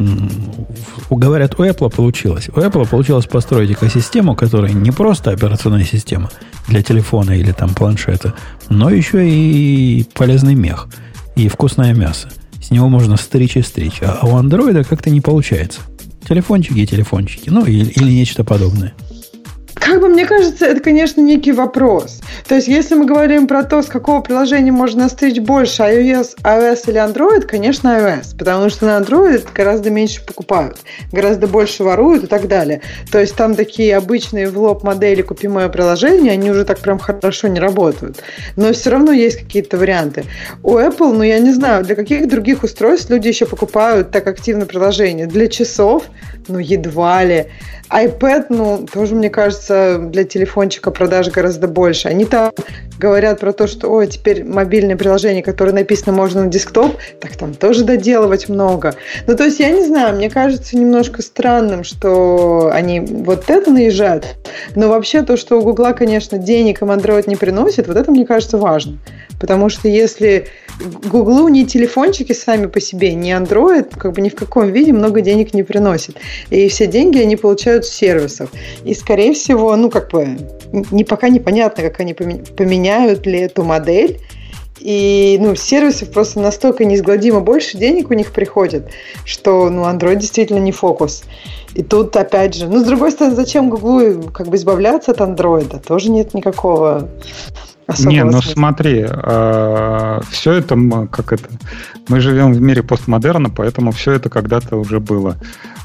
говорят, у Apple получилось. У Apple получилось построить экосистему, которая не просто операционная система для телефона или там планшета, но еще и полезный мех, и вкусное мясо. с него можно стричь и стричь. А у андроида как-то не получается. Телефончики и телефончики. Ну, или нечто подобное. Как бы мне кажется, это, конечно, некий вопрос. То есть, если мы говорим про то, с какого приложения можно стричь больше, iOS или Android, конечно, iOS. Потому что на Android гораздо меньше покупают, гораздо больше воруют и так далее. То есть, там такие обычные в лоб модели «Купи мое приложение», они уже так прям хорошо не работают. Но все равно есть какие-то варианты. У Apple, ну, я не знаю, для каких других устройств люди еще покупают так активно приложение? Для часов? Ну, едва ли. iPad, ну, тоже, мне кажется, для телефончика продаж гораздо больше. Они там говорят про то, что, ой, теперь мобильное приложение, которое написано можно на десктоп, так там тоже доделывать много. Ну, то есть, я не знаю, мне кажется немножко странным, что они вот это наезжают. Но вообще то, что у Гугла, конечно, денег им Android не приносит, вот это, мне кажется, важно. Потому что если Гуглу ни телефончики сами по себе, ни Android, как бы ни в каком виде много денег не приносит. И все деньги они получают с сервисов. И, скорее всего, ну, как бы, пока непонятно, как они поменяют ли эту модель. И, ну, сервисов просто настолько неизгладимо больше денег у них приходит, что, ну, Android действительно не фокус. И тут, опять же, ну, с другой стороны, зачем Гуглу как бы избавляться от Android? Тоже нет никакого особого не, ну смысла. смотри, все это, мы живем в мире постмодерна, поэтому все это когда-то уже было.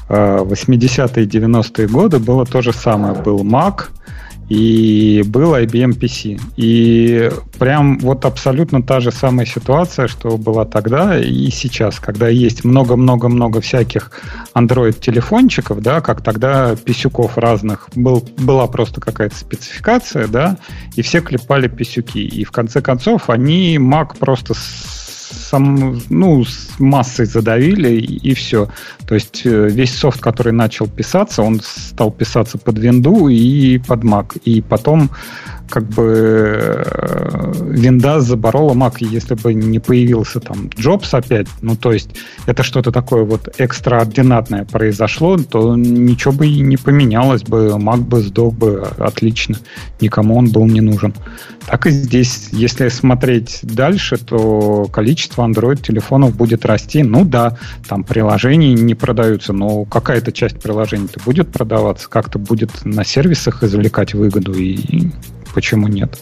80-е и 90-е годы было то же самое. Был Mac и был IBM PC. И прям вот абсолютно та же самая ситуация, что была тогда и сейчас, когда есть много-много-много всяких Android-телефончиков, да, как тогда писюков разных. Была просто какая-то спецификация, да, и все клепали писюки. И в конце концов они Mac просто с массой задавили, и все. То есть весь софт, который начал писаться, он стал писаться под винду и под Mac. И потом как бы Windows заборола Mac, если бы не появился там Джобс опять, ну то есть это что-то такое вот экстраординарное произошло, то ничего бы и не поменялось бы, Mac бы сдох бы отлично, никому он был не нужен. Так и здесь, если смотреть дальше, то количество Android-телефонов будет расти. Ну да, там приложений не продаются, но какая-то часть приложений-то будет продаваться, как-то будет на сервисах извлекать выгоду, и почему нет?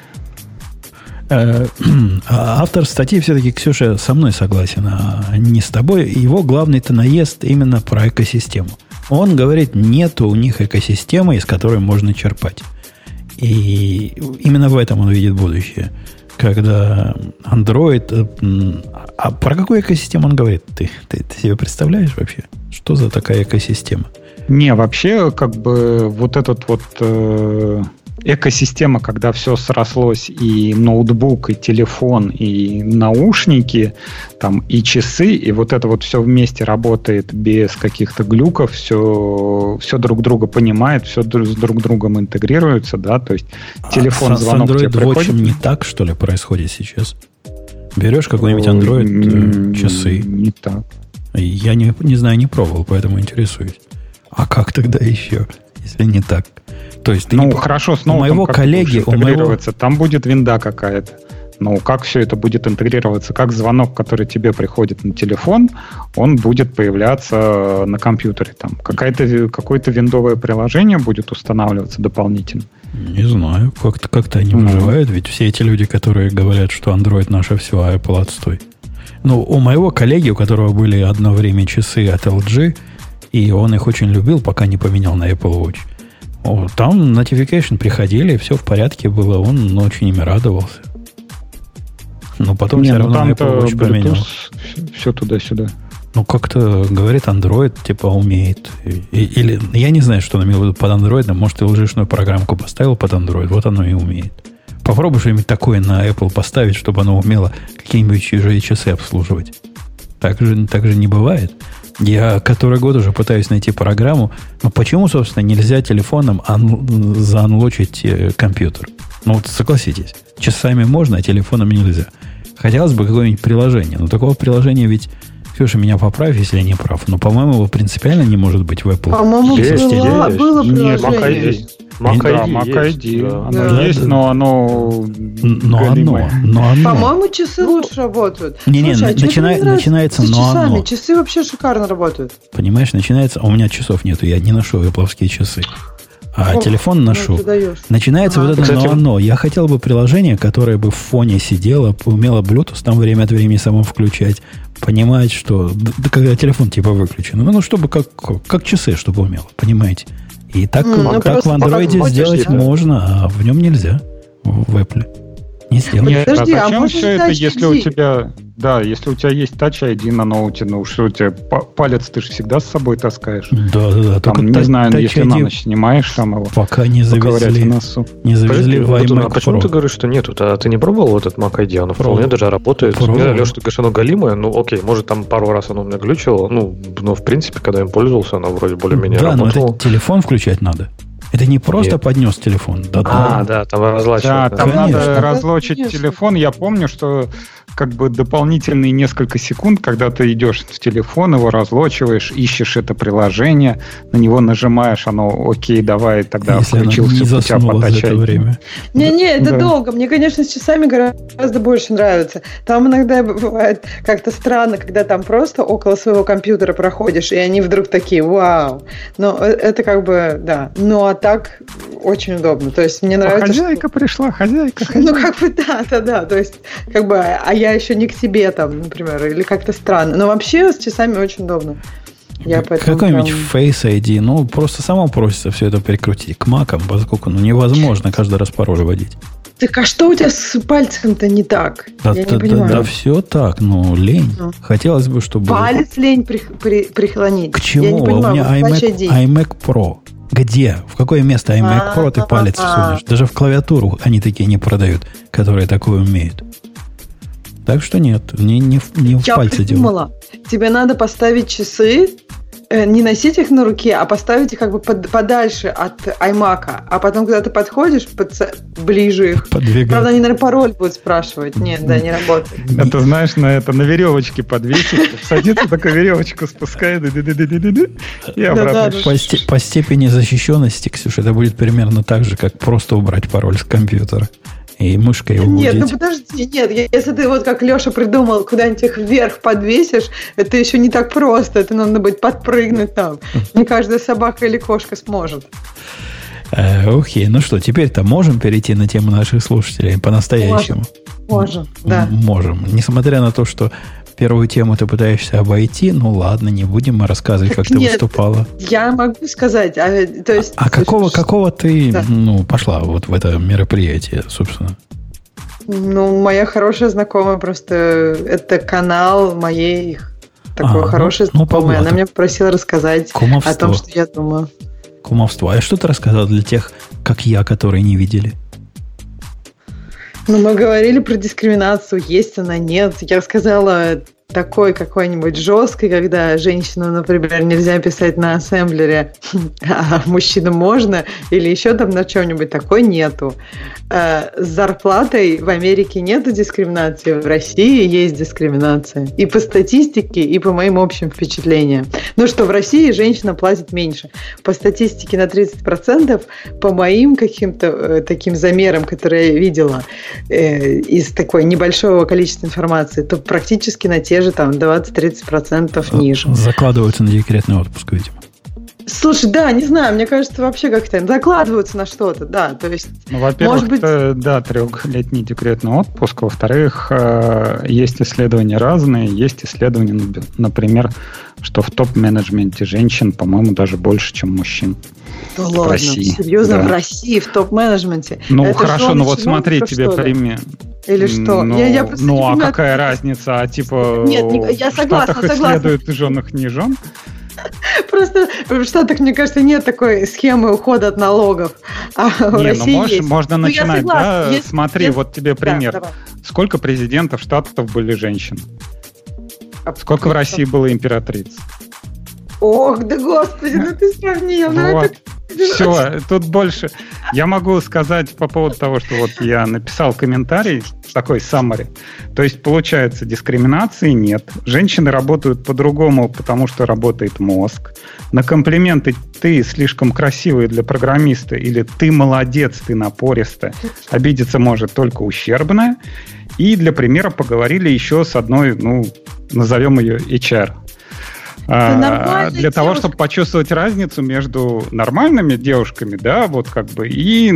Автор статьи все-таки, Ксюша, со мной согласен, а не с тобой. Его главный-то наезд именно про экосистему. Он говорит, нету у них экосистемы, из которой можно черпать. И именно в этом он видит будущее. Когда Android... А про какую экосистему он говорит? Ты себе представляешь вообще? Что за такая экосистема? Не, вообще, как бы вот этот вот экосистема, когда все срослось, и ноутбук, и телефон, и наушники, там, и часы, и вот это вот все вместе работает без каких-то глюков, все друг друга понимает, все с друг другом интегрируется, да, то есть телефон, звонок тебе приходит. С Android Watch не так, что ли, происходит сейчас? Берешь какой-нибудь Android, часы? Не так. Я не знаю, не пробовал, поэтому интересуюсь. А как тогда еще, если не так? То есть ты хорошо, снова у моего коллеги, там будет винда какая-то. Ну, как все это будет интегрироваться? Как звонок, который тебе приходит на телефон, он будет появляться на компьютере? Там какое-то виндовое приложение будет устанавливаться дополнительно? Не знаю. Как-то они выживают. Ведь все эти люди, которые говорят, что Android наше все, а Apple отстой. Ну, у моего коллеги, у которого были одно время часы от LG, и он их очень любил, пока не поменял на Apple Watch. Там notification приходили, все в порядке было, он очень ими радовался. Но потом все равно на Apple Watch поменял. Все туда-сюда. Ну, как-то, говорит, Android, типа, умеет. Или, я не знаю, что он имел в виду под Android, может, и лжишную программку поставил под Android, вот оно и умеет. Попробуй что-нибудь такое на Apple поставить, чтобы оно умело какие-нибудь чужие часы обслуживать. Так же не бывает. Я который год уже пытаюсь найти программу, но почему, собственно, нельзя телефоном заанлочить компьютер? Ну, вот согласитесь, часами можно, а телефоном нельзя. Хотелось бы какое-нибудь приложение, но такого приложения ведь, Ксюша, меня поправь, если я не прав, но, по-моему, его принципиально не может быть в Apple. По-моему, было приложение. Mac ID. Оно есть, но оно... По-моему, часы лучше работают. Начинается но. Часы вообще шикарно работают. Понимаешь, начинается... А у меня часов нету, я не ношу эппловские часы. А телефон ношу. Начинается вот это но. Я хотел бы приложение, которое бы в фоне сидело, умело Bluetooth там время от времени само включать, понимать, что... когда телефон типа выключен. Ну, чтобы как часы, чтобы умело, понимаете? И так, так в Андроиде сделать можно, а в нем нельзя. В Apple. Не сделать. Нет, зачем все это, если у тебя... Да, если у тебя есть Touch ID на ноуте, ну что у тебя палец ты же всегда с собой таскаешь. Да. Там, не знаю, если на ночь снимаешь там его. Пока не завезли. Не завезли в iMac Pro. Почему ты говоришь, что нету? А ты не пробовал вот этот Mac ID? Оно вполне даже работает. Леша, ты говоришь, оно галимое. Ну, окей, может, там пару раз оно у меня глючило. Ну, но в принципе, когда им пользовался, оно вроде более-менее работало. Да, но это телефон включать надо. Это не просто поднес телефон. Да, там разлачивать. Да, там надо разлочить телефон. Я помню, что как бы дополнительные несколько секунд, когда ты идешь в телефон, его разлочиваешь, ищешь это приложение, на него нажимаешь, оно окей, давай, тогда включился у тебя по Touch ID. Не, это долго. Мне, конечно, с часами гораздо больше нравится. Там иногда бывает как-то странно, когда там просто около своего компьютера проходишь, и они вдруг такие, вау. Но это как бы, да. Ну, а так очень удобно. То есть мне нравится... Хозяйка пришла, хозяйка. Ну, как бы, да. То есть, как бы, а я еще не к себе там, например, или как-то странно. Но вообще с часами очень удобно. Какой-нибудь Face ID, ну, просто само просится все это прикрутить к макам, поскольку невозможно каждый раз пароль вводить. Так а что у тебя с пальцем-то не так? Я не понимаю. Да все так, лень. Хотелось бы, чтобы... Палец лень прихлонить. К чему? Я не понимаю, у меня iMac Pro. Где? В какое место iMac Pro ты палец всунешь? Даже в клавиатуру они такие не продают, которые такое умеют. Так что нет, не в пальце дело. Тебе надо поставить часы, не носить их на руке, а поставить их как бы подальше от iMac. А потом, когда ты подходишь, ближе их. Подвигать. Правда, они, наверное, пароль будут спрашивать. Нет, да, не работает. Это, знаешь, на веревочке подвесить. Садится, такая веревочку спускает. И обратно. По степени защищенности, Ксюша, это будет примерно так же, как просто убрать пароль с компьютера. И мышкой его Нет, ну подожди, нет, если ты вот как Леша придумал, куда-нибудь их вверх подвесишь, это еще не так просто, это надо будет подпрыгнуть там. Не каждая собака или кошка сможет. Окей, ну что, теперь-то можем перейти на тему наших слушателей по-настоящему? Можем, да. Можем. Несмотря на то, что первую тему ты пытаешься обойти, ну ладно, не будем мы рассказывать, как ты выступала. Я могу сказать, то есть... А какого ты, пошла вот в это мероприятие, собственно? Ну, моя хорошая знакомая просто, это канал моей такой хорошей знакомой. Она меня попросила рассказать о том, что я думаю. Кумовство. А что ты рассказал для тех, как я, которые не видели? Ну, мы говорили про дискриминацию, есть она, нет. Я рассказала такой какой-нибудь жесткой, когда женщину, например, нельзя писать на ассемблере, а мужчину можно, или еще там на чем-нибудь, такой нету. С зарплатой в Америке нету дискриминации, в России есть дискриминация. И по статистике, и по моим общим впечатлениям. Ну что, в России женщина платит меньше. По статистике на 30%, по моим каким-то таким замерам, которые я видела из такой небольшого количества информации, то практически на те же там 20-30% ниже. Закладываются на декретный отпуск, видимо. Слушай, да, не знаю, мне кажется, вообще как-то закладываются на что-то, да, то есть... Ну, во-первых, может быть... да, 3-летний декретный отпуск, во-вторых, есть исследования разные, есть исследования, например, что в топ-менеджменте женщин, по-моему, даже больше, чем мужчин. Да ладно, России. Серьезно, да. В России, в топ-менеджменте? Ну, это хорошо, ну вот смотри, тебе пример. Или что? Я просто ну, а какая разница? А типа нет, я согласна, в Штатах исследуют женах, не жен? Просто в Штатах, мне кажется, нет такой схемы ухода от налогов. А в России есть. Можно начинать, да? Смотри, вот тебе пример. Да, сколько президентов Штатов были женщин? Сколько в России было императриц? Ох, да господи, ну ты сравнил. Вот. Все, тут больше. Я могу сказать по поводу того, что вот я написал комментарий, такой summary. То есть, получается, дискриминации нет. Женщины работают по-другому, потому что работает мозг. На комплименты «ты слишком красивый для программиста» или «ты молодец, ты напористая» обидеться может только ущербная. И для примера поговорили еще с одной, назовем ее HR. Для того, чтобы почувствовать разницу между нормальными девушками, да, вот как бы, и,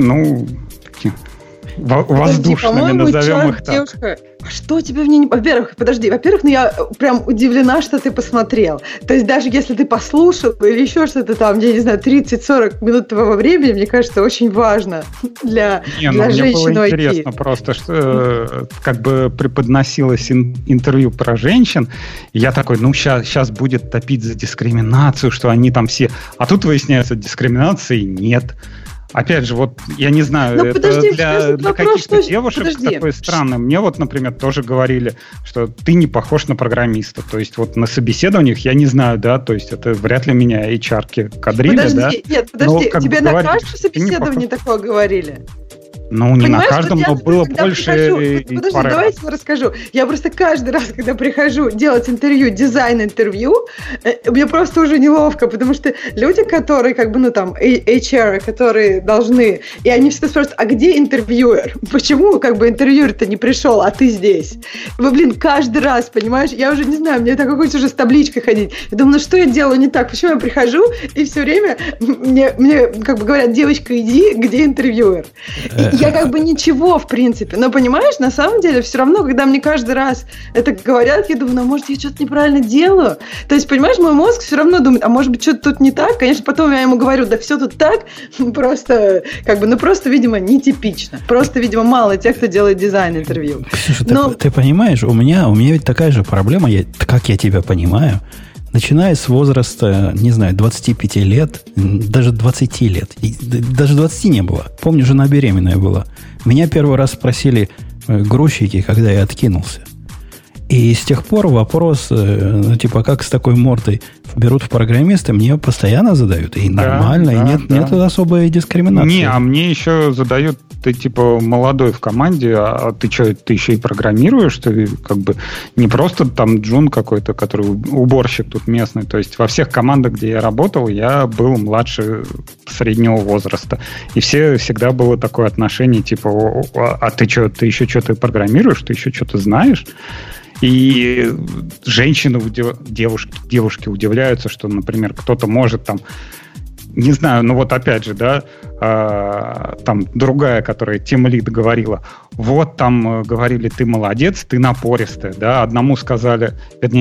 воздушными, назовем их так. Девушка, а что тебе в ней не... Во-первых, я прям удивлена, что ты посмотрел. То есть даже если ты послушал или еще что-то там, я не знаю, 30-40 минут твоего времени, мне кажется, очень важно для женщины. Мне было интересно просто, что как бы преподносилось интервью про женщин, и я такой, сейчас будет топить за дискриминацию, что они там все... А тут выясняется, дискриминации нет. Опять же, вот я не знаю, это для каких-то девушек такое странное. Мне вот, например, тоже говорили, что ты не похож на программиста. То есть вот на собеседованиях я не знаю, да, то есть это вряд ли меня HR-ки кадрили, да. Подожди, тебе на каждом собеседовании такое говорили? Не на каждом, но было больше. Подожди, давайте я расскажу. Я просто каждый раз, когда прихожу делать интервью, дизайн-интервью, мне просто уже неловко, потому что люди, которые, HR, которые должны, и они всегда спрашивают, а где интервьюер? Почему, интервьюер-то не пришел, а ты здесь? Вы, каждый раз, понимаешь, я уже не знаю, мне так хочется уже с табличкой ходить. Я думаю, что я делаю не так? Почему я прихожу, и все время мне говорят, девочка, иди, где интервьюер? Я ничего, в принципе. Но, понимаешь, на самом деле, все равно, когда мне каждый раз это говорят, я думаю, может, я что-то неправильно делаю? То есть, понимаешь, мой мозг все равно думает, а может быть, что-то тут не так? Конечно, потом я ему говорю, да все тут так, просто, просто, видимо, нетипично. Просто, видимо, мало тех, кто делает дизайн-интервью. Ксюша, ты понимаешь, у меня ведь такая же проблема, как я тебя понимаю, начиная с возраста, не знаю, 25 лет, даже 20 лет, даже 20 не было. Помню, жена беременная была. Меня первый раз спросили грузчики, когда я откинулся. И с тех пор вопрос, как с такой мордой берут в программисты, мне постоянно задают. И нормально, и нет особой дискриминации. А мне еще задают, ты молодой в команде, а ты что, ты еще и программируешь? Ты не просто там джун какой-то, который уборщик тут местный. То есть во всех командах, где я работал, я был младше среднего возраста. И всегда было такое отношение, а ты что, ты еще что-то программируешь? Ты еще что-то знаешь? И женщины, девушки удивляются, что, например, кто-то может там, не знаю, опять же, да, там другая, которая тимлид говорила, говорили, ты молодец, ты напористая, да, одному сказали,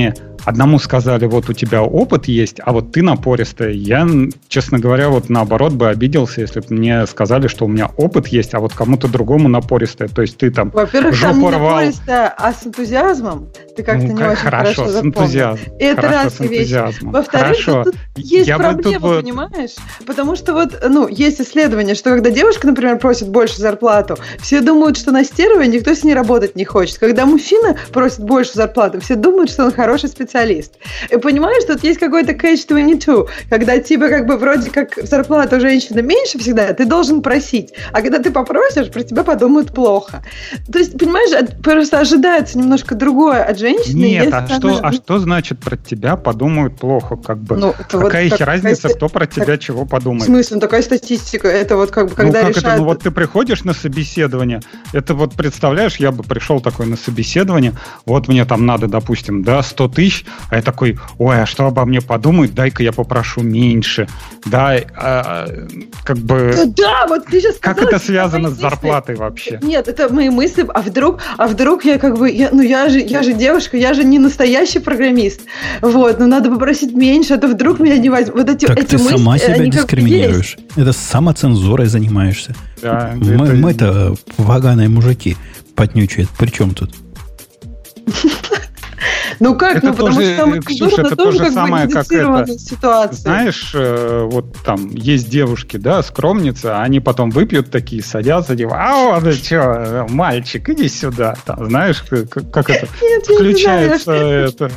вот у тебя опыт есть, а вот ты напористая. Я, честно говоря, наоборот бы обиделся, если бы мне сказали, что у меня опыт есть, а вот кому-то другому напористая. То есть ты там во-первых, там не напористая, а с энтузиазмом. Ты как-то не очень хорошо с энтузиазмом. Это разные вещи. Во-вторых, тут есть проблема, понимаешь? Потому что есть исследование, что когда девушка, например, просит больше зарплату, все думают, что она стерва, и никто с ней работать не хочет. Когда мужчина просит больше зарплату, все думают, что он хороший специалист. И понимаешь, тут есть какой-то catch-22, когда вроде как зарплата у женщины меньше всегда, ты должен просить. А когда ты попросишь, про тебя подумают плохо. То есть, понимаешь, просто ожидается немножко другое от женщины. Нет, что значит про тебя подумают плохо? Какая еще разница, кто про тебя чего подумает? В смысле? Такая статистика. Это когда решают... это? Ты приходишь на собеседование, это представляешь, я бы пришел такой на собеседование, мне там надо, допустим, 100 тысяч, а я такой, а что обо мне подумают, дай-ка я попрошу меньше. Да, Да, вот ты сейчас сказала, как это связано с зарплатой вообще? Нет, это мои мысли, а вдруг я же девушка, я же не настоящий программист. Надо попросить меньше, а то вдруг меня не возьмут. Так ты сама себя дискриминируешь. Это самоцензурой занимаешься. Да, мы-то поганые мужики поднючают. При чем тут? Ну как? Это потому тоже, что Ксюша, это то же самое, как это. Ситуация. Знаешь, вот там есть девушки, да, скромницы, а они потом выпьют такие, садятся, типа, а ты что, мальчик, иди сюда. Там, знаешь, как это включается это.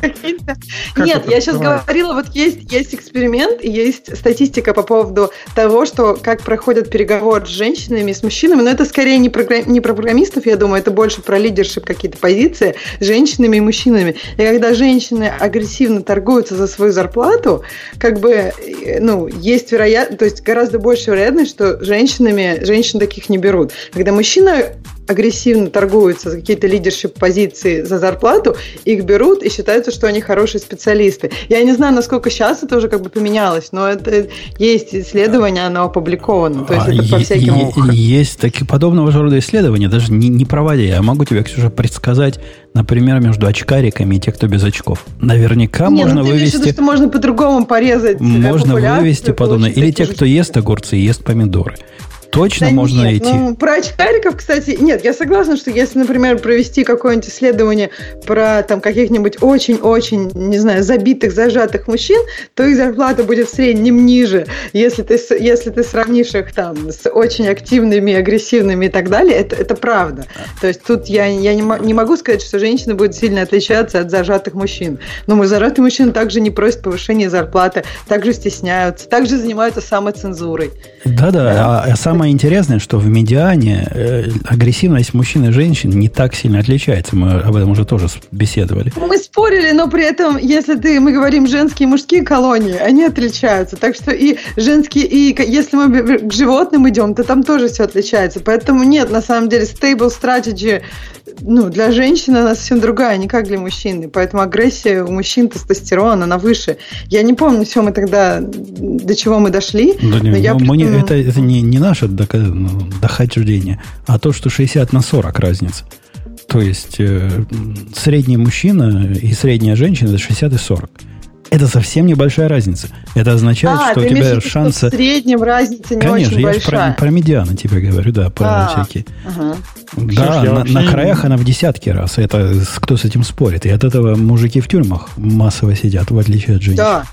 Нет, я сейчас говорила, вот есть эксперимент, и есть статистика по поводу того, что как проходят переговоры с женщинами и с мужчинами, но это скорее не про программистов, я думаю, это больше про лидершип, какие-то позиции с женщинами и мужчинами. И когда женщины агрессивно торгуются за свою зарплату, как бы, ну, есть вероятность, то есть гораздо больше вероятность, что женщин таких не берут. Когда мужчина агрессивно торгуются за какие-то лидершип-позиции за зарплату, их берут и считается, что они хорошие специалисты. Я не знаю, насколько сейчас это уже как бы поменялось, но это есть исследование, оно опубликовано. То есть это по всяким... Есть такие подобного рода исследования, даже не проводя. Я могу тебе, Ксюша, предсказать, например, между очкариками и те, кто без очков. Наверняка можно вывести... Виду, что можно по-другому порезать. Можно вывести подобное. Или те, кто ест огурцы и ест помидоры. Точно можно найти. Ну, про очкариков, кстати, нет, я согласна, что если, например, провести какое-нибудь исследование про там каких-нибудь очень-очень, не знаю, забитых, зажатых мужчин, то их зарплата будет в среднем ниже. Если ты сравнишь их там с очень активными, агрессивными и так далее, это правда. То есть тут я не могу сказать, что женщины будут сильно отличаться от зажатых мужчин. Но зажатые мужчины также не просят повышения зарплаты, также стесняются, также занимаются самоцензурой. Да. А самое интересное, что в медиане агрессивность мужчин и женщин не так сильно отличается. Мы об этом уже тоже беседовали. Мы спорили, но при этом, если мы говорим женские и мужские колонии, они отличаются. Так что и женские, и если мы к животным идем, то там тоже все отличается. Поэтому нет, на самом деле, stable strategy, для женщины она совсем другая, не как для мужчины. Поэтому агрессия у мужчин, тестостерон, она выше. Я не помню, все мы тогда, до чего мы дошли. Да, это не наше дохождение, а то, что 60/40 разница. То есть средний мужчина и средняя женщина – это 60 и 40. Это совсем небольшая разница. Это означает, что у тебя шансы... в среднем разница не Конечно, очень большая. Конечно, я про медианы тебе говорю, да, про всякие. Ага. Да, на краях она в десятки раз. Это кто с этим спорит? И от этого мужики в тюрьмах массово сидят, в отличие от женщин. Да.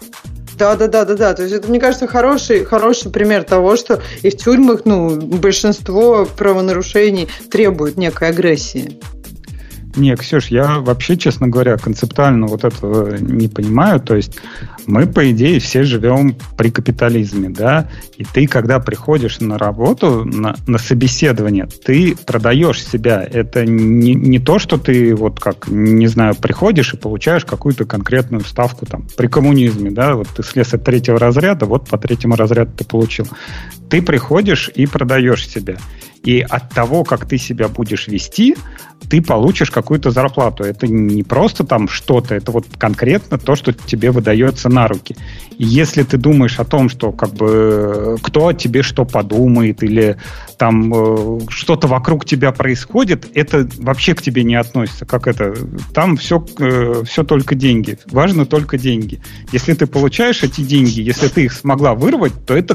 То есть это, мне кажется, хороший пример того, что и в тюрьмах, большинство правонарушений требует некой агрессии. Не, Ксюш, я вообще, честно говоря, концептуально вот этого не понимаю. То есть мы, по идее, все живем при капитализме, да? И ты, когда приходишь на работу, на собеседование, ты продаешь себя. Это не то, что ты приходишь и получаешь какую-то конкретную ставку там при коммунизме, да? Вот ты слез от 3-го разряда, вот по 3-му разряду ты получил. Ты приходишь и продаешь себя. И от того, как ты себя будешь вести, ты получишь какую-то зарплату. Это не просто там что-то, это вот конкретно то, что тебе выдается на руки. И если ты думаешь о том, что кто о тебе что подумает, или там что-то вокруг тебя происходит, это вообще к тебе не относится. Там все только деньги. Важно только деньги. Если ты получаешь эти деньги, если ты их смогла вырвать, то это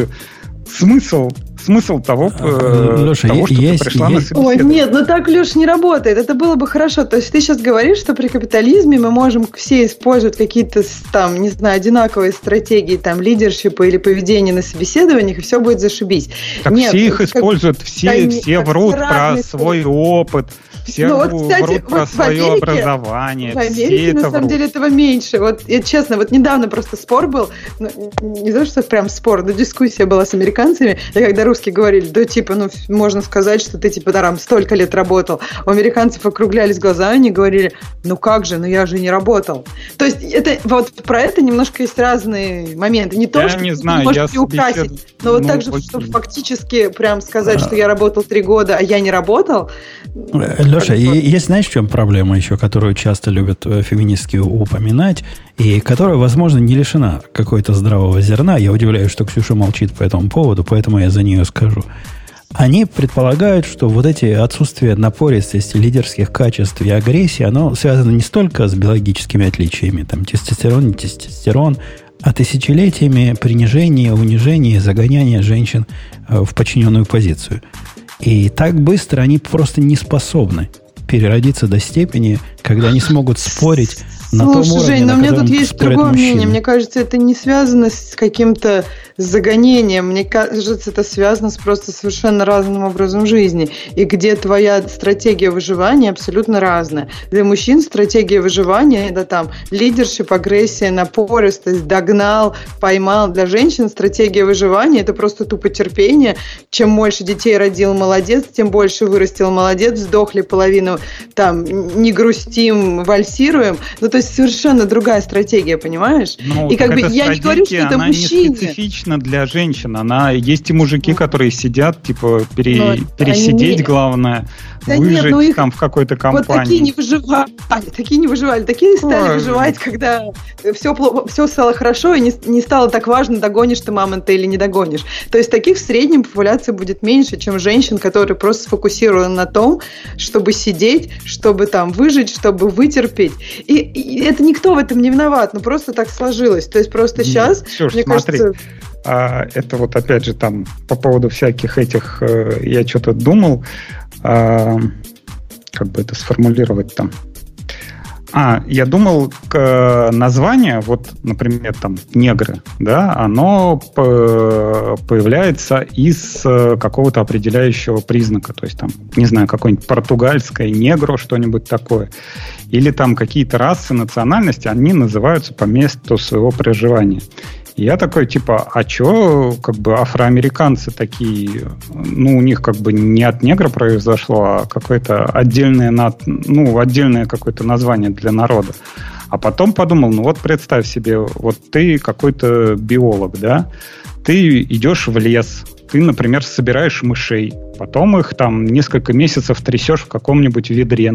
смысл того, Леша, что ты пришла на собеседование. Ой, нет, так, Леш, не работает. Это было бы хорошо. То есть ты сейчас говоришь, что при капитализме мы можем все использовать какие-то там, не знаю, одинаковые стратегии там лидершипа или поведения на собеседованиях, и все будет зашибись. Так нет, все их используют, все врут про свой опыт. Все врут про свое образование. В Америке, на самом деле, этого меньше. Вот, честно, недавно просто спор был, не то, что прям спор, но дискуссия была с американцами, и когда русские говорили, можно сказать, что ты, там, столько лет работал. У американцев округлялись глаза, они говорили, как же, я же не работал. То есть, про это немножко есть разные моменты. Не то, что не знаю, можете украсить, но так же, чтобы фактически прям сказать, что я работал 3 года, а я не работал. Леша, есть, знаешь, в чем проблема еще, которую часто любят феминистки упоминать, и которая, возможно, не лишена какой-то здравого зерна. Я удивляюсь, что Ксюша молчит по этому поводу, поэтому я за нее скажу. Они предполагают, что вот эти отсутствие напористости, лидерских качеств и агрессии, оно связано не столько с биологическими отличиями, там, тестостерон, не тестостерон, а тысячелетиями принижения, унижения, загоняния женщин в подчиненную позицию. И так быстро они просто не способны переродиться до степени, когда они смогут спорить Слушай, Жень, но у меня тут есть другое мнение. Мне кажется, это не связано с каким-то загонением. Мне кажется, это связано с просто совершенно разным образом жизни. И где твоя стратегия выживания абсолютно разная. Для мужчин стратегия выживания – это там лидершип, агрессия, напористость, догнал, поймал. Для женщин стратегия выживания – это просто тупо терпение. Чем больше детей родил – молодец, тем больше вырастил – молодец, сдохли половину, там, не грустим, вальсируем. Ну, то есть совершенно другая стратегия, понимаешь? Ну, и как бы я не говорю, что это мужчине. Не специфична для женщин. Она есть и мужики, которые сидят, типа, пересидеть, главное, да выжить нет, их, там в какой-то компании. Вот такие не выживали. Такие стали выживать, когда все стало хорошо, и не стало так важно, догонишь ты мамонта или не догонишь. То есть таких в среднем популяции будет меньше, чем женщин, которые просто сфокусированы на том, чтобы сидеть, чтобы там выжить, чтобы вытерпеть. И это никто в этом не виноват, но просто так сложилось. То есть просто сейчас, Ксюш, мне смотри. кажется... Это вот опять же там по поводу всяких этих, я что-то думал, как бы это сформулировать там. Я думал, название, вот, например, там, негры, да, оно появляется из какого-то определяющего признака, то есть там, не знаю, какое-нибудь португальское, негро, что-нибудь такое, или там какие-то расы, национальности, они называются по месту своего проживания. И я такой, типа, а чё, как бы, афроамериканцы такие, ну, у них как бы не от негра произошло, а какое-то отдельное какое-то название для народа. А потом подумал, ну вот представь себе, вот ты какой-то биолог, да, ты идешь в лес, ты, например, собираешь мышей, потом их там несколько месяцев трясешь в каком-нибудь ведре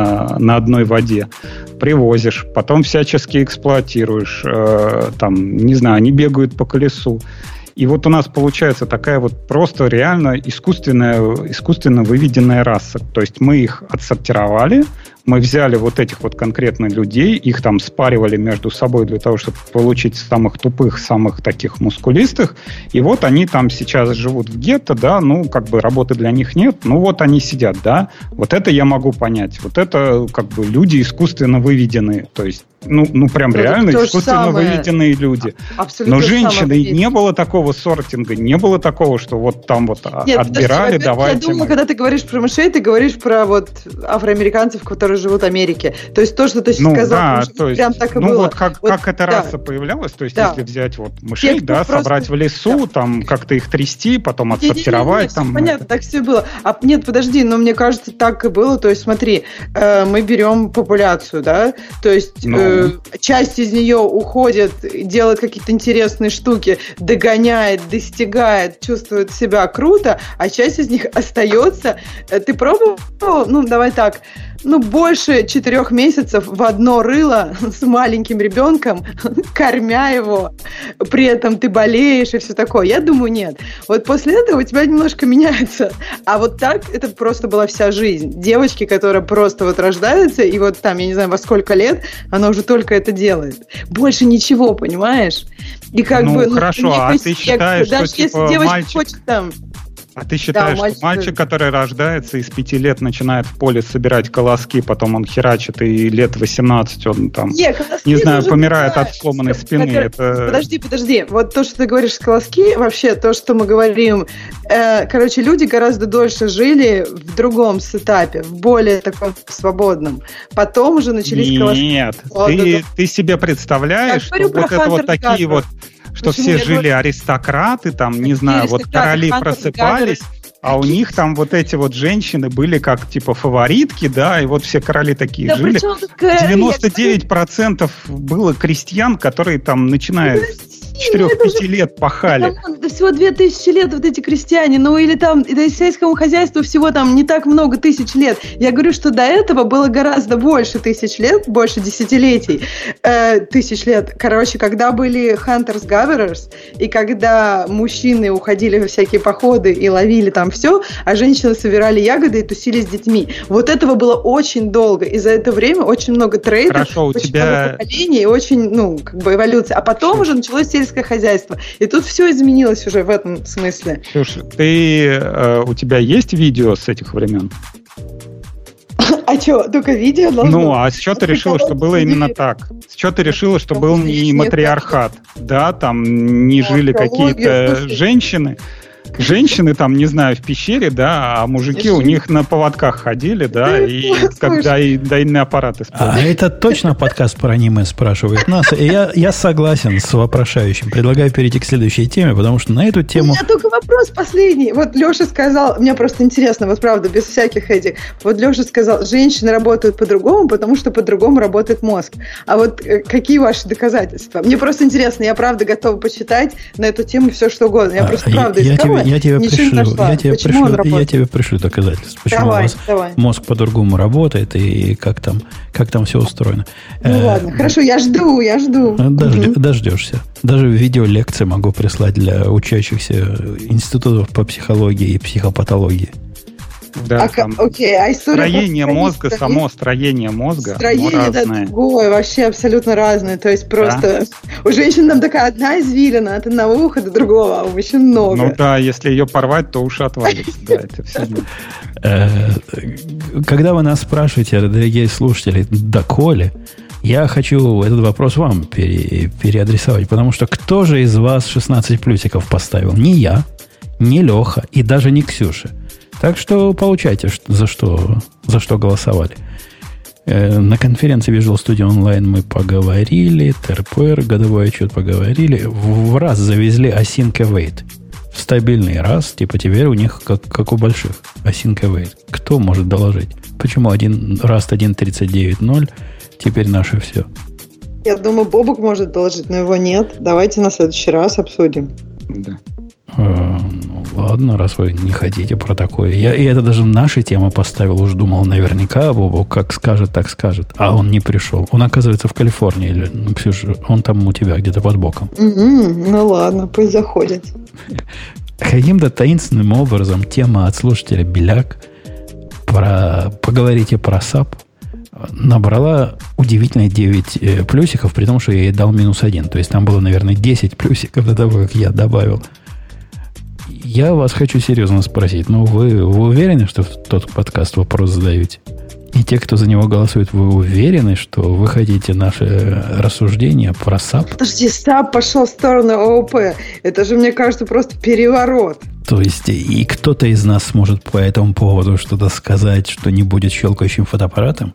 на одной воде, привозишь, потом всячески эксплуатируешь, там, не знаю, они бегают по колесу. И вот у нас получается такая вот просто реально искусственно выведенная раса. То есть мы их отсортировали, мы взяли вот этих вот конкретно людей, их там спаривали между собой для того, чтобы получить самых тупых, самых таких мускулистых. И вот они там сейчас живут в гетто, да, ну, как бы работы для них нет, ну, вот они сидят, да. Вот это я могу понять. Вот это как бы люди искусственно выведенные. То есть, ну прям реально искусственно выведенные люди. Абсолютно. Но женщины не было такого сортинга, не было такого, что вот там вот отбирали, давайте. Я думаю, когда ты говоришь про мышей, ты говоришь про вот афроамериканцев, которые живут в Америке. То есть то, что ты сказал, да, то есть, прям так и было. Вот как эта раса появлялась, то есть если взять вот мышей, да, собрать в лесу, там как-то их трясти, потом отсортировать. Там, понятно, так все было. Нет, подожди, но мне кажется, так и было. То есть смотри, мы берем популяцию, да, то есть часть из нее уходит, делает какие-то интересные штуки, догоняет, достигает, чувствует себя круто, а часть из них остается. Ты пробовал? Ну, давай так. Больше 4 месяцев в одно рыло с маленьким ребенком, кормя его, при этом ты болеешь и все такое. Я думаю, нет. Вот после этого у тебя немножко меняется. А вот так это просто была вся жизнь. Девочки, которые просто вот рождаются, и вот там, я не знаю, во сколько лет, она уже только это делает. Больше ничего, понимаешь? И как бы... хорошо, а ты считаешь, что даже типа если девочка мальчик... хочет там... А ты считаешь, что мальчик, который рождается и с 5 лет начинает в поле собирать колоски, потом он херачит, и лет 18 он там, не знаю, помирает от сломанной спины. Это... Подожди. Вот то, что ты говоришь с колоски, вообще то, что мы говорим, люди гораздо дольше жили в другом сетапе, в более таком свободном. Потом уже начались колоски. Нет, ты себе представляешь, что вот это вот такие вот... Что все жили аристократы, там, не знаю, вот короли просыпались, а у них там вот эти вот женщины были как типа фаворитки, да, и вот все короли такие жили. 99% было крестьян, которые там, начиная с 4-5 лет пахали. Да всего 2000 лет вот эти крестьяне, или там, и сельскому хозяйству всего там не так много тысяч лет. Я говорю, что до этого было гораздо больше тысяч лет, больше десятилетий, тысяч лет. Когда были hunters-gatherers, и когда мужчины уходили во всякие походы и ловили там все, а женщины собирали ягоды и тусили с детьми. Вот этого было очень долго. И за это время очень много трейдов, очень много поколений, очень, эволюция. А потом уже началось сельское хозяйство. И тут все изменилось уже в этом смысле. Слушай, у тебя есть видео с этих времен? А что, только видео должно? Ну, а с чего ты решила, что было именно так? С чего ты решила, что был не матриархат? Да, там не жили какие-то женщины. Женщины там, не знаю, в пещере, да, а мужики у них на поводках ходили, да, и когда и дайные аппараты использовали. А это точно подкаст про аниме спрашивает нас. И я согласен с вопрошающим. Предлагаю перейти к следующей теме, потому что на эту тему... У меня только вопрос последний. Вот Леша сказал, мне просто интересно, вот правда, без всяких этих. Вот Леша сказал, женщины работают по-другому, потому что по-другому работает мозг. А вот какие ваши доказательства? Мне просто интересно, я правда готова почитать на эту тему все, что угодно. Я просто правда искала. Я тебе пришлю доказательства, почему у вас мозг по-другому работает и как там все устроено. Ну ладно, хорошо, я жду. Дождешься. Даже видеолекции могу прислать для учащихся институтов по психологии и психопатологии. Да, строение мозга, само строение мозга, строение разное. Другое, вообще абсолютно разное. То есть просто у женщин там такая одна извилина от одного уха до другого, а у мужчин много. Ну да, если ее порвать, то уши отвалится. Да, это все. Когда вы нас спрашиваете, дорогие слушатели, доколе, я хочу этот вопрос вам переадресовать, потому что кто же из вас 16 плюсиков поставил? Не я, не Леха и даже не Ксюша. Так что получайте, за что голосовали. На конференции Visual Studio Online мы поговорили, ТРПР, годовой отчет поговорили. В раз завезли Async Await. В стабильный раз, типа теперь у них как у больших. Async Await. Кто может доложить? Почему Rust 1.39.0 теперь наше все? Я думаю, Бобок может доложить, но его нет. Давайте на следующий раз обсудим. Да. Ну, ладно, раз вы не хотите про такое. Я это даже в нашей темы поставил, уж думал, наверняка Бобу как скажет, так скажет. А он не пришел. Он, оказывается, в Калифорнии. Или, Ксюша, он там у тебя где-то под боком. Ну ладно, пусть заходит. Каким-то таинственным образом тема от слушателя Беляк «Поговорите про SAP» набрала удивительные 9 плюсиков, при том, что я ей дал -1. То есть там было, наверное, 10 плюсиков до того, как я добавил. Я вас хочу серьезно спросить. Вы уверены, что в тот подкаст вопрос задаете? И те, кто за него голосует, вы уверены, что вы хотите наши рассуждения про SAP? Подожди, SAP пошел в сторону ООП. Это же, мне кажется, просто переворот. То есть и кто-то из нас сможет по этому поводу что-то сказать, что не будет щелкающим фотоаппаратом?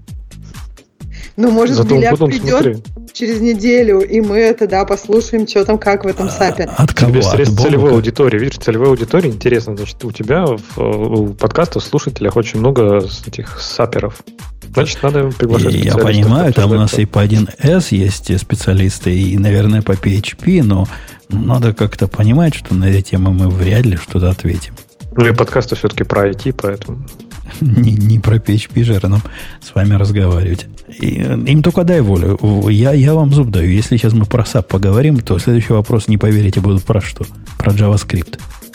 Ну, может, Беляк придет через неделю, и мы это, послушаем, что там, как в этом САПе. От кого? Целевой аудитории. Видишь, целевой аудитории интересно. Значит, у тебя в подкастах, в слушателях очень много этих саперов. Значит, надо приглашать специалистов. Я понимаю, там у нас и по 1С есть специалисты, и, наверное, по PHP, но надо как-то понимать, что на эти темы мы вряд ли что-то ответим. Ну и подкасты все-таки про IT, поэтому... Не про PHP же нам с вами разговаривать. Им только дай волю. Я вам зуб даю. Если сейчас мы про SAP поговорим, то следующий вопрос, не поверите, будут про что? Про JavaScript.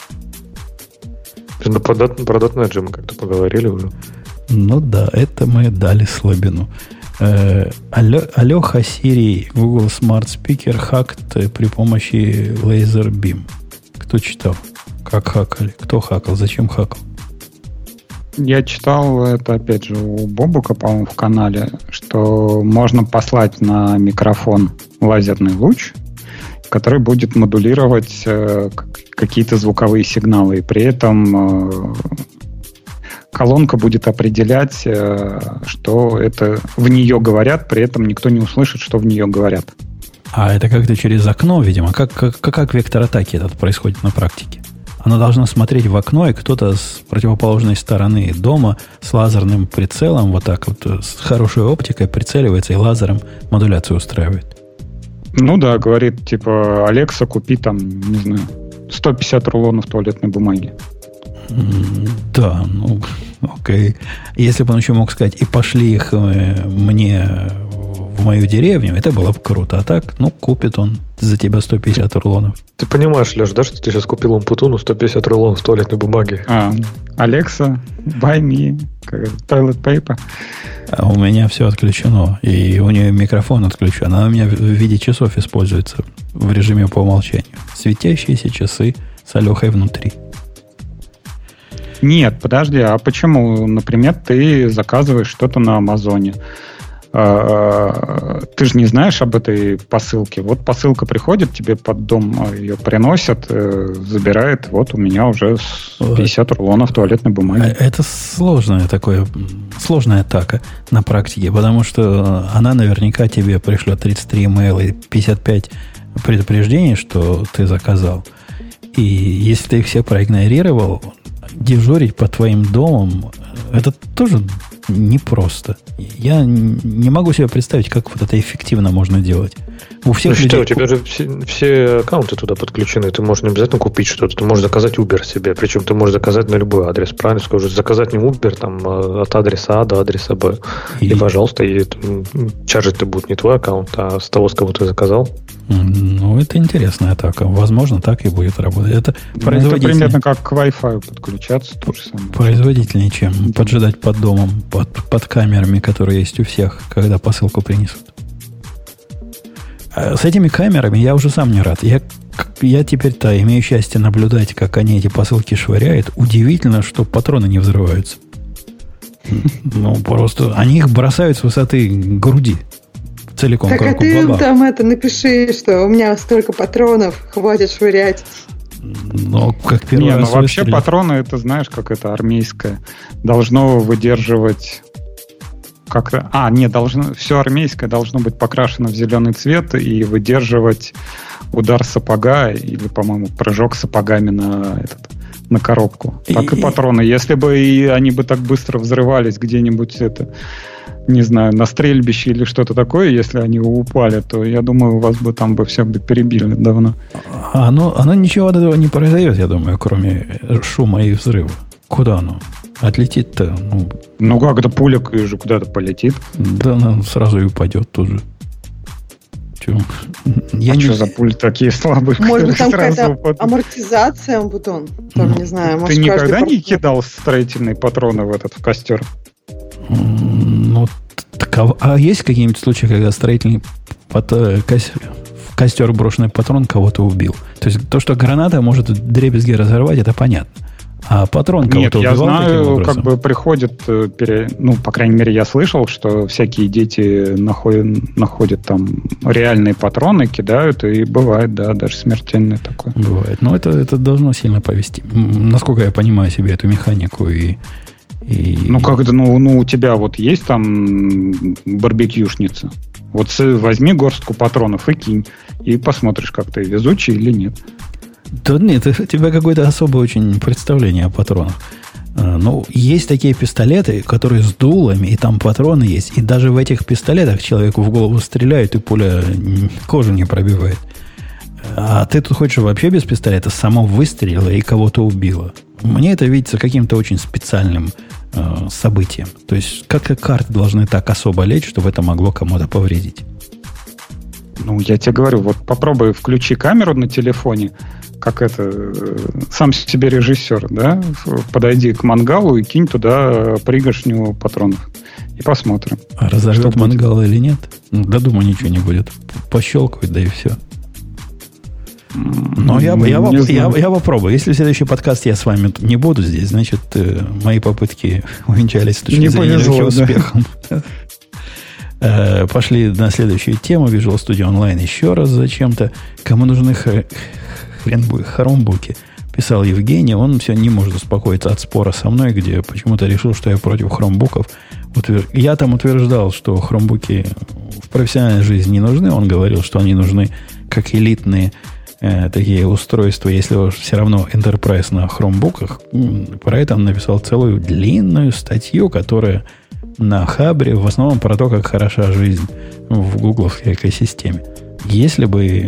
Про .NET же мы как-то поговорили уже. Ну да, это мы дали слабину. Алеха Siri Google Smart Speaker hacked при помощи Laser Beam. Кто читал? Как хакали? Кто хакал? Зачем хакал? Я читал это, опять же, у Бобука, по-моему, в канале, что можно послать на микрофон лазерный луч, который будет модулировать какие-то звуковые сигналы. И при этом колонка будет определять, что это в нее говорят, при этом никто не услышит, что в нее говорят. А это как-то через окно, видимо. Как вектор атаки этот происходит на практике? Она должна смотреть в окно, и кто-то с противоположной стороны дома с лазерным прицелом, вот так вот, с хорошей оптикой прицеливается и лазером модуляцию устраивает. Ну да, говорит, типа, Алекса, купи там, не знаю, 150 рулонов туалетной бумаги. Да, ну, окей. Если бы он еще мог сказать, и пошли их мне в мою деревню, это было бы круто. А так, купит он за тебя 150 рулонов. Ты понимаешь, Леш, да, что ты сейчас купил Умпутуну 150 рулонов туалетной бумаги? Alexa, buy me toilet paper. А у меня все отключено. И у нее микрофон отключен. Она у меня в виде часов используется в режиме по умолчанию. Светящиеся часы с Алехой внутри. Нет, подожди, а почему? Например, ты заказываешь что-то на Амазоне. Ты же не знаешь об этой посылке. Вот посылка приходит, тебе под дом ее приносят, забирает. Вот у меня уже 50 рулонов туалетной бумаги. Это сложная атака на практике, потому что она наверняка тебе пришлет 33 имейла и 55 предупреждений, что ты заказал. И если ты их все проигнорировал, дежурить по твоим домам, это тоже непросто. Я не могу себе представить, как вот это эффективно можно делать. У всех людей... у тебя же все аккаунты туда подключены. Ты можешь не обязательно купить что-то. Ты можешь заказать Uber себе. Причем ты можешь заказать на любой адрес. Правильно скажу? Заказать не Uber там, от адреса А до адреса Б. И пожалуйста, чаржить ты будет не твой аккаунт, а с того, с кого ты заказал. Ну, это интересная атака. Возможно, так и будет работать. Это примерно как к Wi-Fi подключаться. То же самое. Производительнее, чем поджидать под домом, под камерами, которые есть у всех, когда посылку принесут. А с этими камерами я уже сам не рад. Я теперь-то имею счастье наблюдать, как они эти посылки швыряют. Удивительно, что патроны не взрываются. Ну, просто они их бросают с высоты груди. Целиком. Так, а ты там напиши, что у меня столько патронов, хватит швырять. Но как первый раз вообще выстрелить. Патроны, это знаешь, как это армейское. Должно выдерживать как-то... все армейское должно быть покрашено в зеленый цвет и выдерживать удар сапога или, по-моему, прыжок сапогами на коробку. Так и патроны. Если бы они бы так быстро взрывались где-нибудь не знаю, на стрельбище или что-то такое, если они упали, то я думаю, у вас бы там бы все бы перебили давно. Оно ничего от этого не произойдет, я думаю, кроме шума и взрыва. Куда оно? Отлетит-то? Как-то пуля же куда-то полетит. Да, она сразу и упадет тут же. Что за пули такие слабые? Может быть, там какая-то амортизация, Бутон? Там, не знаю, может, ты никогда не кидал строительные патроны в костер? А есть какие-нибудь случаи, когда строительный костер брошенный патрон кого-то убил? То есть то, что граната может дребезги разорвать, это понятно. А патрон кого-то убивал? Нет, я знаю, как бы приходят, по крайней мере, я слышал, что всякие дети находят там реальные патроны, кидают, и бывает, да, даже смертельное такое. Бывает. Но это должно сильно повести. Насколько я понимаю себе эту механику и... у тебя вот есть там барбекюшница. Вот возьми горстку патронов и кинь. И посмотришь, как ты везучий или нет. Да нет, у тебя какое-то особое очень представление о патронах. Есть такие пистолеты, которые с дулами, и там патроны есть. И даже в этих пистолетах человеку в голову стреляют, и пуля кожу не пробивает. А ты тут хочешь вообще без пистолета? Само выстрелила и кого-то убила. Мне это видится каким-то очень специальным событием. То есть, как карты должны так особо лечь, чтобы это могло кому-то повредить. Я тебе говорю, вот попробуй включи камеру на телефоне, как сам себе режиссер, да? Подойди к мангалу и кинь туда пригоршню патронов. И посмотрим. А разожжет мангал или нет? До дома ничего не будет. Пощелкают, да и все. Но я попробую. Если в следующий подкаст я с вами не буду здесь, значит, мои попытки увенчались с точки зрения успехом. Пошли на следующую тему. Visual Studio Online еще раз зачем-то. Кому нужны хромбуки? Писал Евгений. Он все не может успокоиться от спора со мной, где почему-то решил, что я против хромбуков. Я там утверждал, что хромбуки в профессиональной жизни не нужны. Он говорил, что они нужны как элитные такие устройства, если уж все равно Enterprise на хромбуках. Про это он написал целую длинную статью, которая на Хабре в основном про то, как хороша жизнь в гугловской экосистеме. Если бы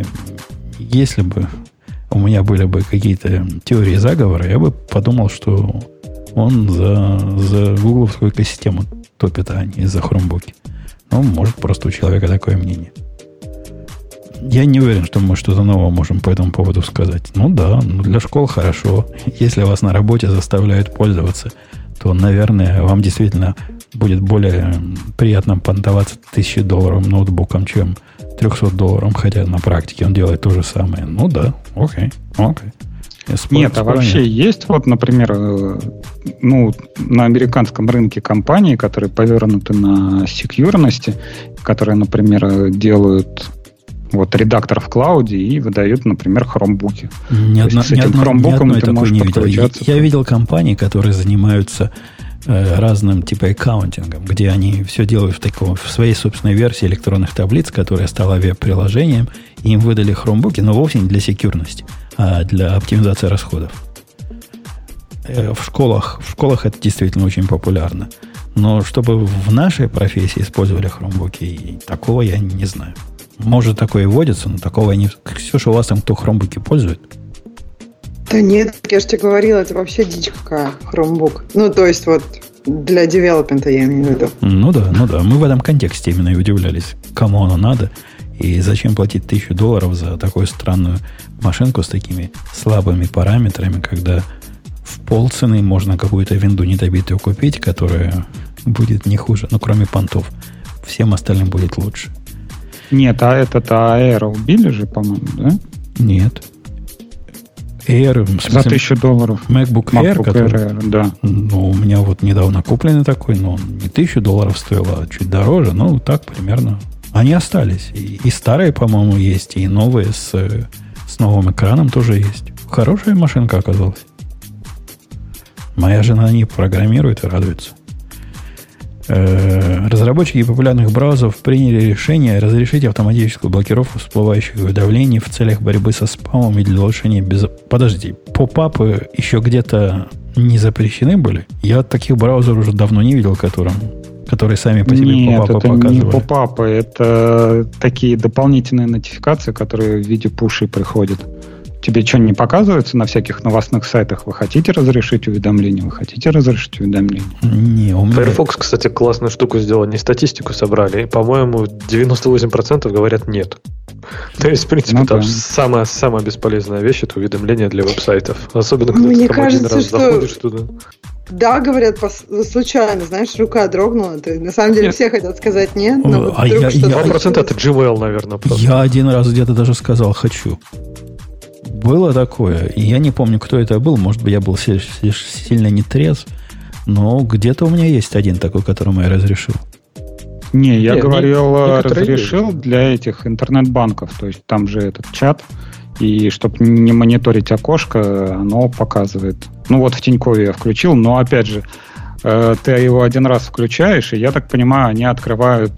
у меня были бы какие-то теории заговора, я бы подумал, что он за гугловскую экосистему топит, а не за хромбуки. Может, просто у человека такое мнение. Я не уверен, что мы что-то новое можем по этому поводу сказать. Для школ хорошо. Если вас на работе заставляют пользоваться, то, наверное, вам действительно будет более приятно понтоваться $1000 ноутбуком, чем $300, хотя на практике он делает то же самое. Окей. Нет, а вообще есть, вот, например, на американском рынке компании, которые повернуты на секьюрности, которые, например, делают редактор в клауде и выдают, например, хромбуки. С этим хромбуком ты можешь подключаться. Я видел компании, которые занимаются разным типа аккаунтингом, где они все делают в своей собственной версии электронных таблиц, которая стала веб-приложением, и им выдали хромбуки, но вовсе не для секьюрности, а для оптимизации расходов. В школах это действительно очень популярно. Но чтобы в нашей профессии использовали хромбуки, такого я не знаю. Может, такое и вводится, но такого я не... Ксюша, у вас там кто хромбуки пользует? Да нет, я же тебе говорила, это вообще дичь какая, хромбук. То есть для девелопмента я имею в виду. Ну да. Мы в этом контексте именно и удивлялись, кому оно надо и зачем платить $1000 за такую странную машинку с такими слабыми параметрами, когда в полцены можно какую-то винду недобитую купить, которая будет не хуже, кроме понтов. Всем остальным будет лучше. Нет, а этот Air убили же, по-моему, да? Нет. Air, в смысле, за $1000. MacBook Air, который, Air, да. У меня недавно купленный такой, но не $1000 стоило, а чуть дороже, так примерно. Они остались. И старые, по-моему, есть, и новые с новым экраном тоже есть. Хорошая машинка оказалась. Моя жена не программирует и радуется. Разработчики популярных браузеров приняли решение разрешить автоматическую блокировку всплывающих уведомлений в целях борьбы со спамом и для улучшения Подожди, поп-апы еще где-то не запрещены были? Я таких браузеров уже давно не видел, которые сами по себе поп-апы показывали. Нет, это не поп-апы, это такие дополнительные нотификации, которые в виде пушей приходят. Тебе что, не показывается на всяких новостных сайтах? Вы хотите разрешить уведомления? Вы хотите разрешить уведомления? Не, у меня... Firefox, кстати, классную штуку сделал. Не статистику собрали. И, по-моему, 98% говорят нет. То есть, в принципе, там самая бесполезная вещь — это уведомления для веб-сайтов. Особенно, когда ты там один раз заходишь туда. Да, говорят, случайно, знаешь, рука дрогнула. На самом деле все хотят сказать нет, но 2% это Gmail, наверное. Просто. Я один раз где-то даже сказал «хочу». Было такое. И я не помню, кто это был. Может быть, я был сильно не трезв. Но где-то у меня есть один такой, которому я разрешил. Не, я говорил, разрешил для этих интернет-банков. То есть там же этот чат. И чтобы не мониторить окошко, оно показывает. В Тинькове я включил. Но, опять же, ты его один раз включаешь, и, я так понимаю, они открывают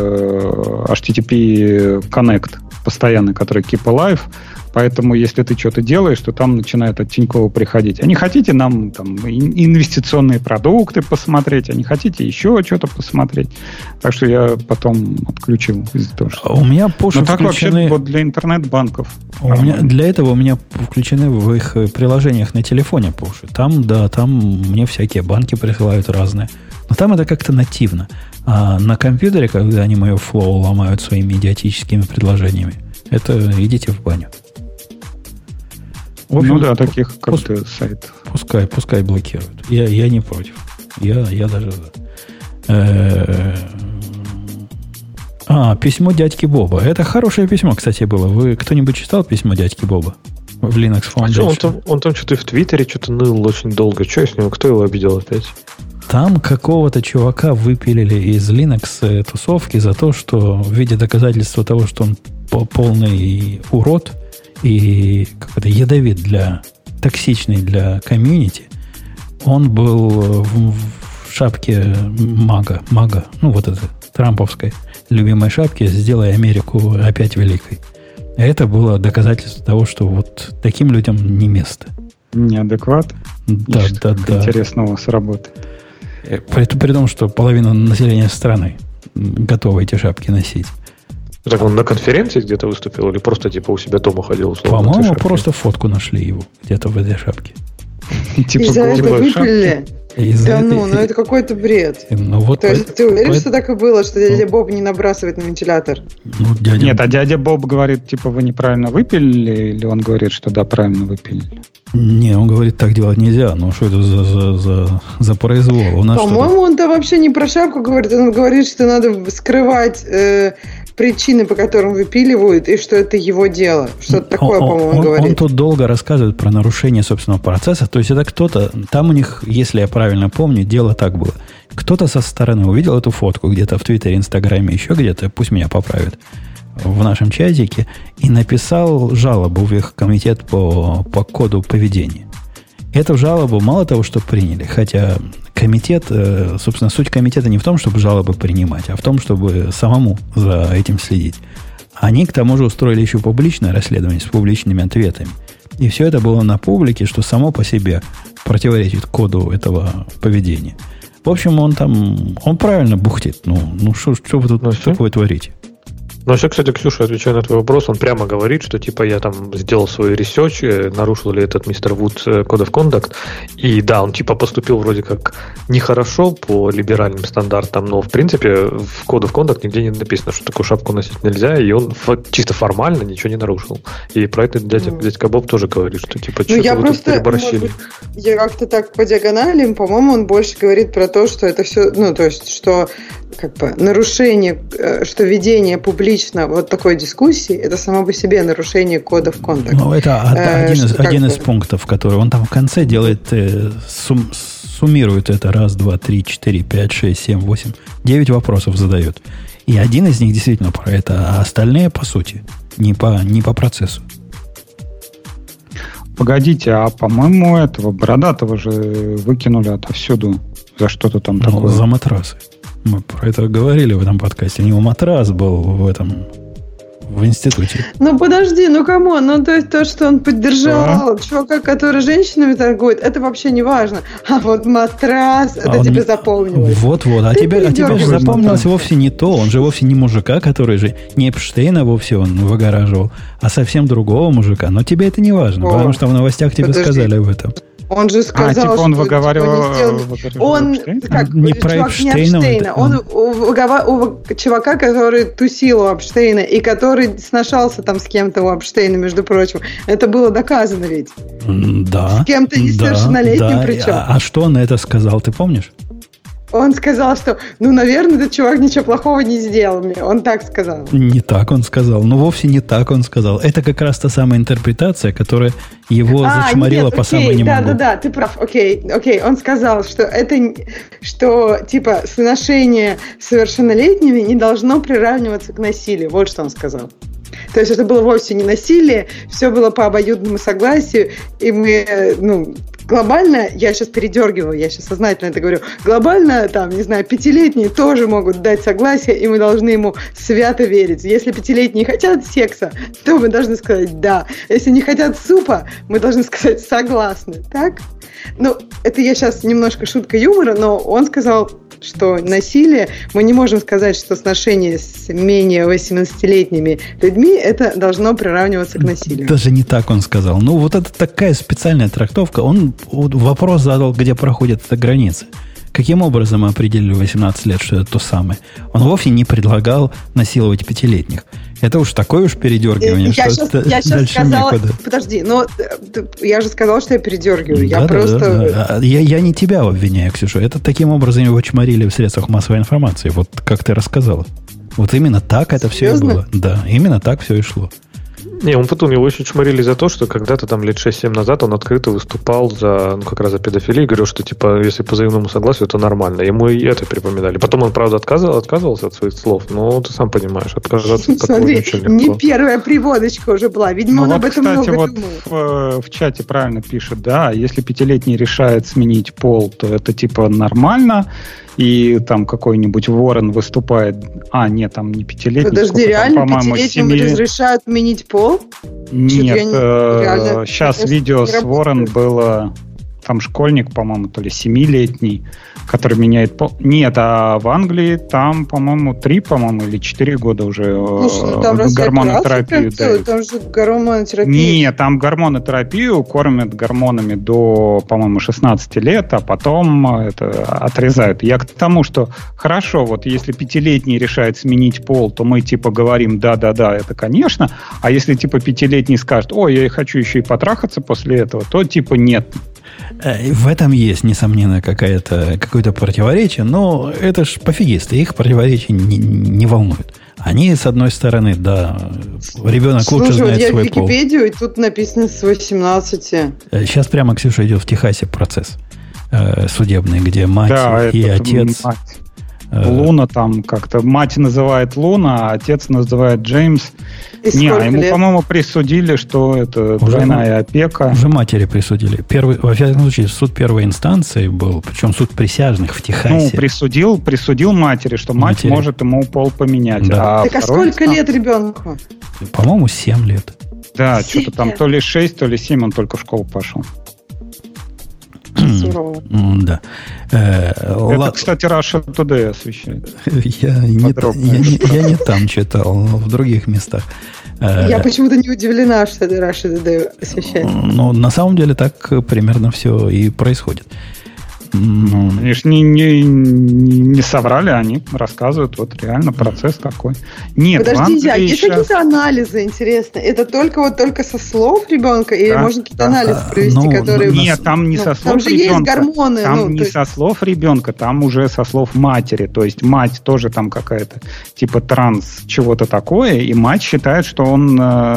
HTTP Connect постоянный, который Keep Alive. Поэтому, если ты что-то делаешь, то там начинает от Тинькова приходить. А не хотите нам инвестиционные продукты посмотреть, а не хотите еще что-то посмотреть. Так что я потом отключил из-за того, что... У меня пуши так включены... вообще для интернет-банков. Для этого у меня включены в их приложениях на телефоне пуши. Там мне всякие банки присылают разные. Но там это как-то нативно. А на компьютере, когда они мое флоу ломают своими идиотическими предложениями, это идите в баню. В общем, таких как-то сайтов. Пускай блокируют. Я не против. Я даже за. Письмо дядьки Боба. Это хорошее письмо, кстати, было. Вы кто-нибудь читал письмо дядьки Боба в Linux Foundation? Он там что-то в Твиттере что-то ныл очень долго. Что с ним? Кто его обидел опять? Там какого-то чувака выпилили из Linux тусовки за то, что в виде доказательства того, что он полный урод и ядовит токсичный для комьюнити, он был в шапке мага, этой трамповской любимой шапке «Сделай Америку опять великой». Это было доказательство того, что таким людям не место. Неадекват. Да. Интересно у вас работает. При том, что половина населения страны готова эти шапки носить. Так он на конференции где-то выступил или просто у себя дома ходил? По-моему, просто фотку нашли его где-то в этой шапке. Из-за этого выпилили? Это какой-то бред. То есть ты уверен, что так и было, что дядя Боб не набрасывает на вентилятор? Нет, а дядя Боб говорит, вы неправильно выпилили, или он говорит, что да, правильно выпилили? Не, он говорит, так делать нельзя. Что это за произвол? По-моему, он-то вообще не про шапку говорит, он говорит, что надо скрывать причины, по которым выпиливают, и что это его дело. Что-то такое, по-моему, говорит. Он тут долго рассказывает про нарушение собственного процесса. То есть это кто-то... Там у них, если я правильно помню, дело так было. Кто-то со стороны увидел эту фотку где-то в Твиттере, Инстаграме, еще где-то, пусть меня поправят, в нашем чатике, и написал жалобу в их комитет по коду поведения. Эту жалобу мало того, что приняли, хотя комитет, собственно, суть комитета не в том, чтобы жалобы принимать, а в том, чтобы самому за этим следить. Они, к тому же, устроили еще публичное расследование с публичными ответами. И все это было на публике, что само по себе противоречит коду этого поведения. В общем, он правильно бухтит. Ну что вы тут такое творите? Ну, вообще, кстати, Ксюша, отвечая на твой вопрос, он прямо говорит, что, типа, я там сделал свой ресерч, нарушил ли этот мистер Вуд Code of Conduct, и да, он, типа, поступил вроде как нехорошо по либеральным стандартам, но, в принципе, в Code of Conduct нигде не написано, что такую шапку носить нельзя, и он чисто формально ничего не нарушил. И про это дядька Боб тоже говорит, что, типа, что-то вы тут переборщили. Я как-то так по диагонали, по-моему, он больше говорит про то, что это все, ну, то есть, что как бы нарушение, что ведение публично вот такой дискуссии, это само по себе нарушение кода в контакт. Ну, это один из пунктов, который он там в конце делает, суммирует это 1, 2, 3, 4, 5, 6, 7, 8, 9 вопросов задает. И один из них действительно про это, а остальные, по сути, не по процессу. Погодите, а по-моему этого Бородатого же выкинули отовсюду за что-то там такое. За матрасы. Мы про это говорили в этом подкасте. У него матрас был в институте. Ну, подожди, камон. Ну, то есть то, что он поддержал чувака, который женщинами торгует, это вообще не важно. А вот матрас, это тебе запомнилось. Вот-вот. А тебе же запомнилось вовсе не то. Он же вовсе не мужика, который же не Эпштейна вовсе он выгораживал, а совсем другого мужика. Но тебе это не важно, потому что в новостях тебе сказали об этом. Он же сказал, что он выговаривал... Он, как, не про Эпштейна. Он у чувака, который тусил у Эпштейна и который сношался там с кем-то у Эпштейна, между прочим. Это было доказано ведь. Да. С кем-то несовершеннолетним причем. А что он на это сказал, ты помнишь? Он сказал, что, наверное, этот чувак ничего плохого не сделал мне. Он так сказал. Не так он сказал. Вовсе не так он сказал. Это как раз та самая интерпретация, которая его зачморила по самой не могу. Да, ты прав. Окей. Он сказал, что типа сношение с совершеннолетними не должно приравниваться к насилию. Вот что он сказал. То есть это было вовсе не насилие, все было по обоюдному согласию, и мы, глобально, я сейчас передергиваю, я сейчас сознательно это говорю, глобально, там, не знаю, 5-летние тоже могут дать согласие, и мы должны ему свято верить. Если 5-летние хотят секса, то мы должны сказать «да». Если не хотят супа, мы должны сказать «согласны». Так? Это я сейчас немножко шутка юмора, но он сказал, что насилие, мы не можем сказать, что сношение с менее 18-летними людьми, это должно приравниваться к насилию. Даже не так он сказал. Вот это такая специальная трактовка. Он вопрос задал, где проходит эта граница. Каким образом мы определили 18 лет, что это то самое? Он вовсе не предлагал насиловать 5-летних. Это уж такое передергивание, я сейчас сказала, некуда. Подожди, я же сказала, что я передергиваю. Я не тебя обвиняю, Ксюша. Это таким образом его чморили в средствах массовой информации. Вот как ты рассказала. Вот именно так это все и было. Да, именно так все и шло. Не, он потом его еще чморили за то, что когда-то там лет 6-7 назад он открыто выступал как раз за педофилию и говорил, что типа если по взаимному согласию, это нормально. Ему и это припоминали. Потом он, правда, отказывался от своих слов, но ты сам понимаешь, отказаться от такого ничего легко. Не первая приводочка уже была. Видимо, он об этом много думал. В чате правильно пишет, да, если 5-летний решает сменить пол, то это типа нормально. И там какой-нибудь Ворон выступает... нет, там не 5-летний. Подожди, реально 5-летним разрешают сменить пол? Нет, сейчас видео с Ворон было... Там школьник, по-моему, то ли 7-летний, который меняет пол. Нет, а в Англии там, по-моему, 3, или 4 года уже гормонотерапию дают. Там же гормонотерапия. Нет, там гормонотерапию кормят гормонами до, по-моему, 16 лет, а потом это отрезают. Я к тому, что хорошо, вот если 5-летний решает сменить пол, то мы типа говорим да-да-да, это конечно, а если типа 5-летний скажет, я хочу еще и потрахаться после этого, то типа нет. В этом есть, несомненно, какое-то противоречие, но это ж пофигисты, их противоречия не волнуют. Они, с одной стороны, да, ребенок лучше знает свой пол. Я в Википедию, и тут написано с 18. Сейчас прямо, Ксюша, идет в Техасе процесс судебный, где мать и отец... Мать. Луна там как-то... Мать называет Луна, а отец называет Джеймс. Ему, по-моему, присудили, что это двойная опека. Уже матери присудили. Во всяком случае, суд первой инстанции был, причем суд присяжных в Техасе. Присудил матери, что мать может ему пол поменять. Да. Так сколько лет ребенку? По-моему, 7 лет. Да, что-то там то ли 6, то ли 7 он только в школу пошел. Да. Это, кстати, Russia Today освещает. Я не там читал, но в других местах. Я почему-то не удивлена, что это Russia Today освещает. Но на самом деле так примерно все и происходит. Они же не соврали, они рассказывают, вот реально процесс такой. Нет, подождите, а есть какие-то анализы, интересно? Это только со слов ребенка? Или можно какие-то анализы провести, которые... Нет, там не со слов ребенка. Там же есть гормоны. Там не со слов ребенка, там уже со слов матери. То есть мать тоже там какая-то типа транс чего-то такое, и мать считает, что он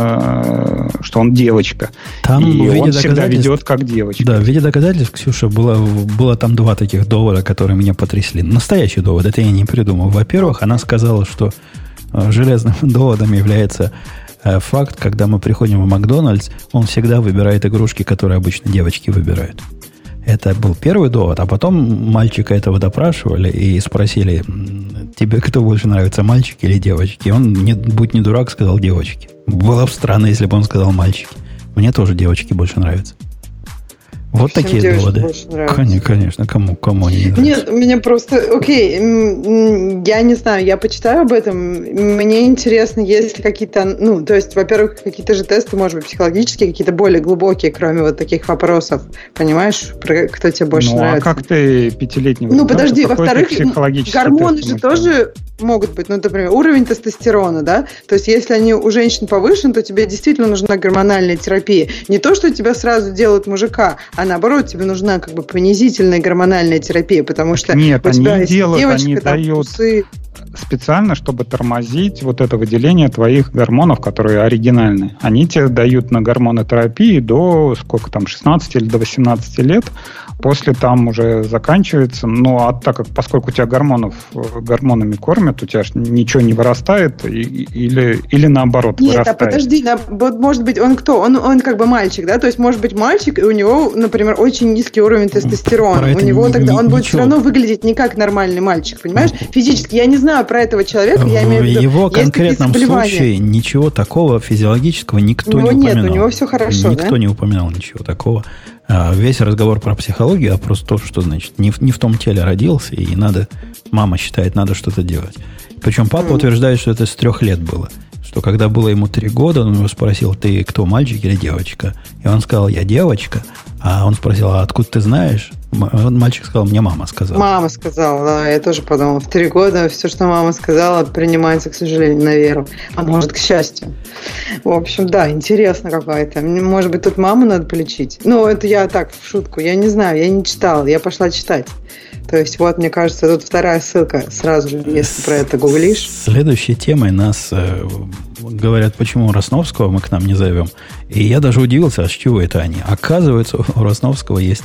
девочка. Там и он всегда ведет как девочка. Да, в виде доказательств, Ксюша, было там 2 таких довода, которые меня потрясли. Настоящий довод, это я не придумал. Во-первых, она сказала, что железным доводом является факт, когда мы приходим в Макдональдс, он всегда выбирает игрушки, которые обычно девочки выбирают. Это был первый довод, а потом мальчика этого допрашивали и спросили, тебе кто больше нравится, мальчики или девочки? И он, будь не дурак, сказал девочки. Было бы странно, если бы он сказал мальчики. Мне тоже девочки больше нравятся. Вот всем такие доводы. Конечно, кому они не нравятся. Нет, меня просто... Окей, я не знаю, я почитаю об этом. Мне интересно, есть ли какие-то... то есть, во-первых, какие-то же тесты, может быть, психологические, какие-то более глубокие, кроме вот таких вопросов. Понимаешь, кто тебе больше нравится? А как ты 5-летнего... подожди, во-вторых, гормоны же тоже могут быть, например, уровень тестостерона, да? То есть, если они у женщин повышены, то тебе действительно нужна гормональная терапия. Не то, что тебя сразу делают мужика, а наоборот, тебе нужна как бы понизительная гормональная терапия, потому что нет, они дают специально, чтобы тормозить вот это выделение твоих гормонов, которые оригинальные. Они тебе дают на гормонотерапии до 16 или до 18 лет. После там уже заканчивается. Поскольку тебя гормонами кормят, у тебя же ничего не вырастает или наоборот вырастает. Нет, подожди, может быть, он кто? Он как бы мальчик, да? То есть, может быть, мальчик, и у него, например, очень низкий уровень тестостерона. У него тогда он будет все равно выглядеть не как нормальный мальчик, понимаешь? Физически. Я не знаю про этого человека, я имею в виду... В его конкретном случае ничего такого физиологического никто не упоминал. Нет, у него все хорошо, никто не упоминал ничего такого. Весь разговор про психологию, а просто то, что значит не в том теле родился, и мама считает, надо что-то делать. Причем папа утверждает, что это с 3 лет было. Что когда было ему 3 года, он его спросил, ты кто, мальчик или девочка? И он сказал, я девочка. А он спросил, а откуда ты знаешь? Мальчик сказал, мне мама сказала. Мама сказала, да, я тоже подумала. В 3 года все, что мама сказала, принимается, к сожалению, на веру. А может, к счастью. В общем, да, интересно какая-то. Может быть, тут маму надо полечить? Это я так, в шутку. Я не знаю, я не читала, я пошла читать. То есть, вот, мне кажется, тут 2-я ссылка сразу же, если про это гуглишь. Следующей темой нас говорят, почему Росновского мы к нам не зовем. И я даже удивился, а с чего это они? Оказывается, у Росновского есть...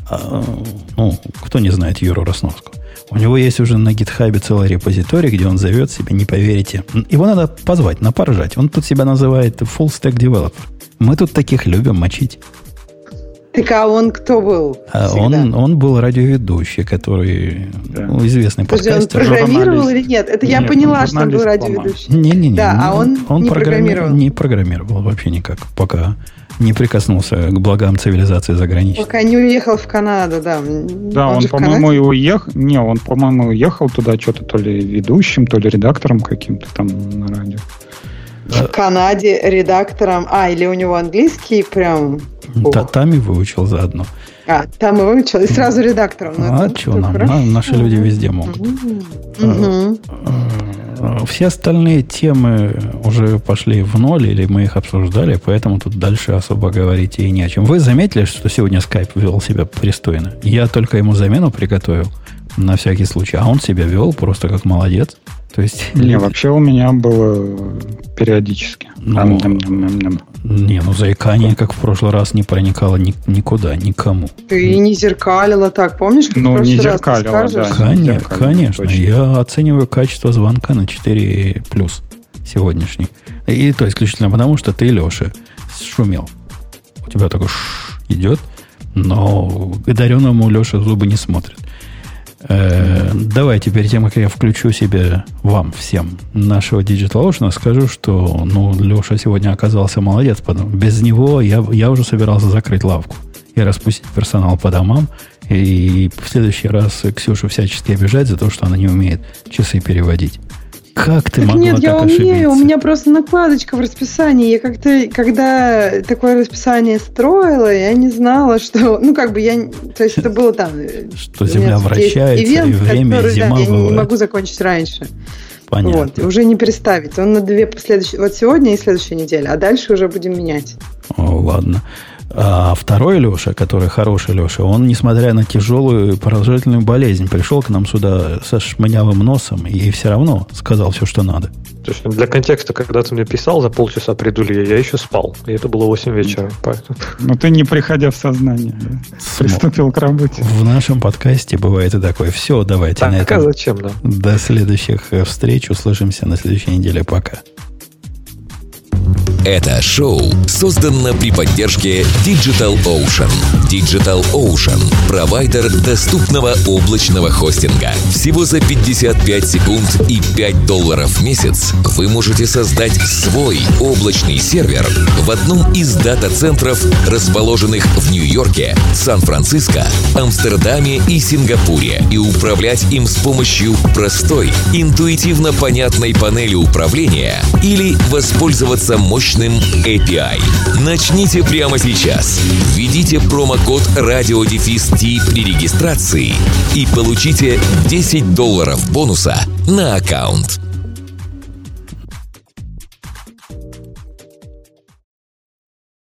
кто не знает Юру Росновского? У него есть уже на гитхабе целый репозиторий, где он зовет себя, не поверите. Его надо позвать, поржать. Он тут себя называет full stack developer. Мы тут таких любим мочить. Так а он кто был? Он был радиоведущий, который известный подкастер. Он программировал или нет? Это я поняла, что он был радиоведущий. Не-не-не. Да, а он не программировал. Не программировал вообще никак, пока не прикоснулся к благам цивилизации заграничной. Пока не уехал в Канаду, да. Да, он по-моему, и уехал. Не, он, по-моему, уехал туда что-то то ли ведущим, то ли редактором каким-то там на радио. В Канаде редактором. Или у него английский прям... Там и выучил заодно. Там и выучил, и сразу редактором. Что нам? Наши люди везде могут. Все остальные темы уже пошли в ноль, или мы их обсуждали, поэтому тут дальше особо говорить и не о чем. Вы заметили, что сегодня Skype вел себя пристойно? Я только ему замену приготовил на всякий случай, а он себя вел просто как молодец. То есть... Не, вообще у меня было периодически. Не, заикание, как в прошлый раз, не проникало никуда, никому. Ты не зеркалила так, помнишь? Как в прошлый раз ты скажешь? Конечно. Я оцениваю качество звонка на 4+, сегодняшний. И то исключительно потому, что ты, Леша, шумел. У тебя такой идет, но одаренному Леша зубы не смотрит. Давайте, перед тем, как я включу себе вам всем нашего DigitalOcean, скажу, что Леша сегодня оказался молодец. Без него я уже собирался закрыть лавку и распустить персонал по домам. И в следующий раз Ксюшу всячески обижать за то, что она не умеет часы переводить. Как ты могла нет, так я ошибиться? умею, у меня просто накладочка в расписании. Я как-то, когда такое расписание строила, я не знала, что... То есть это было там... Что Земля вращается, ивент, и время, зима я бывает. не могу закончить раньше. Понятно. Вот, уже не переставить. Он на 2 последующие... Вот сегодня и следующей неделе, а дальше уже будем менять. Ладно. А второй Леша, который хороший Леша, он, несмотря на тяжелую продолжительную болезнь, пришел к нам сюда со шмынявым носом и все равно сказал все, что надо. То есть для контекста, когда ты мне писал, за полчаса приду ли я еще спал. И это было 8 вечера. Но ты, не приходя в сознание, приступил к работе. В нашем подкасте бывает и такое. Все, давайте так, на этом. Зачем, да? До следующих встреч. Услышимся на следующей неделе. Пока. Это шоу создано при поддержке DigitalOcean. DigitalOcean – провайдер доступного облачного хостинга. Всего за 55 секунд и $5 в месяц вы можете создать свой облачный сервер в одном из дата-центров, расположенных в Нью-Йорке, Сан-Франциско, Амстердаме и Сингапуре, и управлять им с помощью простой, интуитивно понятной панели управления или воспользоваться мощным API. Начните прямо сейчас. Введите промокод Radio-T при регистрации и получите $10 бонуса на аккаунт.